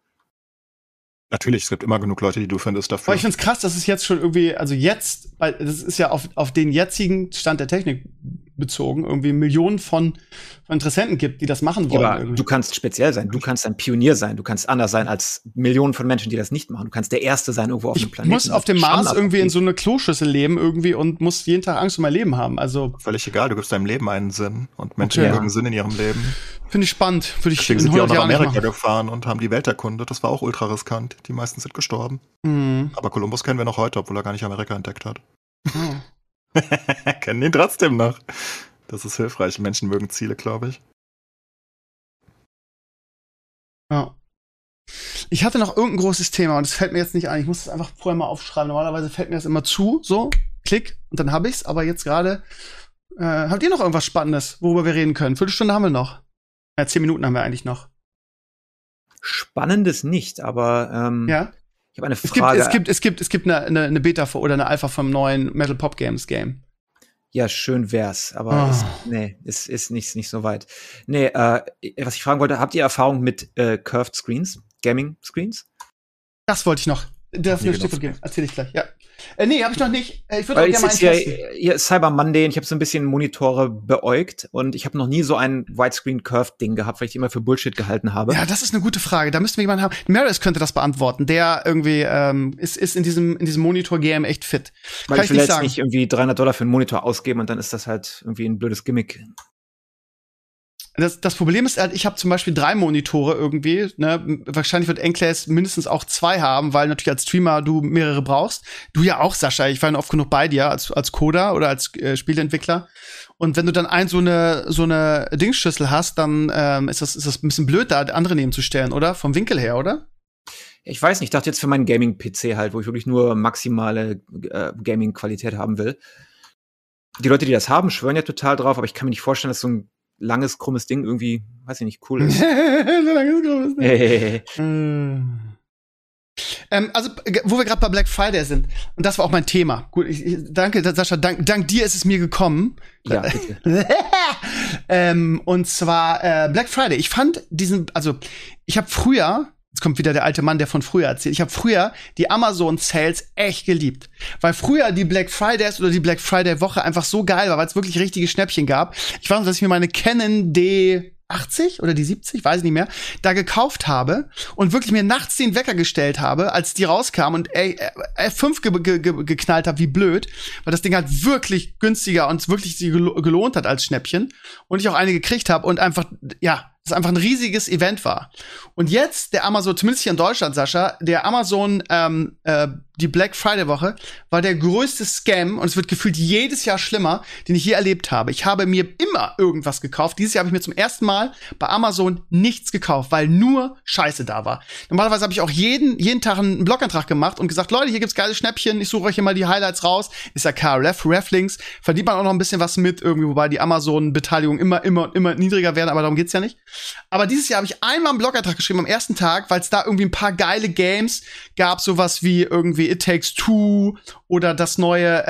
Natürlich, es gibt immer genug Leute, die du findest dafür. Aber ich find's krass, dass es jetzt schon irgendwie, also jetzt, weil das ist ja auf den jetzigen Stand der Technik bezogen irgendwie Millionen von Interessenten gibt, die das machen wollen. Ja, aber du kannst speziell sein, du kannst ein Pionier sein, du kannst anders sein als Millionen von Menschen, die das nicht machen. Du kannst der Erste sein irgendwo auf dem Planeten. Ich muss auf dem Mars irgendwie in so eine Kloschüssel leben irgendwie und muss jeden Tag Angst um mein Leben haben. Also völlig egal, du gibst deinem Leben einen Sinn und Menschen haben Sinn in ihrem Leben. Finde ich spannend. Würde ich Deswegen sind die auch nach Amerika gefahren und haben die Welt erkundet. Das war auch ultra riskant. Die meisten sind gestorben. Aber Kolumbus kennen wir noch heute, obwohl er gar nicht Amerika entdeckt hat. Kennen ihn trotzdem noch. Das ist hilfreich. Menschen mögen Ziele, glaube ich. Ja. Ich hatte noch irgendein großes Thema und es fällt mir jetzt nicht ein. Ich muss das einfach vorher mal aufschreiben. Normalerweise fällt mir das immer zu, so, klick, und dann habe ich's. Aber jetzt gerade, habt ihr noch irgendwas Spannendes, worüber wir reden können? Viertelstunde haben wir noch. 10 Minuten haben wir eigentlich noch. Spannendes nicht, aber ja? Ich habe eine Frage. Es gibt eine Beta oder eine Alpha vom neuen Metal Pop Games Game. Ja, schön wär's, aber es ist nicht so weit. Nee, was ich fragen wollte, habt ihr Erfahrung mit Curved Screens, Gaming Screens? Das wollte ich noch. Das mir Stichwort geben. Erzähl ich gleich, ja. Nee, hab ich noch nicht. Ich würde auch gerne mal testen. Hier Cyber Monday, ich habe so ein bisschen Monitore beäugt und ich habe noch nie so ein Widescreen-Curved-Ding gehabt, weil ich die immer für Bullshit gehalten habe. Ja, das ist eine gute Frage. Da müssten wir jemanden haben. Marius könnte das beantworten. Der irgendwie ist in diesem Monitor-Game echt fit. Weil ich will jetzt nicht irgendwie $300 für einen Monitor ausgeben und dann ist das halt irgendwie ein blödes Gimmick. Das Problem ist halt, ich habe zum Beispiel 3 Monitore irgendwie, ne? Wahrscheinlich wird Enclaves mindestens auch 2 haben, weil natürlich als Streamer du mehrere brauchst. Du ja auch, Sascha. Ich war ja oft genug bei dir als Coder oder als Spieleentwickler. Und wenn du dann so eine Dingsschüssel hast, dann ist das ein bisschen blöd, da andere nebenzustellen, oder? Vom Winkel her, oder? Ich weiß nicht, ich dachte jetzt für meinen Gaming-PC halt, wo ich wirklich nur maximale Gaming-Qualität haben will. Die Leute, die das haben, schwören ja total drauf, aber ich kann mir nicht vorstellen, dass so ein langes, krummes Ding irgendwie, weiß ich nicht, cool ist. So langes, krummes Ding. Also, wo wir gerade bei Black Friday sind, und das war auch mein Thema. Gut, danke, Sascha, dank dir ist es mir gekommen. Ja, bitte. Und zwar Black Friday. Ich fand ich habe früher, jetzt kommt wieder der alte Mann, der von früher erzählt. Ich habe früher die Amazon-Sales echt geliebt. Weil früher die Black Fridays oder die Black Friday-Woche einfach so geil war, weil es wirklich richtige Schnäppchen gab. Ich weiß noch, dass ich mir meine Canon D80 oder die 70, weiß ich nicht mehr, da gekauft habe und wirklich mir nachts den Wecker gestellt habe, als die rauskam und F5 geknallt habe, wie blöd, weil das Ding halt wirklich günstiger und wirklich gelohnt hat als Schnäppchen und ich auch eine gekriegt habe und einfach, ja, das einfach ein riesiges Event war. Und jetzt der Amazon, zumindest hier in Deutschland, Sascha, der Amazon, die Black Friday Woche war der größte Scam und es wird gefühlt jedes Jahr schlimmer, den ich je erlebt habe. Ich habe mir immer irgendwas gekauft. Dieses Jahr habe ich mir zum ersten Mal bei Amazon nichts gekauft, weil nur Scheiße da war. Normalerweise habe ich auch jeden Tag einen Blog-Eintrag gemacht und gesagt, Leute, hier gibt's geile Schnäppchen, ich suche euch hier mal die Highlights raus. Ist ja klar, Reflinks, verdient man auch noch ein bisschen was mit irgendwie, wobei die Amazon-Beteiligung immer niedriger werden, aber darum geht's ja nicht. Aber dieses Jahr habe ich einmal einen Blog-Eintrag geschrieben am ersten Tag, weil es da irgendwie ein paar geile Games gab, sowas wie irgendwie It Takes Two oder das neue,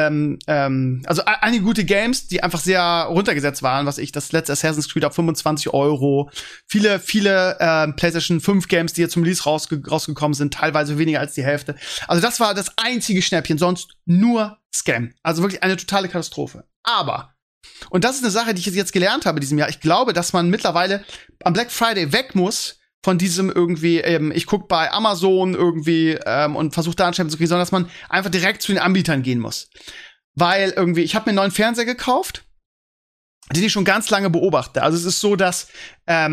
also einige gute Games, die einfach sehr runtergesetzt waren, das letzte Assassin's Creed ab 25 €. Viele PlayStation 5 Games, die jetzt zum Release rausgekommen sind, teilweise weniger als die Hälfte. Also das war das einzige Schnäppchen, sonst nur Scam. Also wirklich eine totale Katastrophe. Aber und das ist eine Sache, die ich jetzt gelernt habe in diesem Jahr. Ich glaube, dass man mittlerweile am Black Friday weg muss von diesem irgendwie, ich guck bei Amazon irgendwie und versuche da Anschreiben zu kriegen, sondern dass man einfach direkt zu den Anbietern gehen muss. Weil irgendwie, ich habe mir einen neuen Fernseher gekauft, den ich schon ganz lange beobachte. Also es ist so, dass dass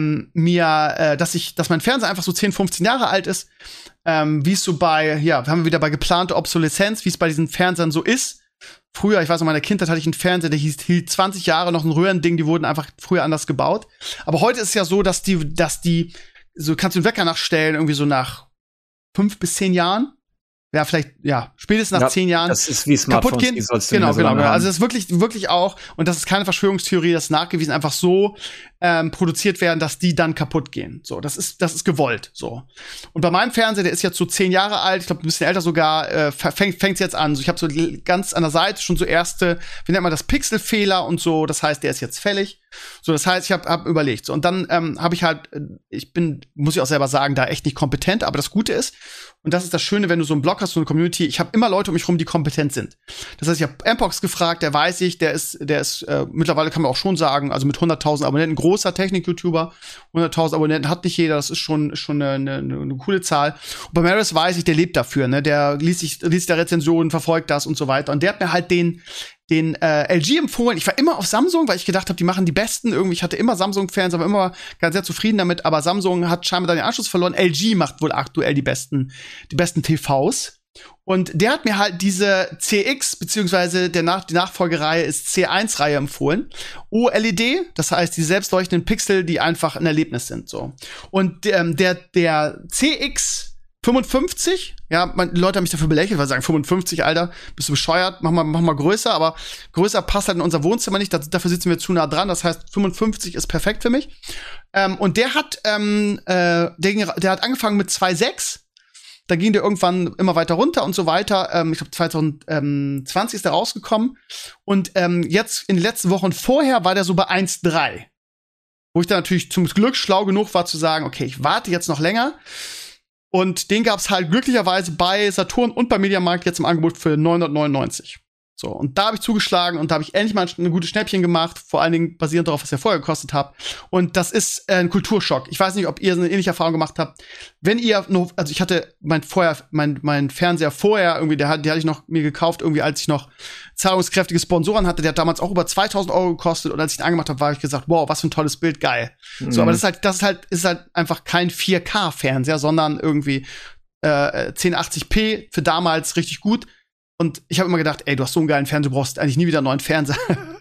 mein Fernseher einfach so 10, 15 Jahre alt ist, wie es so wir haben wieder bei geplanter Obsoleszenz, wie es bei diesen Fernsehern so ist. Früher, ich weiß noch, in meiner Kindheit hatte ich einen Fernseher, der hielt 20 Jahre, noch ein Röhrending, die wurden einfach früher anders gebaut. Aber heute ist es ja so, dass die so kannst du den Wecker nachstellen, irgendwie so nach 5 bis 10 Jahren. Ja, vielleicht, spätestens nach 10 Jahren. Das ist wie Smartphones, kaputt gehen. Die sollst du genau. haben. Also das ist wirklich auch, und das ist keine Verschwörungstheorie, das ist nachgewiesen, einfach so produziert werden, dass die dann kaputt gehen. So, das ist gewollt. So. Und bei meinem Fernseher, der ist jetzt so 10 Jahre alt, ich glaube ein bisschen älter sogar, fängt's jetzt an. So, ich habe so ganz an der Seite schon so erste, wie nennt man das, Pixelfehler und so. Das heißt, der ist jetzt fällig. So, das heißt, ich hab überlegt. So, und dann habe ich halt, muss ich auch selber sagen, da echt nicht kompetent, aber das Gute ist, und das ist das Schöne, wenn du so einen Blog hast, so eine Community, ich habe immer Leute um mich rum, die kompetent sind. Das heißt, ich habe Mpox gefragt, der weiß ich, der ist mittlerweile kann man auch schon sagen, also mit 100.000 Abonnenten, großer Technik-YouTuber, 100.000 Abonnenten hat nicht jeder, das ist schon eine coole Zahl. Und bei Maris weiß ich, der lebt dafür, ne, der liest der Rezensionen, verfolgt das und so weiter. Und der hat mir halt den LG empfohlen. Ich war immer auf Samsung, weil ich gedacht habe, die machen die besten. Irgendwie, ich hatte immer Samsung-Fans, aber immer ganz sehr zufrieden damit. Aber Samsung hat scheinbar dann den Anschluss verloren. LG macht wohl aktuell die besten TVs. Und der hat mir halt diese CX, beziehungsweise die Nachfolgereihe ist C1-Reihe empfohlen. OLED, das heißt die selbstleuchtenden Pixel, die einfach ein Erlebnis sind, so. Und der CX 55, ja, die Leute haben mich dafür belächelt, weil sie sagen, 55, Alter, bist du bescheuert, mach mal größer, aber größer passt halt in unser Wohnzimmer nicht, dafür sitzen wir zu nah dran, das heißt, 55 ist perfekt für mich. Und der hat angefangen mit 2,6, da ging der irgendwann immer weiter runter und so weiter. Ich glaube, 2020 ist der rausgekommen. Und jetzt in den letzten Wochen vorher war der so bei 1,3. Wo ich dann natürlich zum Glück schlau genug war zu sagen, okay, ich warte jetzt noch länger. Und den gab's halt glücklicherweise bei Saturn und bei Mediamarkt jetzt im Angebot für 999. So, und da habe ich zugeschlagen und da habe ich endlich mal ein gutes Schnäppchen gemacht, vor allen Dingen basierend darauf, was ihr vorher gekostet habt. Und das ist ein Kulturschock. Ich weiß nicht, ob ihr eine ähnliche Erfahrung gemacht habt. Wenn ihr noch, also ich hatte mein Fernseher vorher irgendwie, die hatte ich noch mir gekauft, irgendwie als ich noch zahlungskräftige Sponsoren hatte, der hat damals auch über 2.000 Euro gekostet und als ich ihn angemacht habe, war ich gesagt, wow, was für ein tolles Bild, geil. So, aber das ist halt einfach kein 4K-Fernseher, sondern irgendwie 1080p für damals richtig gut. Und ich habe immer gedacht, ey, du hast so einen geilen Fernseher, du brauchst eigentlich nie wieder einen neuen Fernseher.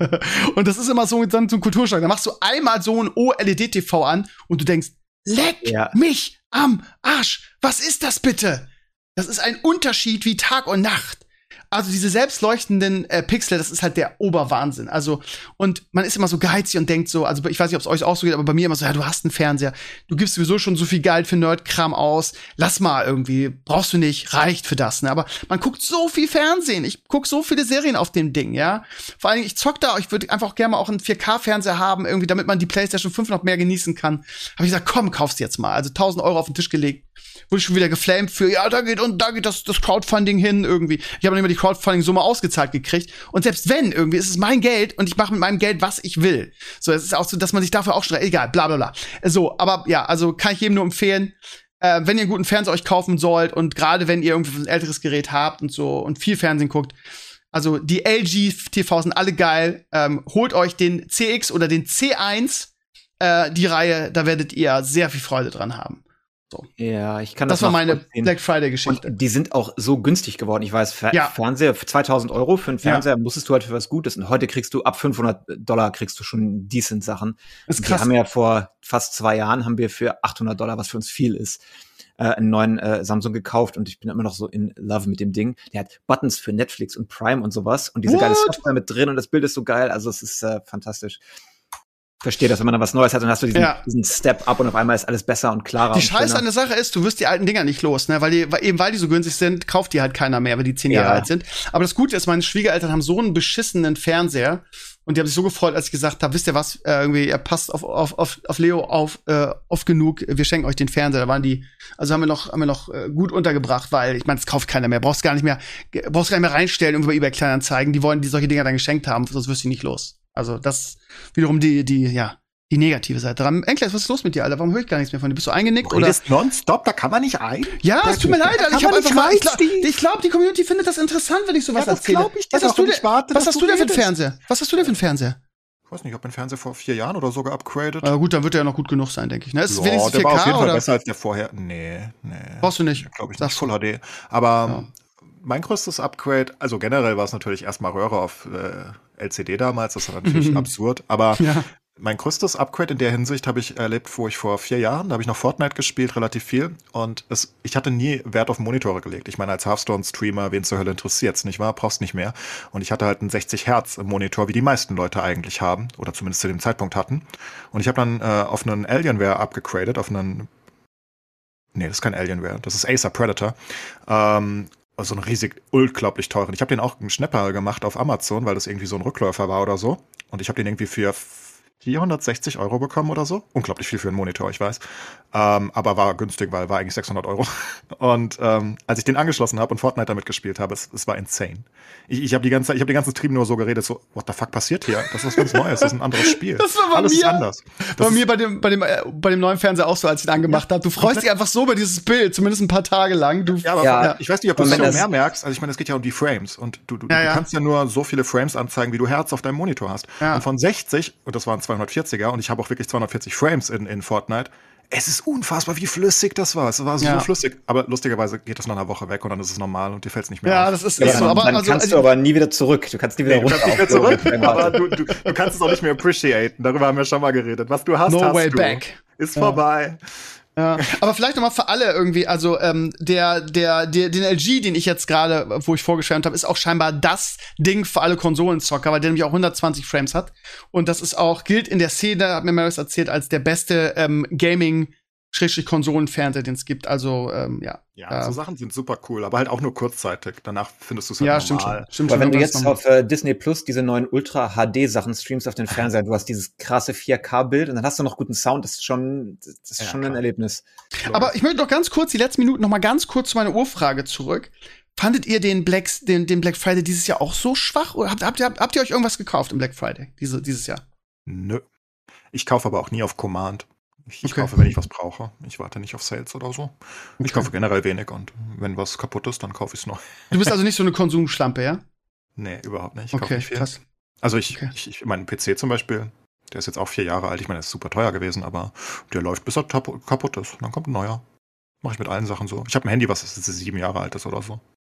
Und das ist immer so ein Kulturschlag. Da machst du einmal so ein OLED-TV an und du denkst, leck mich am Arsch. Was ist das bitte? Das ist ein Unterschied wie Tag und Nacht. Also diese selbstleuchtenden Pixel, das ist halt der Oberwahnsinn. Also, und man ist immer so geizig und denkt so, also ich weiß nicht, ob es euch auch so geht, aber bei mir immer so, ja, du hast einen Fernseher, du gibst sowieso schon so viel Geld für Nerdkram aus, lass mal irgendwie, brauchst du nicht, reicht für das, ne? Aber man guckt so viel Fernsehen, ich guck so viele Serien auf dem Ding, ja? Vor allen Dingen, ich zock da, ich würde einfach auch gerne mal auch einen 4K-Fernseher haben, irgendwie, damit man die PlayStation 5 noch mehr genießen kann. Habe ich gesagt, komm, kaufst jetzt mal. Also 1.000 Euro auf den Tisch gelegt. Wurde schon wieder geflamed für, ja, da geht das Crowdfunding hin irgendwie. Ich habe nicht mehr die Crowdfunding-Summe ausgezahlt gekriegt. Und selbst wenn irgendwie, ist es mein Geld und ich mache mit meinem Geld, was ich will. So, es ist auch so, dass man sich dafür auch schon, egal, bla bla bla. So, aber ja, also kann ich jedem nur empfehlen, wenn ihr einen guten Fernseher euch kaufen sollt und gerade wenn ihr irgendwie ein älteres Gerät habt und so und viel Fernsehen guckt, also die LG-TV sind alle geil. Holt euch den CX oder den C1, die Reihe, da werdet ihr sehr viel Freude dran haben. So. Ja, ich kann das war meine Black Friday-Geschichte. Und die sind auch so günstig geworden. Ich weiß, Fernseher für 2.000 Euro für einen Fernseher musstest du halt für was Gutes. Und heute kriegst du ab $500 kriegst du schon decent Sachen. Das ist krass. Wir haben ja vor fast 2 Jahren haben wir für $800, was für uns viel ist, einen neuen Samsung gekauft. Und ich bin immer noch so in love mit dem Ding. Der hat Buttons für Netflix und Prime und sowas. Und diese geile Software mit drin. Und das Bild ist so geil. Also es ist fantastisch. Verstehe das, wenn man dann was Neues hat, dann hast du diesen Step-up und auf einmal ist alles besser und klarer. Die Scheiße an der Sache ist, du wirst die alten Dinger nicht los, ne? Weil die so günstig sind, kauft die halt keiner mehr, wenn die 10 Jahre alt sind. Aber das Gute ist, meine Schwiegereltern haben so einen beschissenen Fernseher und die haben sich so gefreut, als ich gesagt habe, wisst ihr was, irgendwie, ihr passt auf Leo auf genug, wir schenken euch den Fernseher. Da waren die, also haben wir noch gut untergebracht, weil, ich meine, das kauft keiner mehr, brauchst gar nicht mehr reinstellen, irgendwie bei eBay Kleinanzeigen, die wollen die solche Dinger dann geschenkt haben, sonst wirst du nicht los. Also das wiederum die negative Seite dran. Enkles, was ist los mit dir, Alter? Warum höre ich gar nichts mehr von dir? Bist du eingenickt oder? Das nonstop, da kann man nicht ein. Ja, es tut mir leid, Alter. Ich glaube, die Community findet das interessant, wenn ich sowas erzähle. Was hast du denn für einen Fernseher? Was hast du denn für einen Fernseher? Ich weiß nicht, ob mein Fernseher vor 4 Jahren oder so geupgradet. Gut, dann wird der ja noch gut genug sein, denke ich. Ne? Ist wenigstens 4K, der war auf jeden Fall oder? besser als der vorher. Nee. Brauchst du nicht. Glaube ich nicht. Full HD. Aber mein größtes Upgrade, also generell war es natürlich erstmal Röhre auf LCD damals, das war natürlich absurd, aber mein größtes Upgrade in der Hinsicht habe ich erlebt, wo ich vor 4 Jahren, da habe ich noch Fortnite gespielt, relativ viel, und ich hatte nie Wert auf Monitore gelegt. Ich meine, als Hearthstone-Streamer, wen zur Hölle interessiert's, nicht wahr? Brauchst nicht mehr. Und ich hatte halt einen 60 Hertz Monitor, wie die meisten Leute eigentlich haben, oder zumindest zu dem Zeitpunkt hatten. Und ich habe dann auf einen Alienware abgegradet, das ist kein Alienware, das ist Acer Predator. Also einen riesig, unglaublich teuren. Ich habe den auch einen Schnäpper gemacht auf Amazon, weil das irgendwie so ein Rückläufer war oder so. Und ich habe den irgendwie für 460 € bekommen oder so. Unglaublich viel für einen Monitor, ich weiß. Aber war günstig, weil war eigentlich 600 €. Und als ich den angeschlossen habe und Fortnite damit gespielt habe, es war insane. Ich habe den ganzen Stream nur so geredet, so, what the fuck passiert hier? Das ist was ganz Neues, das ist ein anderes Spiel. Das war Alles ist anders. Bei mir bei dem neuen Fernseher auch so, als ich ihn angemacht habe. Du freust dich einfach so über dieses Bild, zumindest ein paar Tage lang. Ich weiß nicht, ob du es schon mehr merkst. Also ich meine, es geht ja um die Frames. Und du kannst ja nur so viele Frames anzeigen, wie du Hertz auf deinem Monitor hast. Ja. Und von 60, und das waren 240er, und ich habe auch wirklich 240 Frames in Fortnite, es ist unfassbar, wie flüssig das war. Es war so flüssig. Aber lustigerweise geht das nach einer Woche weg und dann ist es normal und dir fällt es nicht mehr auf. Ja, das ist so. Aber dann kannst du aber nie wieder zurück. Du kannst nie wieder runter. Aber du kannst es auch nicht mehr appreciaten. Darüber haben wir schon mal geredet. Was du hast, no hast way du. Back. Ist vorbei. Ja, aber vielleicht nochmal für alle irgendwie, also den LG, den ich jetzt gerade, wo ich vorgeschwärmt habe, ist auch scheinbar das Ding für alle Konsolenzocker, weil der nämlich auch 120 Frames hat. Und das ist auch, gilt in der Szene, hat mir Maris erzählt, als der beste Gaming-Konsolenfernseher, den es gibt. Also, Ja, so Sachen sind super cool, aber halt auch nur kurzzeitig. Danach findest du es halt normal. Stimmt aber wenn du jetzt auf Disney Plus diese neuen Ultra-HD-Sachen streamst auf den Fernseher, du hast dieses krasse 4K-Bild und dann hast du noch guten Sound, das ist schon ein Erlebnis. Aber ich möchte noch ganz kurz, die letzten Minuten noch mal ganz kurz zu meiner Urfrage zurück. Fandet ihr den Black Friday dieses Jahr auch so schwach? Oder habt ihr euch irgendwas gekauft im Black Friday dieses Jahr? Nö. Ich kaufe aber auch nie auf Command. Ich kaufe, wenn ich was brauche. Ich warte nicht auf Sales oder so. Ich kaufe generell wenig und wenn was kaputt ist, dann kaufe ich es neu. Du bist also nicht so eine Konsumschlampe, ja? Nee, überhaupt nicht. Ich kaufe nicht viel. Krass. Also mein PC zum Beispiel, der ist jetzt auch 4 Jahre alt. Ich meine, der ist super teuer gewesen, aber der läuft, bis er kaputt ist. Dann kommt ein neuer. Mache ich mit allen Sachen so. Ich habe ein Handy, was 7 Jahre alt ist oder so.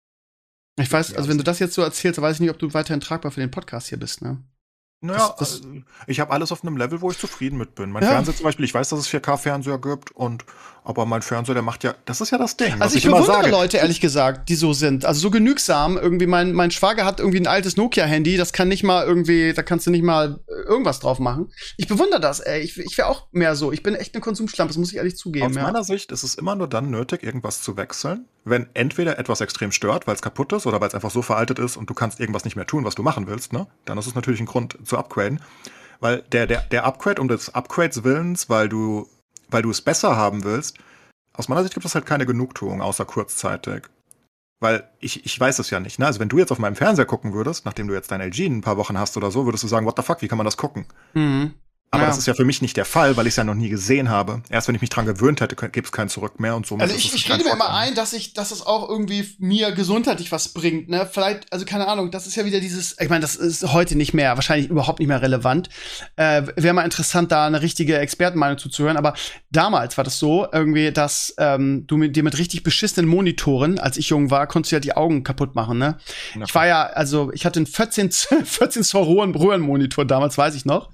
Ich weiß, also wenn du das jetzt so erzählst, weiß ich nicht, ob du weiterhin tragbar für den Podcast hier bist, ne? Naja, ich habe alles auf einem Level, wo ich zufrieden mit bin. Mein Fernseher zum Beispiel, ich weiß, dass es 4K-Fernseher gibt, aber mein Fernseher, der macht ja, das ist ja das Ding. Also ich bewundere Leute, ehrlich gesagt, die so sind. Also so genügsam. Irgendwie, mein Schwager hat irgendwie ein altes Nokia-Handy, das kann nicht mal irgendwie, da kannst du nicht mal irgendwas drauf machen. Ich bewundere das, ey. Ich wäre auch mehr so. Ich bin echt eine Konsumschlampe, das muss ich ehrlich zugeben. Aus meiner Sicht ist es immer nur dann nötig, irgendwas zu wechseln, wenn entweder etwas extrem stört, weil es kaputt ist oder weil es einfach so veraltet ist und du kannst irgendwas nicht mehr tun, was du machen willst, ne? Dann ist es natürlich ein Grund zu upgraden. Weil der Upgrade um des Upgrades Willens, weil du es besser haben willst, aus meiner Sicht gibt es halt keine Genugtuung, außer kurzzeitig. Weil ich weiß es ja nicht, ne? Also wenn du jetzt auf meinem Fernseher gucken würdest, nachdem du jetzt dein LG ein paar Wochen hast oder so, würdest du sagen, what the fuck, wie kann man das gucken? Mhm. Aber das ist ja für mich nicht der Fall, weil ich es ja noch nie gesehen habe. Erst wenn ich mich dran gewöhnt hätte, gibt es kein Zurück mehr und so. Also ich rede mir immer ein, dass es auch irgendwie mir gesundheitlich was bringt, ne? Vielleicht, also keine Ahnung, das ist ja wieder dieses, ich meine, das ist heute nicht mehr, wahrscheinlich überhaupt nicht mehr relevant. Wäre mal interessant, da eine richtige Expertenmeinung zuzuhören, aber damals war das so, irgendwie, dass du dir mit richtig beschissenen Monitoren, als ich jung war, konntest du ja die Augen kaputt machen, ne? Ja. Ich war ja, also ich hatte einen 14 Zoll Röhrenmonitor damals, weiß ich noch.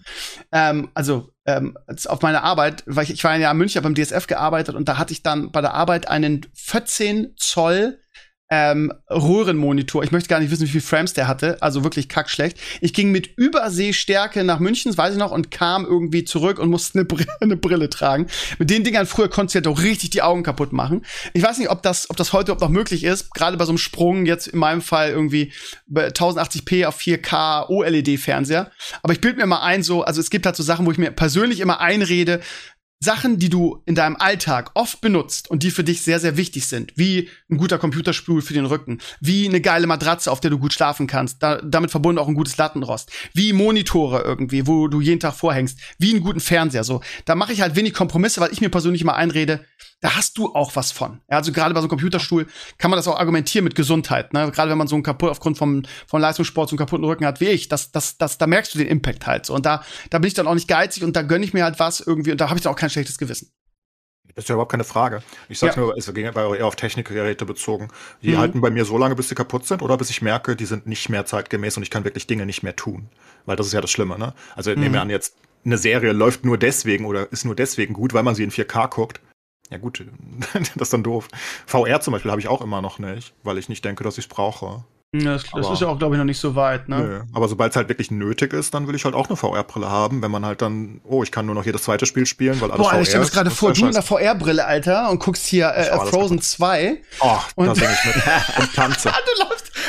Auf meiner Arbeit, weil ich war ja in München, habe beim DSF gearbeitet und da hatte ich dann bei der Arbeit einen 14 Zoll Röhrenmonitor. Ich möchte gar nicht wissen, wie viele Frames der hatte. Also wirklich kackschlecht. Ich ging mit Überseestärke nach München, das weiß ich noch, und kam irgendwie zurück und musste eine Brille tragen. Mit den Dingern früher konntest du ja doch richtig die Augen kaputt machen. Ich weiß nicht, ob das heute überhaupt noch möglich ist. Gerade bei so einem Sprung, jetzt in meinem Fall irgendwie 1080p auf 4K OLED-Fernseher. Aber ich bilde mir mal ein, so, also es gibt halt so Sachen, wo ich mir persönlich immer einrede, Sachen, die du in deinem Alltag oft benutzt und die für dich sehr, sehr wichtig sind, wie ein guter Computerstuhl für den Rücken, wie eine geile Matratze, auf der du gut schlafen kannst, damit verbunden auch ein gutes Lattenrost, wie Monitore irgendwie, wo du jeden Tag vorhängst, wie einen guten Fernseher, so. Da mache ich halt wenig Kompromisse, weil ich mir persönlich mal einrede, da hast du auch was von. Ja, also gerade bei so einem Computerstuhl kann man das auch argumentieren mit Gesundheit, ne? Gerade wenn man so einen aufgrund von Leistungssport so einen kaputten Rücken hat wie ich, da merkst du den Impact halt so. Und da bin ich dann auch nicht geizig und da gönne ich mir halt was irgendwie und da habe ich dann auch kein schlechtes Gewissen. Das ist ja überhaupt keine Frage. Ich sag's nur, es ging aber eher auf Technikgeräte bezogen. Die halten bei mir so lange, bis sie kaputt sind oder bis ich merke, die sind nicht mehr zeitgemäß und ich kann wirklich Dinge nicht mehr tun. Weil das ist ja das Schlimme, ne? Also nehmen wir an, jetzt eine Serie läuft nur deswegen oder ist nur deswegen gut, weil man sie in 4K guckt. Ja gut, das ist dann doof. VR zum Beispiel habe ich auch immer noch nicht, weil ich nicht denke, dass ich es brauche. Ja, das ist ja auch, glaube ich, noch nicht so weit, ne? Nö. Aber sobald es halt wirklich nötig ist, dann will ich halt auch eine VR-Brille haben, wenn man halt dann, ich kann nur noch jedes zweite Spiel spielen, weil alles VR ist. Ich stell mir gerade vor, du mit einer VR-Brille, Alter, und guckst hier Frozen 2. Ach, da sing ich mit und tanze.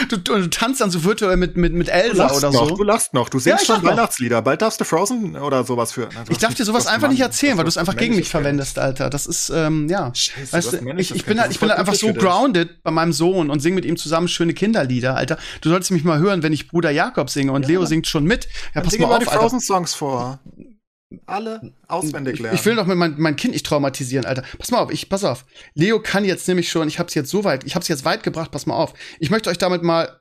du tanzt dann so virtuell mit Elsa oder so. Du lachst noch. Du singst schon Weihnachtslieder. Bald darfst du Frozen oder sowas für. Also ich darf dir sowas einfach nicht erzählen, weil du es einfach gegen mich verwendest, Alter. Das ist, ja. Scheiße, weißt du, ich bin halt einfach so grounded bei meinem Sohn und singe mit ihm zusammen schöne Kinderlieder, Alter. Du solltest mich mal hören, wenn ich Bruder Jakob singe und Leo singt schon mit. Ja, pass mal auf, die Frozen-Songs vor. Alle auswendig lernen. Ich will doch mit mein Kind nicht traumatisieren, Alter. Pass auf. Leo kann jetzt nämlich schon, ich hab's jetzt weit gebracht, pass mal auf. Ich möchte euch damit mal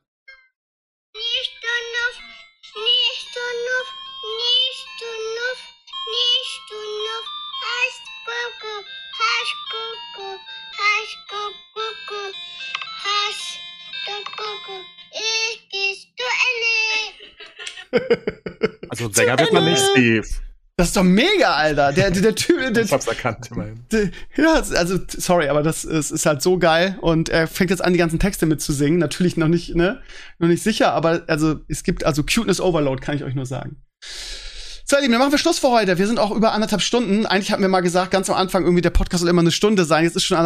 Also Sänger wird man nicht, Steve. Das ist doch mega, Alter. Der Typ. Ich hab's erkannt, immerhin. Ja, also, sorry, aber das ist halt so geil. Und er fängt jetzt an, die ganzen Texte mitzusingen. Natürlich noch nicht sicher, aber also, es gibt also Cuteness Overload, kann ich euch nur sagen. So, ihr Lieben, dann machen wir Schluss für heute. Wir sind auch über 1,5 Stunden. Eigentlich hatten wir mal gesagt, ganz am Anfang irgendwie, der Podcast soll immer 1 Stunde sein. Jetzt ist schon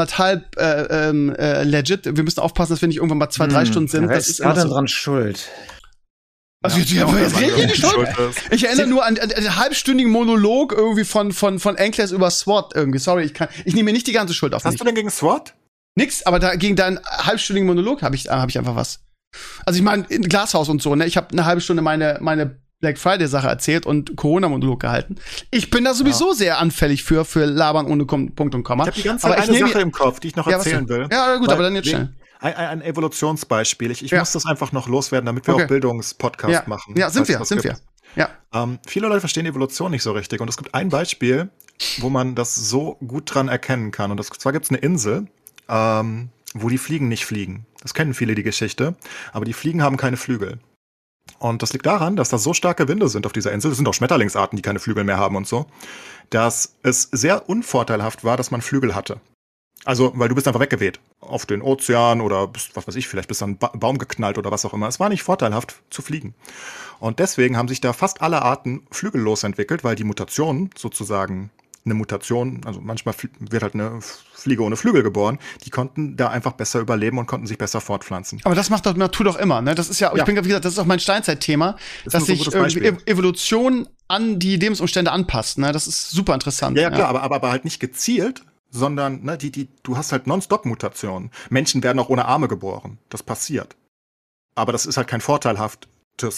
1,5 legit. Wir müssen aufpassen, dass wir nicht irgendwann mal 2-3 Stunden sind. Wer ist dann dran schuld? Also, jetzt die Schuld. Ich erinnere nur an einen halbstündigen Monolog irgendwie von Enkles über SWAT irgendwie. Sorry, ich nehme mir nicht die ganze Schuld auf mich. Was hast du denn gegen SWAT? Nix, aber gegen deinen halbstündigen Monolog habe ich einfach was. Also ich meine, Glashaus und so, ne? Ich habe eine halbe Stunde meine Black Friday-Sache erzählt und Corona-Monolog gehalten. Ich bin da sowieso sehr anfällig für Labern ohne Punkt und Komma. Ich habe die ganze Zeit eine Sache im Kopf, die ich noch erzählen will. Ja, gut, aber dann jetzt schnell. Ein Evolutionsbeispiel. Ich muss das einfach noch loswerden, damit wir auch Bildungspodcast machen. Ja, sind wir. Ja. Viele Leute verstehen Evolution nicht so richtig. Und es gibt ein Beispiel, wo man das so gut dran erkennen kann. Und zwar gibt es eine Insel, wo die Fliegen nicht fliegen. Das kennen viele, die Geschichte. Aber die Fliegen haben keine Flügel. Und das liegt daran, dass da so starke Winde sind auf dieser Insel. Es sind auch Schmetterlingsarten, die keine Flügel mehr haben und so. Dass es sehr unvorteilhaft war, dass man Flügel hatte. Also, weil du bist einfach weggeweht auf den Ozean oder bist, was weiß ich, vielleicht bist du an einen Baum geknallt oder was auch immer. Es war nicht vorteilhaft zu fliegen. Und deswegen haben sich da fast alle Arten flügellos entwickelt, weil die Mutationen sozusagen eine Mutation, also manchmal wird halt eine Fliege ohne Flügel geboren, die konnten da einfach besser überleben und konnten sich besser fortpflanzen. Aber das macht doch Natur doch immer, ne? Das ist ja, ich bin, wie gesagt, das ist auch mein Steinzeitthema, dass sich Evolution an die Lebensumstände anpasst, ne? Das ist super interessant. Ja, klar, aber halt nicht gezielt, sondern ne, du hast halt Nonstop-Mutationen. Menschen werden auch ohne Arme geboren. Das passiert. Aber das ist halt keine vorteilhafte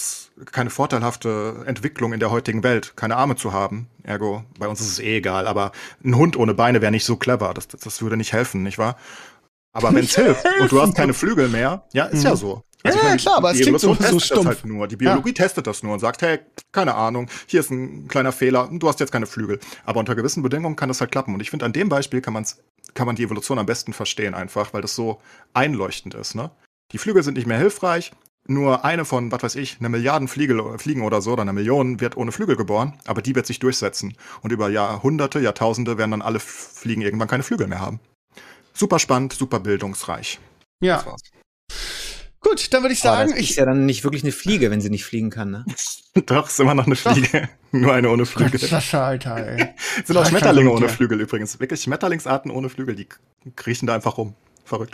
Entwicklung in der heutigen Welt, keine Arme zu haben. Ergo, bei uns ist es egal, aber ein Hund ohne Beine wäre nicht so clever. Das würde nicht helfen, nicht wahr? Aber wenn es hilft und du hast keine Flügel mehr, ja, ist ja so. Also ja, klar, aber es klingt so stumpf. Halt nur. Die Biologie testet das nur und sagt, hey, keine Ahnung, hier ist ein kleiner Fehler, du hast jetzt keine Flügel. Aber unter gewissen Bedingungen kann das halt klappen. Und ich finde, an dem Beispiel kann man die Evolution am besten verstehen einfach, weil das so einleuchtend ist, ne? Die Flügel sind nicht mehr hilfreich. Nur eine von, was weiß ich, 1 Milliarden Fliegen oder so, oder 1 Million wird ohne Flügel geboren, aber die wird sich durchsetzen. Und über Jahrhunderte, Jahrtausende werden dann alle Fliegen irgendwann keine Flügel mehr haben. Super spannend, super bildungsreich. Ja. Das war's. Gut, dann würde ich sagen, das ist ja dann nicht wirklich eine Fliege, wenn sie nicht fliegen kann, ne? Doch, ist immer noch eine Fliege. Nur eine ohne Flügel. Alter, ey. Sind auch Schmetterlinge ohne Flügel übrigens. Wirklich Schmetterlingsarten ohne Flügel, die kriechen da einfach rum. Verrückt.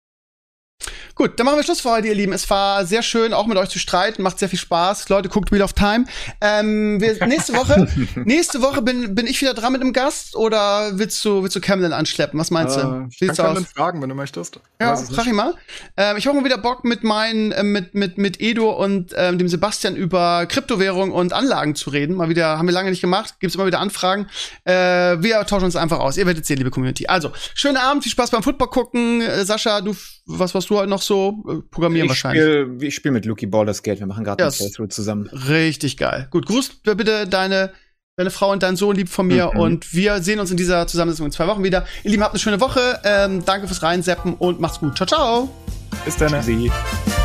Gut, dann machen wir Schluss für heute, ihr Lieben. Es war sehr schön, auch mit euch zu streiten. Macht sehr viel Spaß. Leute, guckt Wheel of Time. Nächste Woche bin ich wieder dran mit einem Gast oder willst du Camden anschleppen? Was meinst du? Ich kann Camden fragen, wenn du möchtest. Ja, frag ihn mal. Ich habe mal wieder Bock mit mit Edo und dem Sebastian über Kryptowährung und Anlagen zu reden. Mal wieder, haben wir lange nicht gemacht. Gibt's immer wieder Anfragen. Wir tauschen uns einfach aus. Ihr werdet sehen, liebe Community. Also, schönen Abend, viel Spaß beim Football gucken. Sascha, was du heute noch so programmieren wahrscheinlich? Ich spiele mit Luki Baldur's Gate. Wir machen gerade ein Playthrough zusammen. Richtig geil. Gut, grüßt bitte deine Frau und deinen Sohn lieb von mir und wir sehen uns in dieser Zusammensetzung in 2 Wochen wieder. Ihr Lieben, habt eine schöne Woche. Danke fürs Reinseppen und macht's gut. Ciao, ciao. Bis dann.